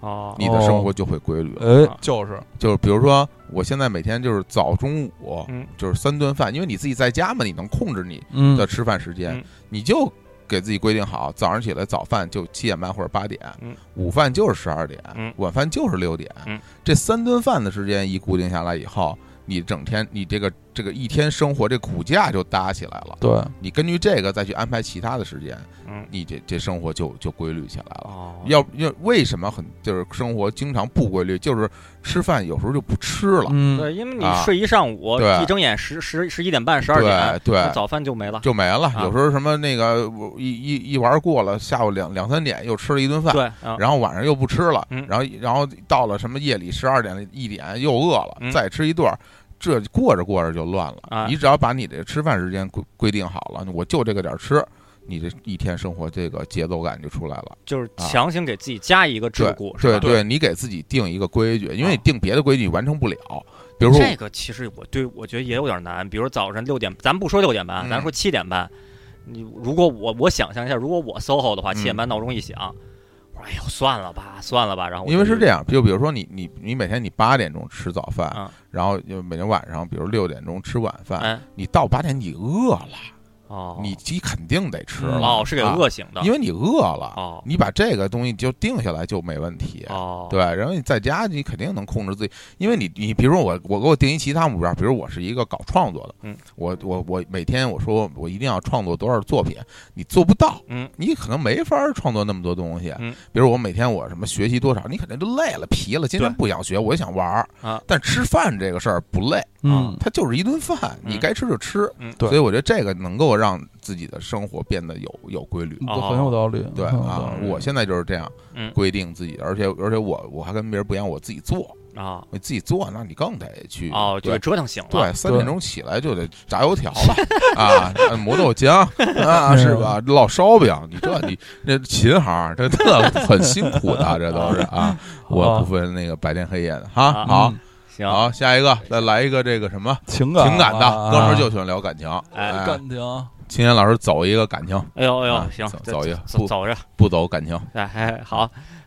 C: 哦，
A: 你的生活就会规律。
B: 哎，就是
A: 就是比如说，我现在每天就是早中午，
C: 嗯，
A: 就是三顿饭，因为你自己在家嘛，你能控制你的吃饭时间，
C: 嗯、
A: 你就给自己规定好，早上起来早饭就七点半或者八点，
C: 嗯，
A: 午饭就是十二点，
C: 嗯，
A: 晚饭就是六点，
C: 嗯，
A: 这三顿饭的时间一固定下来以后，你整天你这个这个一天生活这骨架就搭起来了。
B: 对，
A: 你根据这个再去安排其他的时间，
C: 嗯，
A: 你这这生活就就规律起来了。
C: 哦，
A: 要要为什么很就是生活经常不规律，就是吃饭有时候就不吃了。
B: 嗯，
C: 对，因为你睡一上午，
A: 啊、
C: 一睁眼十十十一点半十二点，
A: 对，
C: 早饭就没了，
A: 就没了。
C: 啊、
A: 有时候什么那个一一一玩过了，下午两两三点又吃了一顿饭，
C: 对，啊、
A: 然后晚上又不吃了，
C: 嗯、
A: 然后然后到了什么夜里十二点一点又饿了，
C: 嗯、
A: 再吃一顿。这过着过着就乱了。
C: 啊、
A: 你只要把你这吃饭时间规规定好了，我就这个点吃，你这一天生活这个节奏感就出来了。
C: 就是强行给自己加一个桎梏，
A: 啊、对 对, 对，你给自己定一个规矩，因为你定别的规矩你完成不了。比如说
C: 这个，其实我对我觉得也有点难。比如早上六点，咱不说六点半，
A: 嗯、
C: 咱说七点半。你如果我我想象一下，如果我 S O H O 的话，七点半闹钟一响。嗯哎呦，算了吧，算了吧。然后
A: 因为是这样，就比如说你你你每天你八点钟吃早饭，
C: 嗯、
A: 然后就每天晚上，比如六点钟吃晚饭，
C: 嗯、
A: 你到八点你饿了。
C: 哦，
A: 你你肯定得吃了
C: 哦，是给饿醒的，
A: 啊，因为你饿了
C: 哦，
A: 你把这个东西就定下来就没问题
C: 哦，
A: 对，然后你在家你肯定能控制自己，因为你你比如说我我给我定一其他目标，比如我是一个搞创作的，
C: 嗯，
A: 我我我每天我说我一定要创作多少作品，你做不到，
C: 嗯，
A: 你可能没法创作那么多东西，
C: 嗯，
A: 比如我每天我什么学习多少，你肯定就累了疲了，今天不想学，我也想玩
C: 啊，
A: 但吃饭这个事儿不累，
B: 嗯，
A: 它就是一顿饭，你该吃就吃，
C: 嗯，
A: 对，所以我觉得这个能够让自己的生活变得有有规律，
B: 这很有道理。
A: 对啊，我现在就是这样规定自己，而且而且我我还跟别人不一样，我自己做
C: 啊，
A: 你自己做，那你更得去
C: 哦，就折腾醒了。
A: 对，三点钟起来就得炸油条了啊，磨豆浆啊，是吧？烙烧饼，你这你这琴行这特很辛苦的，这都是啊，我不分那个白天黑夜的哈。好。
C: 行，
A: 好，下一个再来一个这个什么
B: 情感
A: 情感的，哥们儿就喜欢聊感情，
C: 哎，
B: 感情。
A: 青年老师走一个感情，
C: 哎呦哎呦，行，
A: 走一个，
C: 走走着，
A: 不走感情，
C: 哎哎好。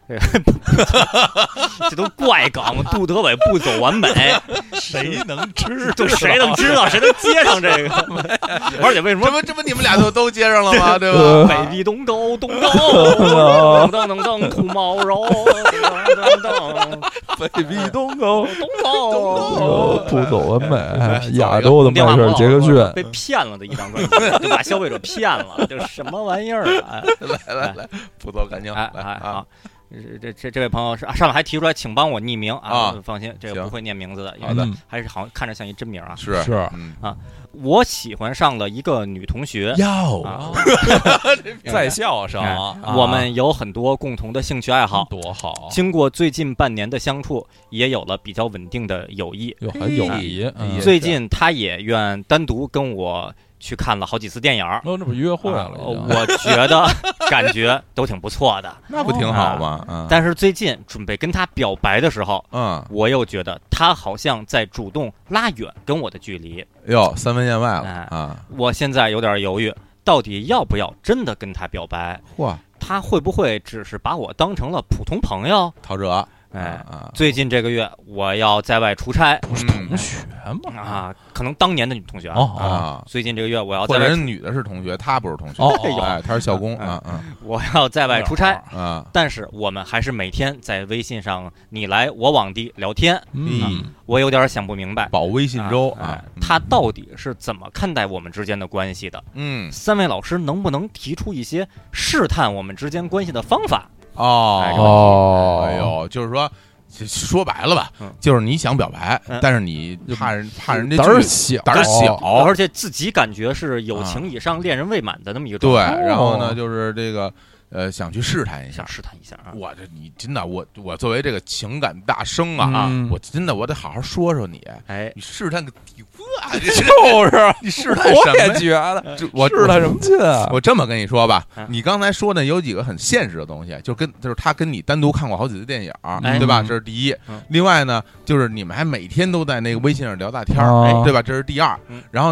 C: 这都怪梗，杜德伟不走完美，
B: 谁能知？
C: 就谁能知道？谁能接上这个？而且为什么？
A: 这不这不你们俩都都接上了吗？对吧？
C: 北壁东沟东沟，噔噔噔噔吐毛肉，噔噔噔，
B: 北壁东沟
C: 东沟，
B: 不走完美，亚洲的麦克杰克逊
C: 被骗了的一张专辑，就把消费者骗了，这什么玩意儿啊？
A: 来来来，不走感情，
C: 哎哎啊！这这这位朋友是上面还提出来，请帮我匿名啊！放心，这个不会念名字的，因为还是好像看着像一真名啊。
A: 是
B: 是
C: 啊，我喜欢上了一个女同学，
B: 哟，在校生，
C: 我们有很多共同的兴趣爱好，
B: 多好！
C: 经过最近半年的相处，也有了比较稳定的友谊。
B: 有还友谊，
C: 最近他也愿单独跟我去看了好几次电影，
B: 哦，这不约会了？
C: 我觉得感觉都挺不错的，
A: 那不挺好吗？嗯。
C: 但是最近准备跟他表白的时候，
A: 嗯，
C: 我又觉得他好像在主动拉远跟我的距离。
A: 哟，三分线外了啊！
C: 我现在有点犹豫，到底要不要真的跟他表白？
A: 嚯，
C: 他会不会只是把我当成了普通朋友？
A: 陶喆。
C: 哎，最近这个月我要在外出差，
B: 不是同学吗？
C: 啊，可能当年的女同学
A: 啊。
C: 最近这个月我要在外，
A: 或者女的是同学，她不是同学，哎，她是校工啊啊。
C: 我要在外出差
A: 啊，
C: 但是我们还是每天在微信上你来我往地聊天。
A: 嗯，
C: 我有点想不明白，
A: 保微信周啊，
C: 他到底是怎么看待我们之间的关系的？
A: 嗯，
C: 三位老师能不能提出一些试探我们之间关系的方法？
A: 哦，哎呦，就是说，说白了吧，就是你想表白，但是你怕人怕人家
B: 胆儿小，
A: 胆儿小，
C: 而且自己感觉是友情以上、恋人未满的那么一个状
A: 态。对，然后呢，就是这个。呃，想去试探一下，
C: 试探一下啊！
A: 我这你真的，我我作为这个情感大生啊，
B: 嗯、
A: 我真的我得好好说说你。
C: 哎，
A: 你试探个底子啊！
B: 就是
A: 你试探什么？
B: 我也觉得，
A: 我
B: 试探什么劲啊？
A: 我这么跟你说吧，
C: 啊、
A: 你刚才说的有几个很现实的东西，就跟就是他跟你单独看过好几次电影，
C: 哎、
A: 对吧？这是第一。
C: 嗯、
A: 另外呢，就是你们还每天都在那个微信上聊大天儿，
B: 哦、
A: 对吧？这是第二。
C: 嗯、
A: 然后你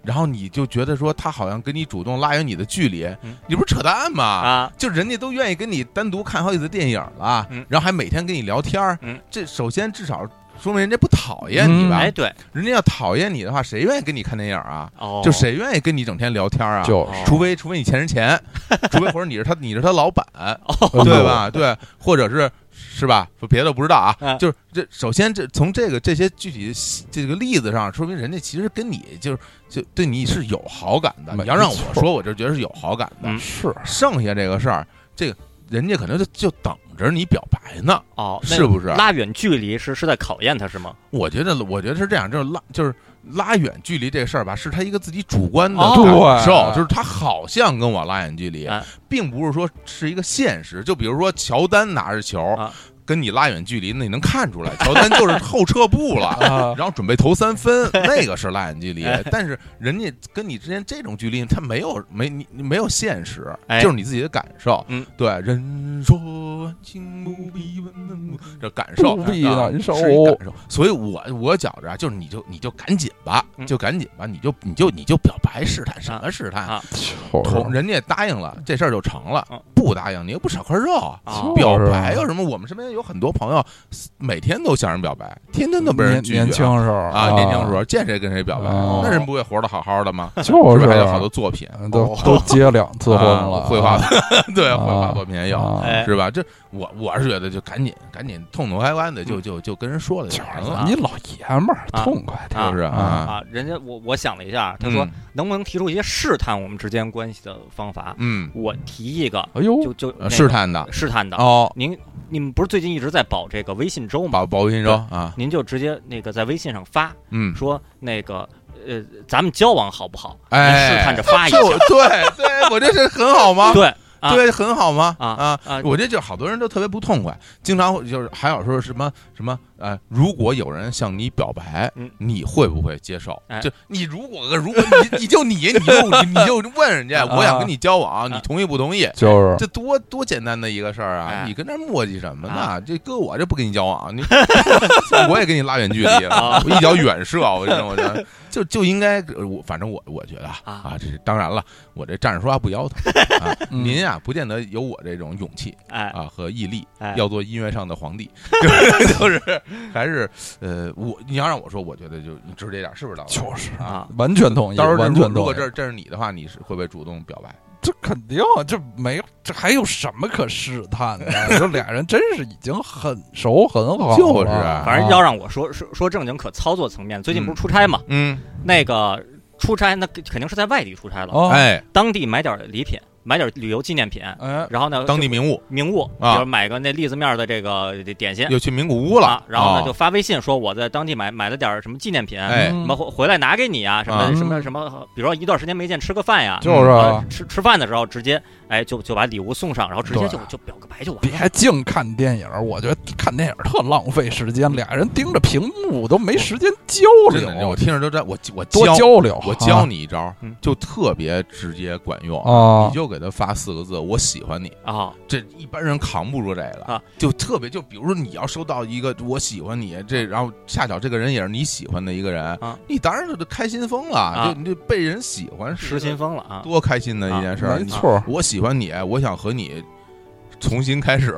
A: 然后你就觉得说他好像跟你主动拉远你的距离，嗯、你不是扯淡吗？
C: 啊，
A: 就人家都愿意跟你单独看好几次电影了，
C: 嗯、
A: 然后还每天跟你聊天，
C: 嗯，
A: 这首先至少说明人家不讨厌你吧？
C: 哎，对，
A: 人家要讨厌你的话，谁愿意跟你看电影啊？
C: 哦，
A: 就谁愿意跟你整天聊天啊？
B: 就
A: 除非除非你欠人钱，除非或者你是他你是他老板，哦、对吧？对，或者是。是吧？别的不知道啊，
C: 嗯、
A: 就是这。首先，这从这个这些具体这个例子上，说明人家其实跟你就是就对你是有好感的。你要让我说，我就觉得是有好感的。
C: 嗯、
B: 是，
A: 剩下这个事儿，这个人家可能就就等着你表白呢。
C: 哦，
A: 是不是？
C: 拉远距离是是在考验他是吗？
A: 我觉得，我觉得是这样，就是拉就是拉远距离这个事儿吧，是他一个自己主观的感受，
B: 哦、
A: 就是他好像跟我拉远距离，
C: 哎、
A: 并不是说是一个现实。就比如说乔丹拿着球。
C: 啊
A: 跟你拉远距离，那你能看出来，乔丹就是后撤步了，然后准备投三分，那个是拉远距离。但是人家跟你之间这种距离，他没有没你没有现实，就是你自己的感受。
C: 嗯，
A: 对，人说情不必问，这感受
B: 不必难受，
A: 是一感受。所以我我觉着就是你就你就赶紧吧，就赶紧吧，你就你就你就表白试探，什么试探？同人家答应了，这事儿就成了；不答应，你又不少块肉。表白有什么？我们身边有很多朋友每天都向人表白，天天都被人拒绝。
B: 年轻时候
A: 啊，年轻时候见谁跟谁表白，那人不会活得好好的吗？
B: 就是
A: 还有好多作品，
B: 都都结两次婚了，
A: 绘画对绘画作品也有，是吧？这我我是觉得就赶紧赶紧痛痛快快的就就就跟人说了就完了。
B: 你老爷们儿痛快
A: 是不是啊？
C: 啊，人家我我想了一下，他说能不能提出一些试探我们之间关系的方法？
A: 嗯，
C: 我提一个，
B: 哎呦，
C: 就就
A: 试探的
C: 试探的
A: 哦，
C: 您。你们不是最近一直在保这个微信周吗？
A: 保保微信周啊，
C: 您就直接那个在微信上发，
A: 嗯，
C: 说那个呃，咱们交往好不好？
A: 哎，
C: 试探着发一下，
A: 对对，我这是很好吗？
C: 对。
A: 啊、对，很好吗？
C: 啊
A: 啊啊！我这就好多人都特别不痛快，经常就是还有说什么什么呃，如果有人向你表白，
C: 嗯、
A: 你会不会接受？
C: 哎、
A: 就你如果如果你你就你你就你就问人家，我想跟你交往，
C: 啊、
A: 你同意不同意？
B: 就是
A: 这多多简单的一个事儿啊！
C: 哎、
A: 你跟这磨叽什么呢？
C: 啊、
A: 这搁我这不跟你交往，你我也跟你拉远距离了，我一脚远射，我真我觉得就就应该我反正我我觉得啊，这当然了，我这站着说话不腰疼啊，您啊不见得有我。我这种勇气，
C: 哎
A: 啊和毅力，
C: 哎，
A: 要做音乐上的皇帝，就是就是还是呃，我你要让我说，我觉得就你直接点，是不是？
B: 就是
C: 啊，
B: 完全同意。
A: 到时候
B: 完全同意。
A: 如果这这是你的话，你是会不会主动表白？
B: 这肯定，这没这还有什么可试探的？这俩人真是已经很熟很好了，
A: 就是
C: 反正要让我说说说正经可操作层面，最近不是出差嘛？
A: 嗯，
C: 那个出差那肯定是在外地出差了，
B: 哦、
A: 哎，
C: 当地买点礼品。买点旅游纪念品，
B: 哎，
C: 然后呢，
A: 当地名物，
C: 名物，
A: 啊，
C: 比如买个那栗子面的这个点心，
A: 又去名古屋了，
C: 啊、然后呢、哦、就发微信说我在当地买买了点什么纪念品，
A: 哎，
C: 什么回回来拿给你啊，什么、嗯、什么什么，比如说一段时间没见吃个饭呀，
B: 就是、
C: 啊、吃吃饭的时候直接哎就就把礼物送上，然后直接就就表个白就完了。
B: 别净看电影，我觉得看电影特浪费时间，俩人盯着屏幕都没时间交流。
A: 我听着都在我我
B: 多交流，
A: 我教你一招，
C: 啊、
A: 就特别直接管用
B: 啊！
A: 你就给他发四个字。我喜欢你
C: 啊，
A: 这一般人扛不住这个
C: 啊，
A: 就特别就比如说你要收到一个我喜欢你这，然后恰巧这个人也是你喜欢的一个人
C: 啊，
A: 你当然就开心疯了，
C: 啊、
A: 就你就被人喜欢，
C: 失心疯了啊，
A: 多开心的一件事，
B: 没错。
A: 我喜欢你，我想和你重新开始，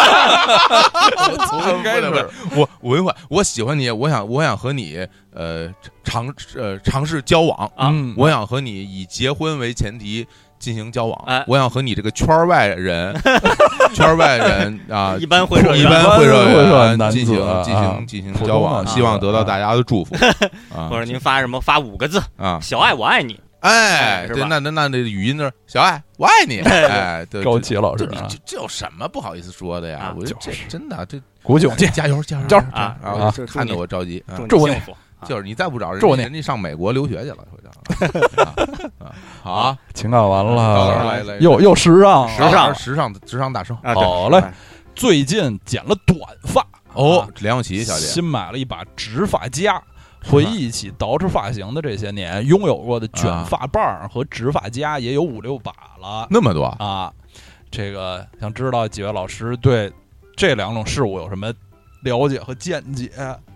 B: 重新开始。
A: 我我我喜欢你，我想我想和你呃尝呃尝试交往
C: 啊，
B: 嗯、
A: 我想和你以结婚为前提。进行交往，
C: 哎，
A: 我想和你这个圈外人，圈外人啊，
C: 一般会社
A: 一般会社员进行进
B: 行
A: 行进行交往，希望得到大家的祝福。
C: 或者您发什么发五个字
A: 啊，
C: 小爱我爱你，
A: 哎，对，那那那那语音呢？小爱我爱你，哎，对，
B: 高奇老师，
A: 这这有什么不好意思说的呀？我觉得这真的这
B: 鼓酒劲，
A: 加油加油
B: 加油
A: 啊！啊，看得我着急，
B: 祝你。
A: 就是你再不找人，
B: 祝你
A: 人家上美国留学去了，好啊，
B: 情感完了，
A: 来来，
B: 又又时尚，
C: 时尚
A: 时尚时尚大圣，
B: 好嘞！最近剪了短发
A: 哦，梁咏琪小姐
B: 新买了一把直发夹，回忆起捯饬发型的这些年，拥有过的卷发棒和直发夹也有五六把了，
A: 那么多
B: 啊！这个想知道几位老师对这两种事物有什么了解和见解？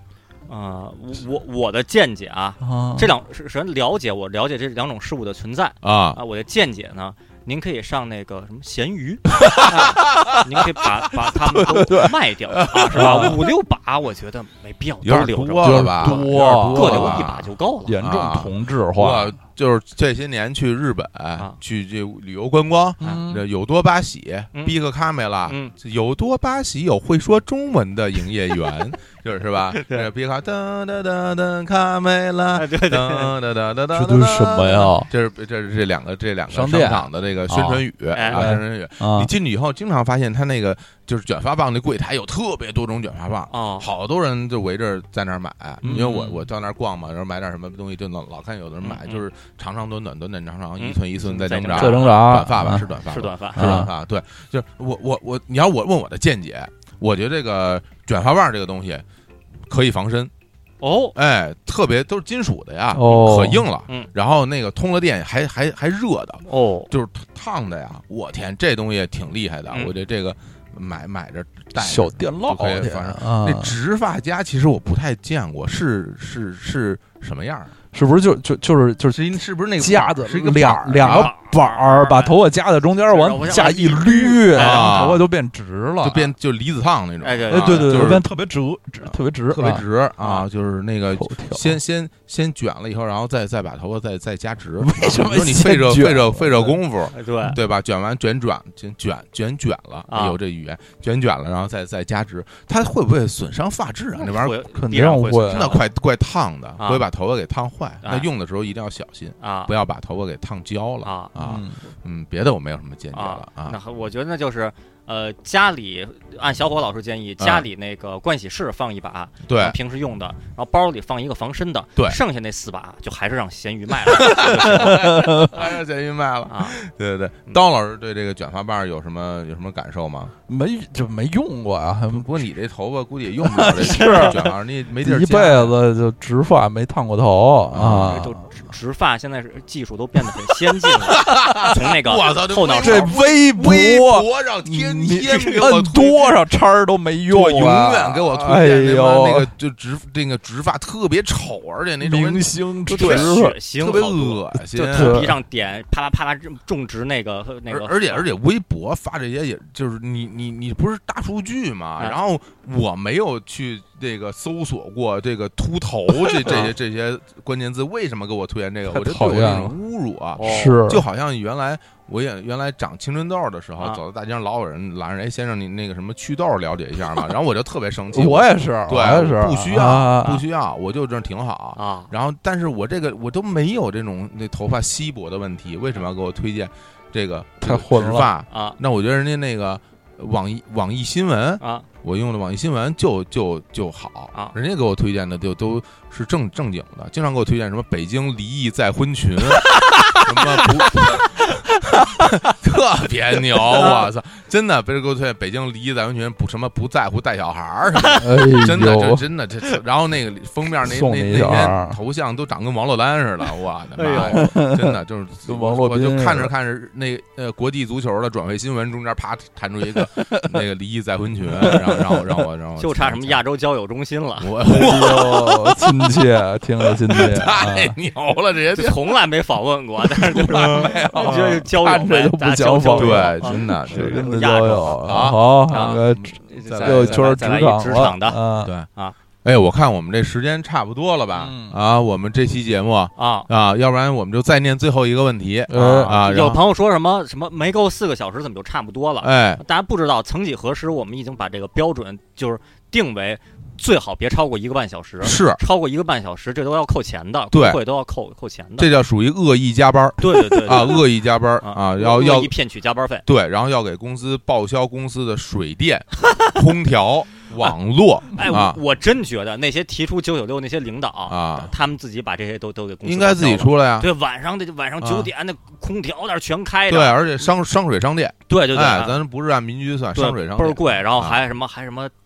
C: 呃，我我的见解啊，啊这两首先了解我了解这两种事物的存在啊啊，我的见解呢。您可以上那个什么闲鱼，啊、您可以把把它们都卖掉啊，是吧？五六把我觉得没必要，
A: 有点
C: 留着
A: 多了吧？
B: 多
C: 各留一把就够了，
B: 严重同质化。
A: 就是这些年去日本、啊、去这旅游观光，
C: 嗯、
A: 有多巴喜、
C: 嗯、
A: Big Camera，、
C: 嗯、
A: 有多巴喜有会说中文的营业员，就是是吧？对 ，Big 噔噔噔噔卡梅拉，
C: 对对对，
A: 噔噔噔噔噔，
B: 这都是什么呀？
A: 这是这是这两个这两个
B: 商
A: 场的这个宣传语、
C: 哦、
A: 啊，宣传语。
B: 哎、
A: 你进去以后，经常发现他那个就是卷发棒那柜台有特别多种卷发棒，
C: 哦，
A: 好多人就围着在那儿买，
B: 嗯、
A: 因为我我到那儿逛嘛，然后买点什么东西，就老老看有的人买，
C: 嗯、
A: 就是长长短短。短短长长，一寸一寸在挣扎，
B: 在挣扎，
A: 短发吧，是短发，
C: 是短发，
A: 是短发。对，就是我我我，你要我问我的见解，我觉得这个卷发棒这个东西可以防身
C: 哦，
A: 哎，特别都是金属的呀，
B: 哦、
A: 可硬了，
C: 嗯，
A: 然后那个通了电还还还热的
C: 哦，
A: 就是烫的呀，我天，这东西挺厉害的，
C: 嗯、
A: 我觉得这个买买着带
B: 小电烙
A: 可以防身。
B: 啊、
A: 那直发夹其实我不太见过，是是是什么样？
B: 是不是就就就是就是
A: 是不是那个
B: 夹子
A: 是一个
B: 两两个板儿，把头发夹在中间，往下一捋，
A: 啊，
B: 头发就变直了，
A: 就变就离子烫那种。
C: 哎对
B: 对对，
A: 就是
B: 变特别直，特别直，
A: 特别直啊！就是那个先先先卷了以后，然后再再把头发再再夹直。
B: 为什么
A: 你费这费这费这功夫？
C: 对
A: 对吧？卷完卷转卷卷卷卷了，有这语言卷卷了，然后再再夹直，它会不会损伤发质啊？那玩意儿
B: 肯定会，
A: 真的怪怪烫的，会把头发给烫坏。那用的时候一定要小心
C: 啊，
A: 不要把头发给烫焦了
C: 啊
A: 啊！嗯，别的我没有什么见解了啊。
C: 那我觉得那就是呃，家里按小伙老师建议，家里那个盥洗室放一把，
A: 对，
C: 平时用的，然后包里放一个防身的，
A: 对，
C: 剩下那四把就还是让咸鱼卖了，
A: 还是咸鱼卖了
C: 啊！
A: 对对对，刀老师对这个卷发棒有什么有什么感受吗？
B: 没就没用过啊。
A: 不过你这头发估计也用不了这卷发，你没地儿。
B: 一辈子就直发没烫过头啊，
C: 都直发现在是技术都变得很先进了，从那个后脑
B: 这微博
A: 微博上天天
B: 摁多少叉儿都没用，
A: 永远给我推荐那个那个就直那个直发特别丑，而且那种
B: 明星
C: 特别血腥，
A: 特别恶心，
C: 就头皮上点啪啦啪啦种植那个那个，
A: 而且而且微博发这些也就是你你你不是大数据嘛，然后我没有去这个搜索过这个秃头这这些这些关键字，为什么给我推荐这个？我觉得对我这种侮辱啊，
B: 是
A: 就好像原来我也原来长青春痘的时候，走到大街上老有人拦着，哎，先生你那个什么祛痘了解一下嘛，然后我就特别生气，
B: 我也是，
A: 对，
B: 我也是
A: 不需要不需要，我就这挺好
C: 啊。
A: 然后，但是我这个我都没有这种那头发稀薄的问题，为什么要给我推荐这个
B: 太混了
A: 直发
C: 啊？
A: 那我觉得人家那个网易网易新闻
C: 啊。
A: 我用的网易新闻就就就好
C: 啊，
A: 人家给我推荐的就都是正正经的，经常给我推荐什么北京离异再婚群，什么不特别牛，我操！真的，别人给我推荐北京离异再婚群，不什么不在乎带小孩儿什么的，
B: 哎、
A: 真的这真的这，然后那个封面那那那篇头像都长跟王珞丹似的，我的妈呀！真的就是
B: 王洛宾，
A: 我就看着看着那呃国际足球的转会新闻中间啪弹出一个那个离异再婚群，然后让我让我让我
C: 就差什么亚洲交友中心了，
A: 我
B: 哇亲切，听着亲切，
A: 太牛了，这些
C: 从来没访问过，但是就是
A: 没有，
C: 我觉得交友
B: 这都不讲访，
A: 对，真的
B: 是真的
C: 交
B: 友
A: 啊，
B: 好，
C: 再
B: 又圈职
C: 场职场的，
A: 对
C: 啊。
A: 哎，我看我们这时间差不多了吧？
B: 嗯、
A: 啊，我们这期节目
C: 啊
A: 啊，要不然我们就再念最后一个问题、
B: 呃、
A: 啊。
C: 有朋友说什么什么没够四个小时，怎么就差不多了？
A: 哎，
C: 大家不知道，曾几何时，我们已经把这个标准就是定为最好别超过一个半小时，
A: 是
C: 超过一个半小时，这都要扣钱的，
A: 对，
C: 会都要扣扣钱的，
A: 这叫属于恶意加班。
C: 对对 对, 对
A: 啊，恶意加班啊，要要
C: 骗取加班费，
A: 对，然后要给公司报销公司的水电、空调。网络，
C: 哎，
A: 啊、
C: 我, 我真觉得那些提出九九六那些领导
A: 啊，
C: 他们自己把这些都都给公司
A: 应该自己出来呀。
C: 对，晚上的晚上九点、啊、那空调那全开着，
A: 对，而且商商水商电，
C: 对对对，
A: 哎，咱不是按民居算，商水商电
C: 倍儿贵，然后还什么、啊、还什么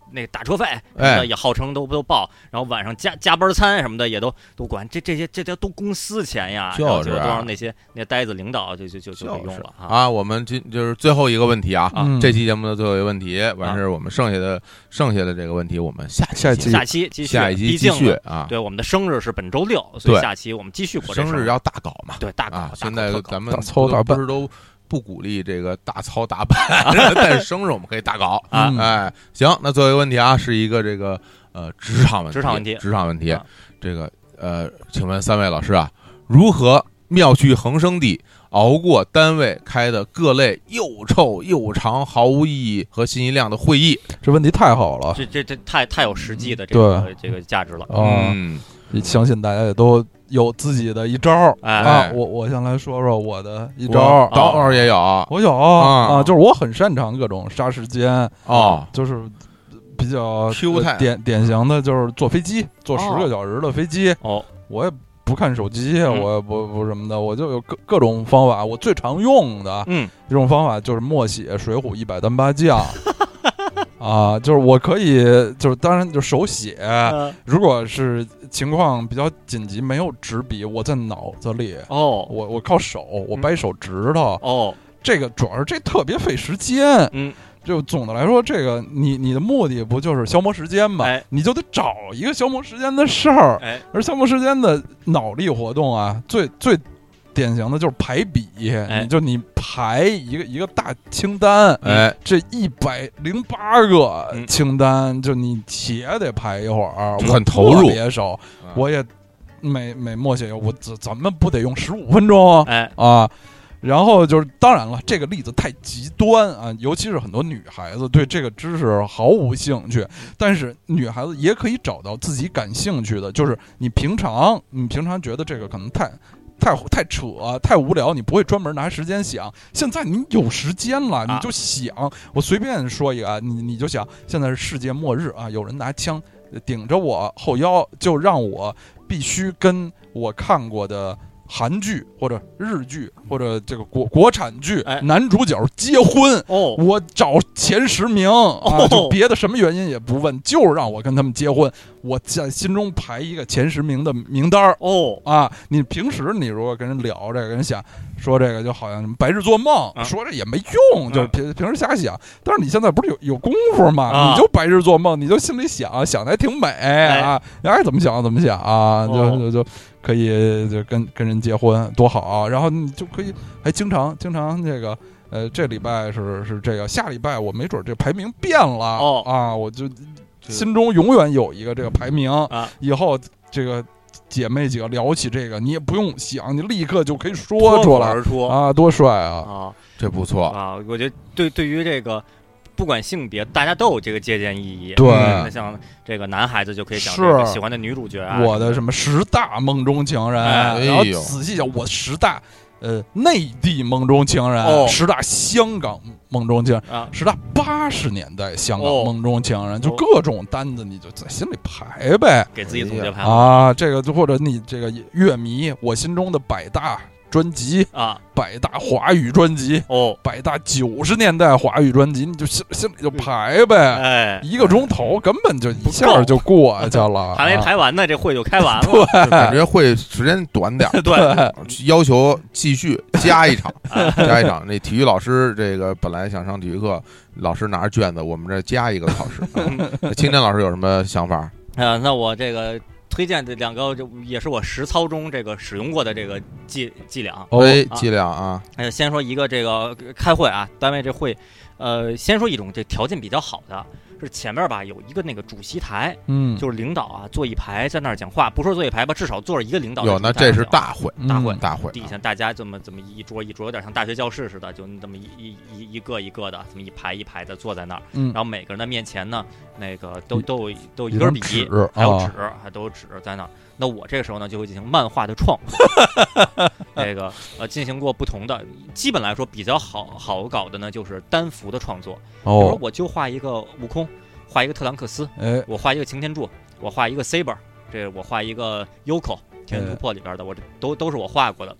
C: 那打车费什么的也号称都都报，然后晚上加加班餐什么的也都都管，这这些这些都公司钱呀，
D: 就是
C: 都让那些那呆子领导就就就就给用了
D: 啊。我们今就是最后一个问题啊，这期节目的最后一个问题，完事我们剩下的剩下的这个问题，我们下
B: 下期
C: 下期继续，
D: 下一期继续啊。
C: 对，我们的生日是本周六，所以下期我们继续过
D: 生日要大搞嘛，
C: 对，大搞。
D: 现在咱们
B: 大操大办
D: 不是都不鼓励这个大操大办，但是生日我们可以大搞啊！哎，行，那最后一个问题啊，是一个这个呃职场问题，
C: 职场问题，
D: 职场问题。这个呃，请问三位老师啊，如何妙趣横生地熬过单位开的各类又臭又长、毫无意义和信息量的会议？
B: 这问题太好了，
C: 这这这太太有实际的这个这个价值了。
B: 嗯，相信大家也都有自己的一招啊！我我先来说说我的一招，
D: 刀儿也有，
B: 我有啊，就是我很擅长各种杀时间
D: 啊，
B: 就是比较典典型的就是坐飞机，坐十个小时的飞机
C: 哦，
B: 我也不看手机，我也不不什么的，我就有各各种方法。我最常用的
C: 嗯
B: 这种方法就是默写《水浒一百单八将》。啊，就是我可以，就是当然就手写。如果是情况比较紧急，没有纸笔，我在脑子里
C: 哦，
B: 我我靠手，我掰手指头
C: 哦。
B: 这个主要是这特别费时间，
C: 嗯，
B: 就总的来说，这个你你的目的不就是消磨时间吗？
C: 哎，
B: 你就得找一个消磨时间的事儿。
C: 哎，
B: 而消磨时间的脑力活动啊，最最典型的就是排比，
C: 哎、
B: 你就你排一个一个大清单，
D: 哎，
B: 这一百零八个清单，嗯、就你且得排一会儿，
D: 很投入，
B: 别手，嗯、我也每每默写，我怎怎么不得用十五分钟？
C: 哎
B: 啊。然后就是，当然了，这个例子太极端啊，尤其是很多女孩子对这个知识毫无兴趣，但是女孩子也可以找到自己感兴趣的，就是你平常你平常觉得这个可能太太太扯太无聊，你不会专门拿时间想，现在你有时间了，你就想，啊、我随便说一个啊，你你就想，现在是世界末日啊，有人拿枪顶着我后腰，就让我必须跟我看过的韩剧或者日剧或者这个国国产剧、
C: 哎、
B: 男主角结婚
C: 哦，
B: 我找前十名、
C: 哦、
B: 啊，就别的什么原因也不问，就是让我跟他们结婚，我在心中排一个前十名的名单
C: 哦
B: 啊。你平时你如果跟人聊这个，跟人想说这个，就好像白日做梦，
C: 啊、
B: 说这也没用，啊、就是平平时瞎想。但是你现在不是有有功夫吗？
C: 啊、
B: 你就白日做梦，你就心里想想的还挺美、哎、啊，你爱怎么想怎么想啊，就、哦、就就。可以就跟跟人结婚多好、啊，然后你就可以还经常经常这个呃这礼拜是是这个，下礼拜我没准这排名变了
C: 哦
B: 啊，我就心中永远有一个这个排名
C: 啊，
B: 以后这个姐妹几个聊起这个，你也不用想，你立刻就可以说出来
C: 而出
B: 啊，多帅啊
C: 啊，
D: 这不错
C: 啊，我觉得对对于这个。不管性别，大家都有这个借鉴意义。
B: 对，
C: 那像这个男孩子就可以讲这个喜欢的女主角啊，
B: 我的什么十大梦中情人，
C: 哎、
B: 然后仔细讲我十大呃内地梦中情人，
C: 哦、
B: 十大香港梦中情人，
C: 啊、
B: 十大八十年代香港梦中情人，
C: 哦、
B: 就各种单子你就在心里排呗，
C: 给自己总结排
B: 啊。这个就或者你这个乐迷，我心中的百大专辑
C: 啊，
B: 百大华语专辑
C: 哦，
B: 百大九十年代华语专辑，你就心心里就排呗，
C: 哎，
B: 一个钟头根本就一下就过去了，
C: 还没排完呢，这会就开完了，
B: 对，
D: 感觉会时间短点，
C: 对，
D: 要求继续加一场，加一场。那体育老师这个本来想上体育课，老师拿着卷子，我们这加一个考试。青年老师有什么想法？
C: 啊，那我这个。推荐这两个，也是我实操中这个使用过的这个伎伎俩。
B: 哦，
D: 伎俩啊！
C: 呃，先说一个这个开会啊，单位这会，呃，先说一种这条件比较好的，是前面吧有一个那个主席台，
B: 嗯，
C: 就是领导啊坐一排在那儿讲话，不说坐一排吧，至少坐着一个领导。
D: 有，那这是大会，
C: 大会，
D: 大会，
C: 底下大家这么这么一桌一桌，有点像大学教室似的，就这么一一一一个一个的，这么一排一排的坐在那儿。
B: 嗯，
C: 然后每个人的面前呢，那个都都有都有一根笔，还有纸，还都有纸在那儿。那我这个时候呢，就会进行漫画的创作，这个呃，进行过不同的，基本来说比较好好搞的呢，就是单幅的创作。
B: 哦，
C: 比如说我就画一个悟空，画一个特兰克斯，
B: 哎，
C: 我画一个擎天柱，我画一个 Saber， 这我画一个 Yoko 天元突破里边的，我这都都是我画过的。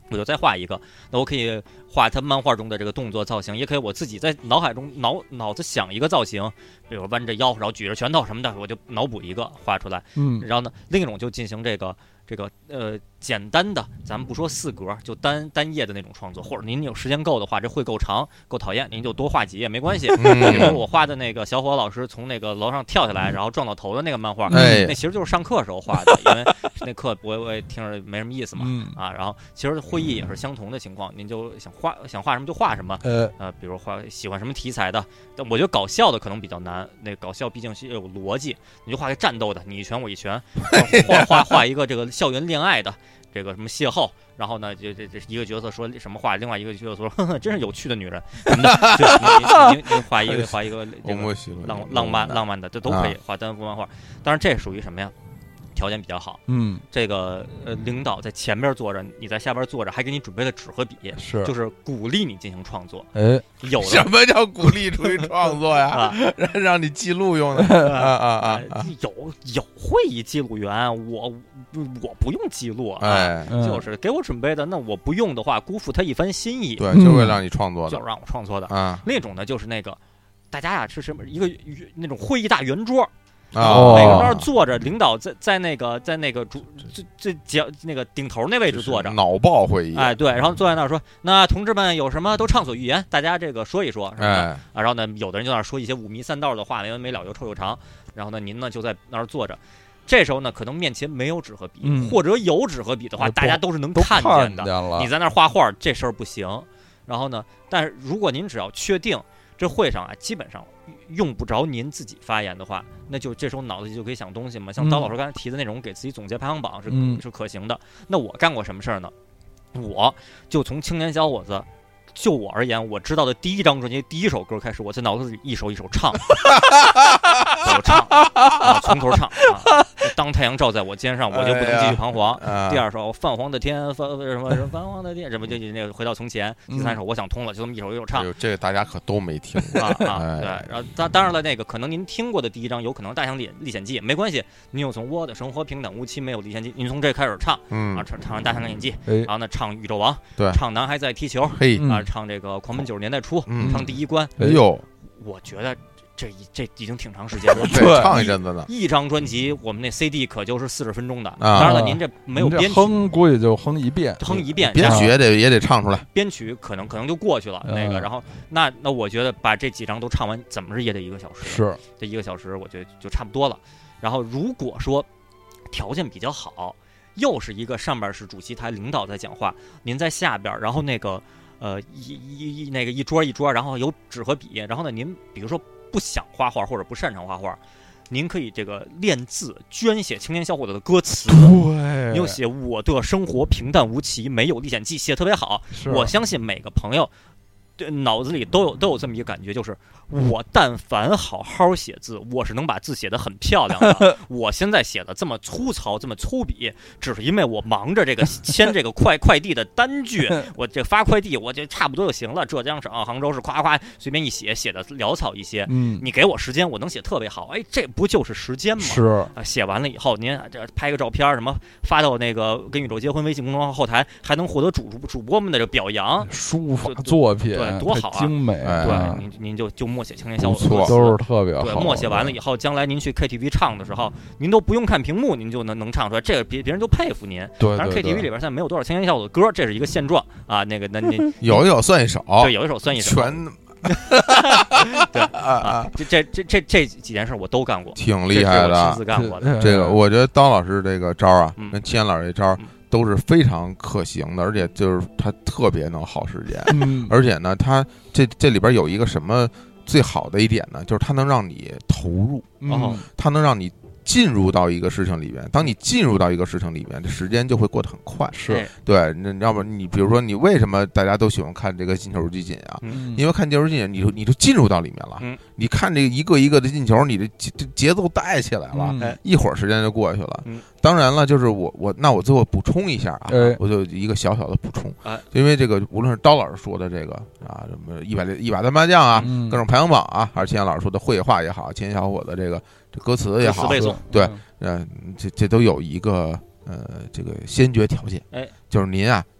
C: 我就再画一个，那我可以画他漫画中的这个动作造型，也可以我自己在脑海中脑脑子想一个造型，比如弯着腰，然后举着拳头什么的，我就脑补一个画出来。
B: 嗯，
C: 然后呢，另一种就进行这个这个呃简单的，咱们不说四格，就单单页的那种创作，或者您有时间够的话，这会够长够讨厌，您就多画几页没关系。
D: 嗯、
C: 比如我画的那个小伙老师从那个楼上跳下来，然后撞到头的那个漫画，
D: 哎、
C: 那其实就是上课时候画的，因为那课我我也听着没什么意思嘛，
B: 嗯、
C: 啊，然后其实会议也是相同的情况，您就想画想画什么就画什么，
B: 呃
C: 呃，比如画喜欢什么题材的，但我觉得搞笑的可能比较难，那搞笑毕竟是有逻辑，你就画个战斗的，你一拳我一拳，画画画一个这个校园恋爱的。这个什么邂逅，然后呢，就这这一个角色说什么话，另外一个角色说，呵呵，真是有趣的女人，什么的，对，你你你画一个画一个这个浪浪漫浪漫的，这都可以画单幅漫画。当然，这属于什么呀？条件比较好，
B: 嗯，
C: 这个呃，领导在前边坐着，你在下边坐着，还给你准备了纸和笔，
B: 是，
C: 就是鼓励你进行创作。
B: 哎，
C: 有
D: 什么叫鼓励出去创作呀？啊、让让你记录用的啊啊啊！啊
C: 有有会议记录员，我我不用记录，
D: 哎，
C: 就是给我准备的。那我不用的话，辜负他一番心意。
D: 对，就会让你创作的，
C: 就是让我创作的
D: 啊。
C: 另一种呢，就是那个大家呀，是什么一个那种会议大圆桌。
B: 哦，
C: 每个人那儿坐着，领导在在那个在那个主最最角那个顶头那位置坐着，
D: 脑爆会议，
C: 哎，对，然后坐在那儿说，那同志们有什么都畅所欲言，大家这个说一说，什么的
D: 哎
C: 啊，然后呢，有的人就在那儿说一些五迷三道的话，没完没了，又臭又长，然后呢，您呢就在那儿坐着。这时候呢，可能面前没有纸和笔，
B: 嗯、
C: 或者有纸和笔的话，大家都是能看见的。你在那儿画画，这事儿不行。然后呢，但是如果您只要确定这会上啊，基本上用不着您自己发言的话，那就这时候脑子里就可以想东西嘛。像刀老师刚才提的那种给自己总结排行榜是、
B: 嗯、
C: 是可行的。那我干过什么事儿呢？我就从青年小伙子。就我而言，我知道的第一张专辑第一首歌开始，我在脑子里一首一首唱，我唱啊，从头唱啊。当太阳照在我肩上，我就不能继续彷徨。哎、第二首泛黄的天，泛什么什么泛黄的天，什么就那个回到从前。第三首我想通了，就这么一首一首唱。
D: 哎、这个大家可都没听过
C: 啊啊！对，然后当当然了，那个可能您听过的第一张有可能《大象历历险记》，没关系，您又从我的生活平淡无奇没有历险记，您从这开始唱，
D: 嗯
C: 啊，唱唱《大象历险记》，
B: 哎、
C: 然后呢唱《宇宙王》，
D: 对，
C: 唱《男孩在踢球》，
D: 嘿
C: 啊。唱这个狂奔九十年代初，
D: 嗯、
C: 唱第一关。
D: 哎呦，
C: 我觉得这这已经挺长时间了，
D: 对，唱一阵子呢。
C: 一张专辑，我们那 C D 可就是四十分钟的。
D: 啊、
C: 当然了，您这没有编曲，
B: 哼估计就哼一遍，
C: 哼一遍，
D: 编曲也得也得唱出来。
C: 编曲可能可能就过去了，
B: 嗯、
C: 那个，然后那那我觉得把这几张都唱完，怎么着也得一个小时。
B: 是，
C: 这一个小时，我觉得就差不多了。然后如果说条件比较好，又是一个上边是主席台领导在讲话，您在下边，然后那个。呃，一一一那个一桌一桌，然后有纸和笔，然后呢，您比如说不想画画或者不擅长画画，您可以这个练字，捐写青年小伙子的歌词，
B: 对，
C: 你又写我的生活平淡无奇，没有历险记，写特别好。我相信每个朋友对脑子里都有都有这么一个感觉，就是我但凡好好写字，我是能把字写得很漂亮的。我现在写的这么粗糙，这么粗鄙，只是因为我忙着这个签这个快快递的单据，我这发快递我就差不多就行了。浙江省、杭州市，夸夸随便一写，写的潦草一些。
B: 嗯，
C: 你给我时间，我能写特别好。哎，这不就是时间吗？
B: 是
C: 啊，写完了以后，您这拍个照片，什么发到那个跟宇宙结婚微信公众号后台，还能获得主主播们的这个表扬。
B: 书法作品，
C: 对，多好啊，
B: 精美。
C: 对，您您就就默写青年小伙子。
B: 都是特别好。
C: 对，默写完了以后，将来您去 K T V 唱的时候，您都不用看屏幕，您就能能唱出来，这个别别人就佩服您。
B: 对，
C: 当然 K T V 里边现在没有多少青年小伙子歌，这是一个现状啊。那个，那您
D: 有一首算一首，
C: 对，有一首算一首，
D: 全。
C: 对啊，这这这这这几件事我都干过，
D: 挺厉害的，
C: 亲自干过的。
D: 这个我觉得刀老师这个招啊，
C: 嗯、
D: 跟齐岩老师这招。嗯都是非常可行的，而且就是他特别能耗时间，
B: 嗯、
D: 而且呢，他这这里边有一个什么最好的一点呢，就是它能让你投入，
B: 嗯，
D: 它能让你进入到一个事情里面。当你进入到一个事情里面，这时间就会过得很快。
B: 是
D: 对，那要不你比如说，你为什么大家都喜欢看这个进球集锦啊？
C: 嗯、
D: 因为看进球集锦，你就你就进入到里面了。
C: 嗯、
D: 你看这一个一个的进球，你的节节奏带起来了，
B: 嗯、
D: 一会儿时间就过去了。
C: 嗯、
D: 当然了，就是我我那我最后补充一下啊，
B: 哎、
D: 我就一个小小的补充，
C: 哎、
D: 因为这个无论是刀老师说的这个啊，什么一百一百单麻将啊，
B: 嗯、
D: 各种排行榜啊，还是钱老师说的绘画也好，青年小伙子这个这歌词也好，
C: 背诵
D: 对，嗯、呃，这这都有一个呃这个先决条件，
C: 哎，
D: 就是您啊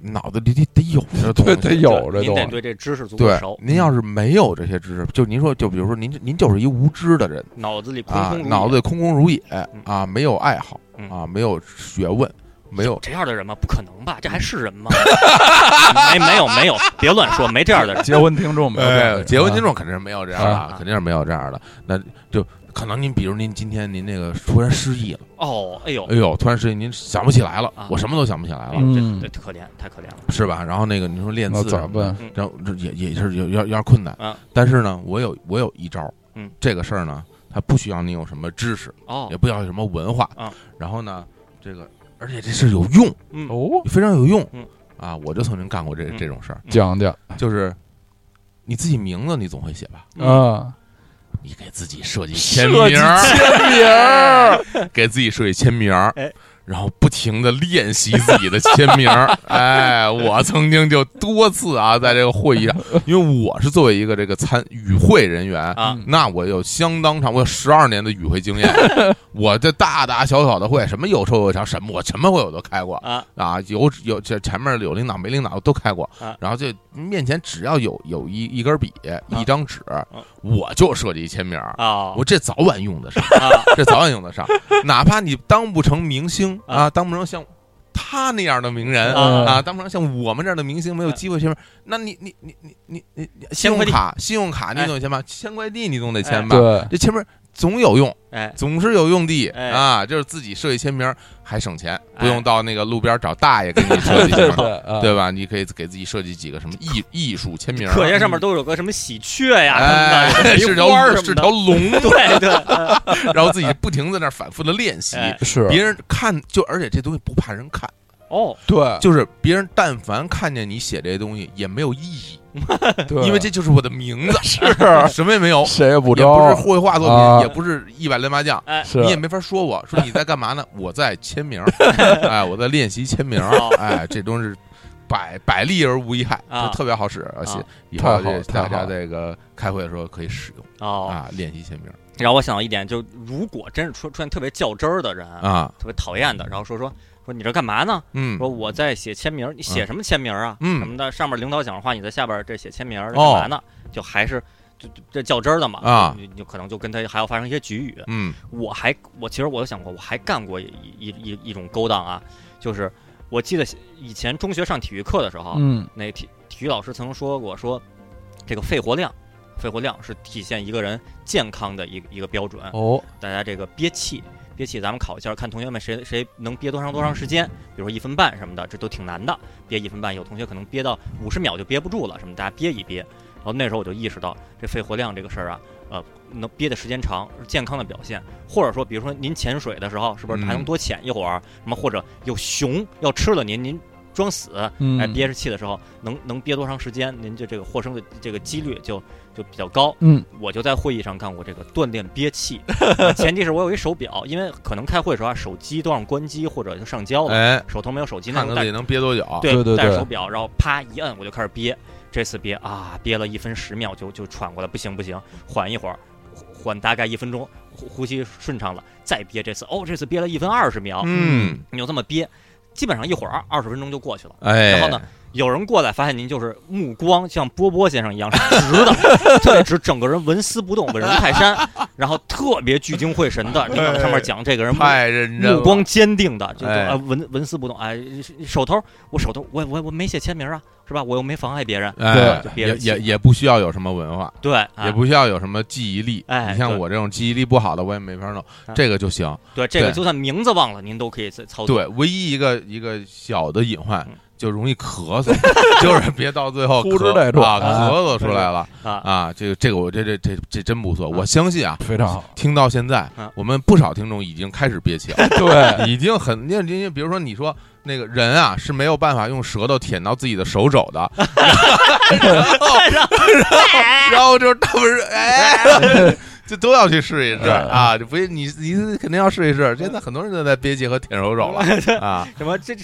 D: 脑子里得得有这东西，
B: 得有这，
C: 您得对这知识足够熟。
D: 您要是没有这些知识，就您说，就比如说您您就是一无知的人，
C: 脑子里空空如也，
D: 啊、脑子里空空如也啊，没有爱好啊，没有学问。没有
C: 这样的人吗？不可能吧？这还是人吗？没没有没有，别乱说，没这样的人。
B: 结婚听众没有这样的，
D: 结婚听众肯定是没有这样的，肯定是没有这样的。那就可能您比如您今天您那个突然失忆了，
C: 哦，哎呦，
D: 哎呦，突然失忆，您想不起来了，我什么都想不起来了，
C: 嗯，这可怜，太可怜了，
D: 是吧？然后那个你说练字
B: 怎么办？
D: 然后也也是有有有点困难，但是呢，我有我有一招，嗯，这个事儿呢，它不需要你有什么知识，哦，也不要有什么文化，啊，然后呢，这个。而且这是有用，
C: 嗯
D: 哦，非常有用，嗯啊，我就曾经干过这这种事儿，
B: 讲讲，
D: 就是你自己名字你总会写吧，
B: 啊，
D: 你给自己设计签名，
B: 签名，
D: 给自己设计签名，哎。然后不停的练习自己的签名，哎，我曾经就多次啊，在这个会议上，因为我是作为一个这个参与会人员啊，那我有相当长，我有十二年的与会经验，我这大大小小的会，什么有臭有长，什么我什么会我都开过啊啊，有有这前面有领导没领导都开过，然后这面前只要有有一一根笔一张纸，我就设计签名啊，我这早晚用得上，这早晚用得上，哪怕你当不成明星。啊，当不成像他那样的名人啊，当不成像我们这样的明星，没有机会签名。那你你你你你你信用卡，信用卡你总得签吧？签快递你总得签吧？
B: 对，
D: 这签名总有用，
C: 哎，
D: 总是有用的啊。就是自己设计签名还省钱，不用到那个路边找大爷给你设计签名，对吧？你可以给自己设计几个什么艺艺术签名，
C: 课页上面都有个什么喜鹊呀什么
D: 的，是条是条龙，
C: 对对，
D: 然后自己不停在那反复的练习，
B: 是
D: 别人看就，而且这东西不怕人看。
C: 哦，
B: 对，
D: 就是别人但凡看见你写这些东西也没有意义，对，因为这就是我的名字，
B: 是
D: 什么也没有，
B: 谁也不知
D: 道，也不是绘画作品，啊、也不是一百连麻将，
C: 哎，
D: 你也没法说我说你在干嘛呢？我在签名，哎，我在练习签名，哎，这东西百百利而无一害，就特别好使，而且以后大家这个开会的时候可以使用
C: 哦
D: 啊，练习签名。
C: 让我想到一点，就如果真是出出现特别较真儿的人啊，特别讨厌的，然后说说说你这干嘛呢？嗯，说我在写签名，你写什么签名啊？嗯，什么的，上面领导讲话，你在下边这写签名，干嘛呢？就还是就这较真儿的嘛啊，你就可能就跟他还要发生一些局语。
D: 嗯，
C: 我还我其实我都想过，我还干过一一一一种勾当啊，就是我记得以前中学上体育课的时候，
B: 嗯，
C: 那体体育老师曾说过，说这个肺活量。肺活量是体现一个人健康的一个一个标准
B: 哦。
C: 大家这个憋气，憋气，咱们考一下，看同学们谁谁能憋多长多长时间，比如说一分半什么的，这都挺难的。憋一分半，有同学可能憋到五十秒就憋不住了，什么大家憋一憋。然后那时候我就意识到，这肺活量这个事儿啊，呃，能憋的时间长是健康的表现。或者说，比如说您潜水的时候，是不是还能多潜一会儿？什么或者有熊要吃了您，您。装死，哎，憋着气的时候，能能憋多长时间，您就这个获胜的这个几率就就比较高。
B: 嗯，
C: 我就在会议上干过这个锻炼憋气，前提是我有一手表，因为可能开会的时候啊，手机都让关机或者就上交了，
D: 哎，
C: 手头没有手机，那
D: 看自己能憋多久？
C: 对
B: 对对，
C: 带手表，然后啪一摁，我就开始憋。这次憋啊，憋了一分十秒就就喘过来，不行不行，缓一会儿，缓大概一分钟，呼呼吸顺畅了，再憋这次。哦，这次憋了一分二十秒，
D: 嗯，
C: 你就这么憋。基本上一会儿二十分钟就过去了，
D: 哎，
C: 然后呢，有人过来发现您就是目光像波波先生一样是直的，特别直，整个人纹丝不动，稳如泰山，然后特别聚精会神的，领导上面讲这个人
D: 太认真，
C: 目光坚定的，就啊纹纹丝不动，哎，手头我手头我我我没写签名啊，是吧？我又没妨碍别人，
D: 对，也也也不需要有什么文化，
C: 对，
D: 也不需要有什么记忆力，
C: 哎，
D: 你像我这种记忆力不好的，我也没法弄，这个就行，
C: 对，这个就算名字忘了，您都可以操作，
D: 对，唯一一个一个小的隐患。就容易咳嗽，就是别到最后
B: 呼之带出
D: 啊，咳嗽出来了啊！这个这个我这这这这真不错，我相信啊，
B: 非常好。
D: 听到现在，我们不少听众已经开始憋气了，
B: 对，
D: 已经很因为比如说你说那个人啊是没有办法用舌头舔到自己的手肘的，然后然后就是他们是哎。这都要去试一试啊！不，你你肯定要试一试。现在很多人都在憋气和舔手肘了啊！
C: 什么这什么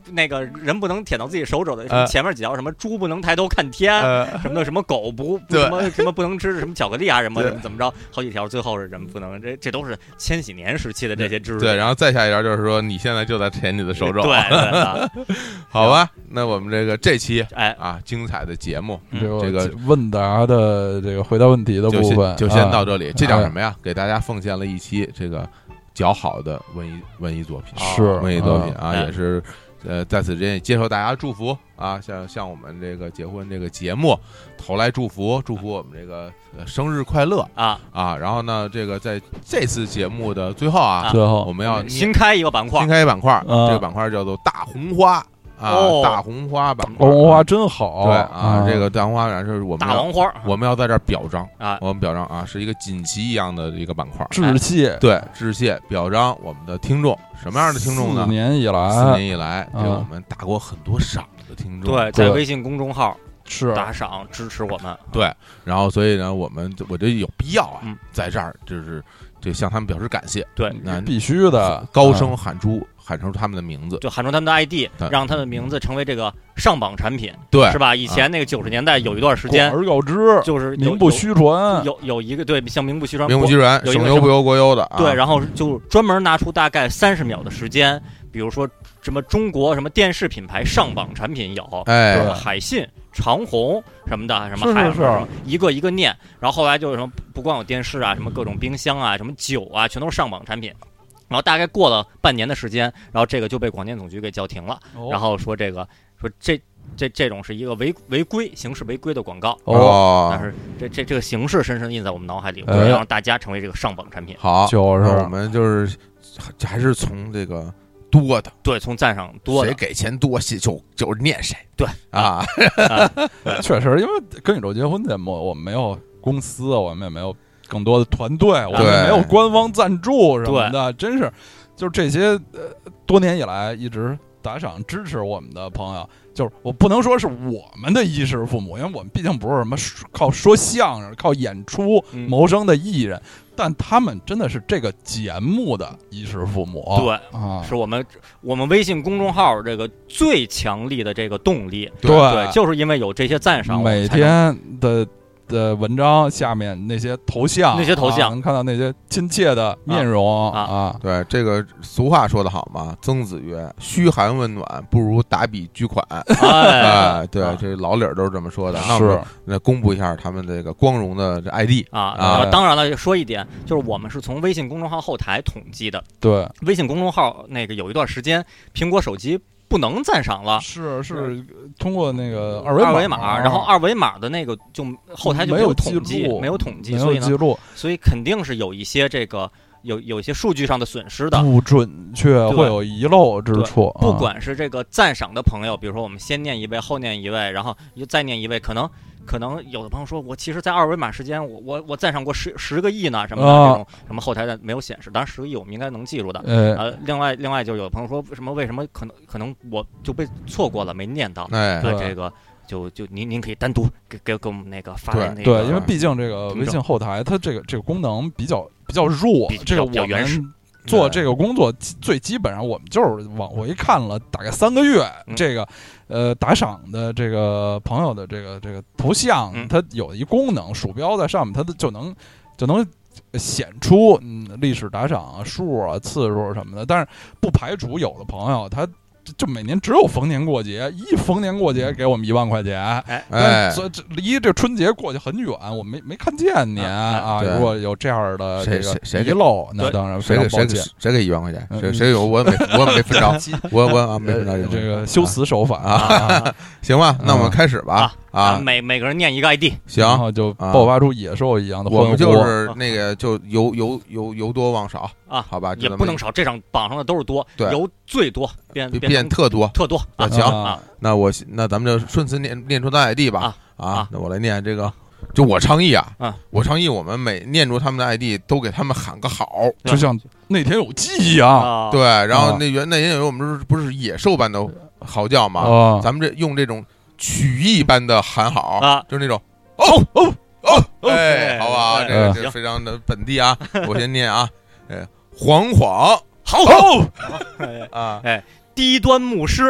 C: 那个人不能舔到自己手肘的，什么前面几条什么猪不能抬头看天，什么的什么狗不什么什么不能吃什么巧克力啊什么怎么着，好几条，最后是人不能，这这都是千禧年时期的这些知识。
D: 对，然后再下一条就是说你现在就在舔你的手肘。
C: 对，对
D: 好吧，那我们这个这期哎啊精彩的节目，这个
B: 问答的这个回答问题的部分
D: 就先到这里。这叫什么呀？给大家奉献了一期这个较好的文艺文艺作品，
B: 是
D: 文艺作品啊，也是呃在此之间接受大家祝福啊，像像我们这个结婚这个节目投来祝福，祝福我们这个生日快乐
C: 啊
D: 啊！然后呢，这个在这次节目的最后啊，
B: 最后
D: 我们要
C: 新开一个板块，
D: 新开一个板块，这个板块叫做大红花。啊，
C: 哦、
D: 大红花板块，
B: 红花真好。
D: 对啊，这个大红花是我们
C: 大王花，
D: 我们要在这儿表彰
C: 啊，
D: 我们表彰啊，是一个锦旗一样的一个板块，
B: 致谢，
D: 对，致谢表彰我们的听众，什么样的听众呢？
B: 四年以来，
D: 四年以来给我们打过很多赏的听众，
C: 对，在微信公众号
B: 是
C: 打赏支持我们，
D: 对，然后所以呢，我们我觉得有必要啊，在这儿就是这向他们表示感谢，
C: 对，
D: 那
B: 必须的，
D: 高声喊出。喊出他们的名字，
C: 就喊出他们的 I D， 让他们的名字成为这个上榜产品，
D: 对，
C: 是吧？以前那个九十年代有一段时间，
B: 广而告之，
C: 就是
B: 名不虚传，
C: 有有一个对，像名不虚传，
D: 名不虚传，省油不由国忧的，
C: 对，然后就专门拿出大概三十秒的时间，比如说什么中国什么电视品牌上榜产品有，
D: 哎，
C: 海信、长虹什么的，什么海什么一个一个念，然后后来就是什么不光有电视啊，什么各种冰箱啊，什么酒啊，全都是上榜产品。然后大概过了半年的时间，然后这个就被广电总局给叫停了，
B: 哦、
C: 然后说这个说这这这种是一个违违规刑事违规的广告，
D: 哦，
C: 但是这这这个形式深深印在我们脑海里，为了让大家成为这个上榜产品。
D: 好，
B: 就是
D: 我们就是还是从这个多的，
C: 对，从赞赏多的，
D: 谁给钱多就就是念谁，
C: 对
D: 啊，
B: 确实，因为跟宇宙结婚节目我们没有公司，我们也没有。更多的团队，我们没有官方赞助什么的，真是，就是这些呃多年以来一直打赏支持我们的朋友，就是我不能说是我们的衣食父母，因为我们毕竟不是什么靠说相声、靠演出谋生的艺人，嗯、但他们真的是这个节目的衣食父母，
C: 对
B: 啊，
C: 是我们我们微信公众号这个最强力的这个动力，
B: 对，
C: 对就是因为有这些赞赏，
B: 每天的。的文章下面那些头像，
C: 那些头像、
B: 啊、能看到那些亲切的面容
C: 啊, 啊,
B: 啊
D: 对，这个俗话说得好嘛，曾子曰：“嘘寒问暖不如打笔巨款。”
C: 哎，
D: 哎，对，啊、这老理儿都是这么说的。那我们那公布一下他们这个光荣的这 I D
C: 啊啊！当然了，说一点，就是我们是从微信公众号后台统计的。
B: 对，
C: 微信公众号那个有一段时间，苹果手机。不能赞赏了，
B: 是是通过那个二维码，
C: 二维码，然后二维码的那个就后台就没有统计，没有统计，所以呢，所以肯定是有一些这个有有一些数据上的损失的，
B: 不准确，会有遗漏之处。
C: 不管是这个赞赏的朋友，比如说我们先念一位，后念一位，然后再念一位，可能。可能有的朋友说，我其实，在二维码时间，我我我赞赏过十十个亿呢，什么的、啊、这种什么后台的没有显示，当然十个亿我们应该能记住的。
B: 呃，
C: 呃，另外另外就有的朋友说什么为什么可能可能我就被错过了，没念到。
D: 哎，
C: 对这个就就您您可以单独给给给我们那个发那个。
B: 对，因为毕竟这个微信后台它这个这个功能比较比较弱，
C: 比
B: 这个我们。做这个工作最基本上我们就是往回看了大概三个月，
C: 嗯、
B: 这个呃打赏的这个朋友的这个这个头像，
C: 嗯、
B: 它有一功能，鼠标在上面，它就能就能显出嗯历史打赏数啊、次数什么的。但是不排除有的朋友他。就每年只有逢年过节，一逢年过节给我们一万块钱，
C: 哎，
B: 但所以这离这春节过去很远，我没没看见您啊。如果有这样的这个遗漏，那当然非常抱歉。
D: 谁给一万块钱？谁谁有我没我没分着，我我啊没分着
B: 这个修辞手法
C: 啊。
D: 行吧，那我们开始吧
C: 啊，每每个人念一个 I D，
D: 行，
B: 然后就爆发出野兽一样的欢呼。
D: 我们就是那个就由由由由多往少
C: 啊，
D: 好吧，
C: 也不能少，这场榜上的都是多，
D: 对，
C: 由最多变
D: 变特多，
C: 特多
D: 啊，行啊，那我那咱们就顺次念念出他 I D 吧
C: 啊，
D: 那我来念这个，就我倡议啊，
C: 啊，
D: 我倡议我们每念出他们的 I D 都给他们喊个好，
B: 就像那天有记一样，
D: 对，然后那原那天有我们不是野兽般的嚎叫嘛，咱们这用这种曲艺般的喊好
C: 啊，
D: 就是那种哦哦哦，哎，好吧，这个是非常的本地啊，我先念啊，哎，晃晃。
C: 好
D: 好
C: 啊，哎，低端牧师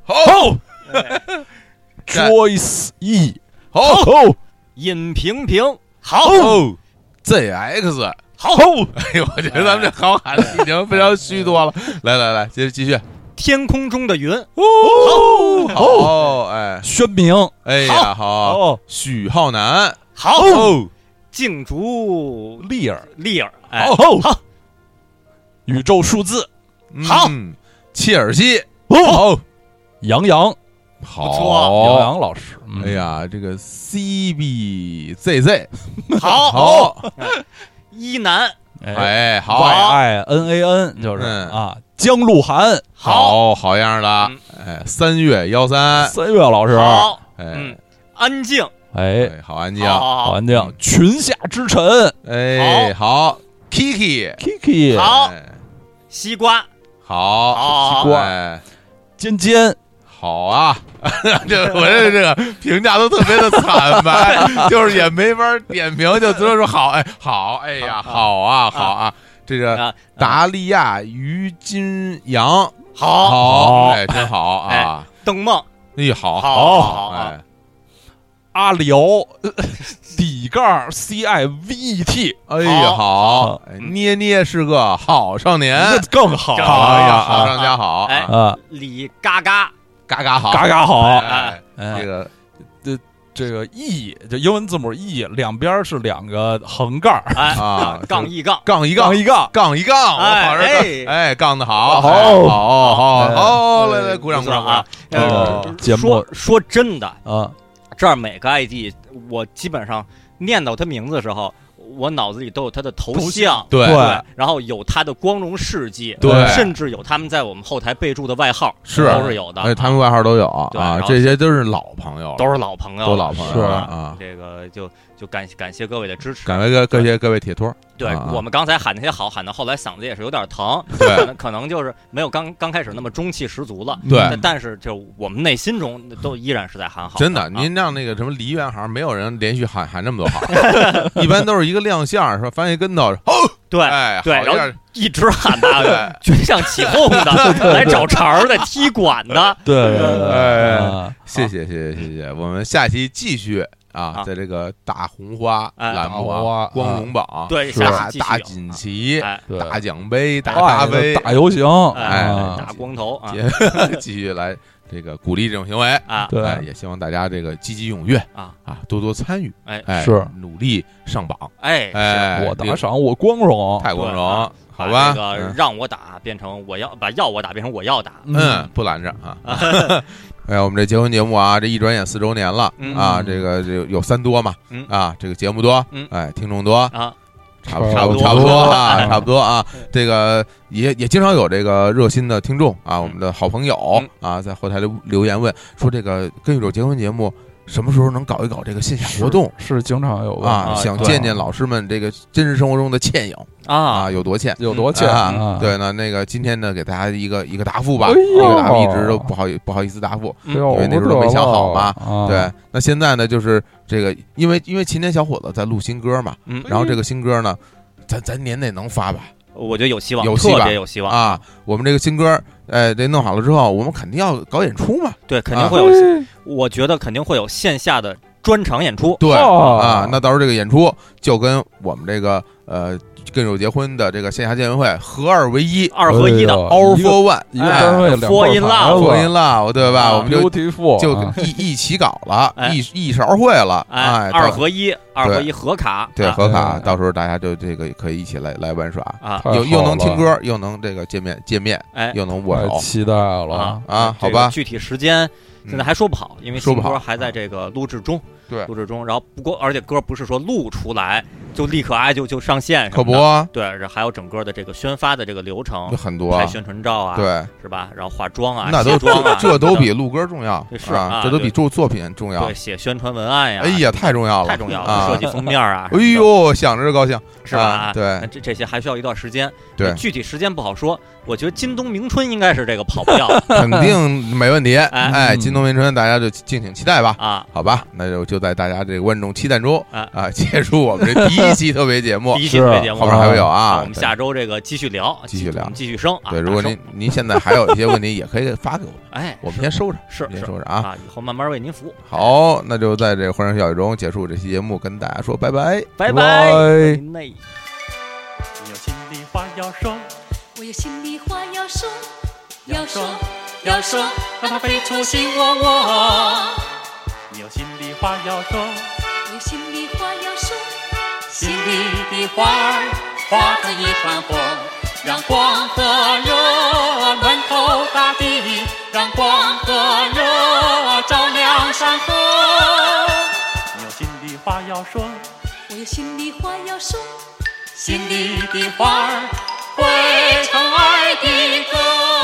B: 好 ，Joyce E， 好，
C: 尹平平，好
A: ，Z X，
C: 好，
A: 哎呦，我觉得咱们这好喊的已经非常虚多了。来来来，接着继续。
C: 天空中的云，
A: 哦，好，哎，
B: 宣明，
A: 哎呀，好，许浩南，
C: 好，静竹
B: 丽儿，
C: 丽儿，
B: 好，好，宇宙数字，
C: 好，
A: 切尔西，
B: 好，杨洋，
A: 好，
B: 杨洋老师，
A: 哎呀，这个 C B Z Z，
C: 好，
A: 好，
C: 一南，
A: 哎，好
B: ，Y I N A N 就是啊。江鹿晗，
A: 好好样的，哎，三月幺三，
B: 三月老师，
C: 好，
A: 哎，
C: 安静，
B: 哎，
A: 好安静，
B: 好安静，群下之臣，
A: 哎，好 ，Kiki，Kiki，
C: 好，西瓜，
A: 好，
B: 西瓜，尖尖，
A: 好啊，这我这这个评价都特别的惨白，就是也没法点评，就只能说好，哎，好，哎呀，好啊，好啊。这个达利亚于金阳，
C: 好，
A: 好，哎，真好啊！
C: 邓梦，
A: 哎，好，
C: 好，好，
A: 哎，
B: 阿辽底杠 C I V E T，
A: 哎呀，好，捏捏是个好少年，
B: 更好，
A: 哎呀，好上加好
C: 啊！李嘎嘎，
A: 嘎嘎好，
B: 嘎嘎好，
A: 哎，这个。
B: 这个 E 就英文字母 E 两边是两个横杠
C: 哎啊，杠一杠，
A: 杠一杠
B: 一杠，
A: 杠一杠，
C: 哎
A: 哎，杠的好，
B: 好，
A: 好，好，好，来来，鼓掌鼓掌啊！
B: 节目
C: 说真的
B: 啊，
C: 这儿每个 I D 我基本上念到他名字的时候。我脑子里都有他的头像，
A: 对，
C: 然后有他的光荣事迹，
A: 对，
C: 甚至有他们在我们后台备注的外号，
A: 是
C: 都是有的，
A: 哎，他们外号都有啊，这些都是老朋友，
C: 都是老朋友，
A: 都老朋友
B: 是
A: 啊。
C: 这个就就感感谢各位的支持，
A: 感谢各各些各位铁托。
C: 对我们刚才喊那些好，喊到后来嗓子也是有点疼，
A: 对，
C: 可能可能就是没有刚刚开始那么中气十足了，
A: 对，
C: 但是就我们内心中都依然是在喊好。
A: 真的，您让那个什么梨园行，没有人连续喊喊这么多好，一般都是一个亮相是吧？翻一跟头，哦，
C: 对，
A: 哎，
C: 对，然后一直喊那个军象起哄的，来找茬儿的，踢馆的，
B: 对对对，
A: 哎，谢谢谢谢谢谢，我们下期继续。啊，在这个大红花栏目啊，光荣榜，
C: 对，
A: 大大锦旗，大奖杯，大
B: 咖
A: 啡，
B: 大游行，
A: 哎，
C: 大光头啊，
A: 继续来这个鼓励这种行为
C: 啊，
B: 对，
A: 也希望大家这个积极踊跃
C: 啊
A: 啊，多多参与，
C: 哎，
B: 是
A: 努力上榜，
C: 哎
A: 哎，
B: 我打赏我光荣，
A: 太光荣，好吧，
C: 这个让我打变成我要，把要我打变成我要打，
A: 嗯，不拦着啊。哎呀，我们这结婚节目啊，这一转眼四周年了、
C: 嗯、
A: 啊，这个这有三多嘛，
C: 嗯、
A: 啊，这个节目多，
C: 嗯、
A: 哎，听众多
C: 啊，
A: 差不差不差不多啊，差不多啊，这个也也经常有这个热心的听众啊，我们的好朋友、
C: 嗯、
A: 啊，在后台留留言问说，这个跟宇宙结婚节目什么时候能搞一搞这个线下活动？
B: 是, 是经常有
A: 啊，想见见老师们这个真实生活中的倩影
C: 啊
A: 啊，有多倩，
B: 有多倩
A: 啊！对呢，那个今天呢，给大家一个一个答复吧，一个答复一直都不好不好意思答复，因为那时候都没想好嘛。对，那现在呢，就是这个，因为因为秦年小伙子在录新歌嘛，然后这个新歌呢，咱咱年内能发吧？
C: 我觉得有希望，
A: 有希望，
C: 特别有希望
A: 啊！我们这个新歌，哎，这弄好了之后，我们肯定要搞演出嘛。
C: 对，肯定会有，我觉得肯定会有线下的专场演出。
A: 对啊，那到时候这个演出就跟我们这个呃。跟手结婚的这个线下见面会合二为一，
C: 二合一的
A: all for one，
B: 一个单位两
C: for in love，for
A: in love， 对吧？我们就就
B: 啊
A: 一一起搞了，一一勺会了，哎，
C: 二合一，二合一合卡，
A: 对合卡，到时候大家就这个可以一起来来玩耍
C: 啊，
A: 又又能听歌，又能这个见面见面，
C: 哎，
A: 又能握手，
B: 期待了
A: 啊！好吧，
C: 具体时间现在还说不好，因为新歌还在这个录制中。
A: 对，
C: 录制中，然后不过，而且歌不是说录出来就立刻哎就就上线，
A: 可不啊？
C: 对，然后还有整个的这个宣发的这个流程，
A: 很多
C: 拍宣传照啊，
A: 对，
C: 是吧？然后化妆啊，
A: 那都
C: 妆啊，
A: 这都比录歌重要，
C: 是
A: 啊，这都比做作品重要。
C: 对，写宣传文案呀，
A: 哎呀，太重要了，
C: 太重要了，设计封面啊，
A: 哎呦，想着就高兴，
C: 是吧？
A: 对，
C: 这这些还需要一段时间，
A: 对，
C: 具体时间不好说。我觉得今冬明春应该是这个跑不掉，
A: 肯定没问题。哎，今冬明春大家就敬请期待吧。
C: 啊，
A: 好吧，那就就在大家这个观众期待中
C: 啊
A: 啊，结束我们这第一
D: 一期特别节目，
C: 第一期特别节目
D: 后面还会有啊。
C: 我们下周这个继续聊，
D: 继续聊，
C: 继续升啊。
D: 对，如果您您现在还有一些问题，也可以发给我们，
C: 哎，
D: 我们先收着，
C: 是
D: 先收着啊，
C: 以后慢慢为您服务。
D: 好，那就在这个欢声笑语中结束这期节目，跟大家说拜拜，
C: 拜拜。
F: 你有心里话要说，我有心里话要说，要说要说，让它飞出心窝窝。你有心里话要说，我有心里话要说，心里的花儿化成一团火，让光和热暖透大地，让光和热照亮山河。你有心里话要说，我有心里话要说，心里的花儿会成爱的歌。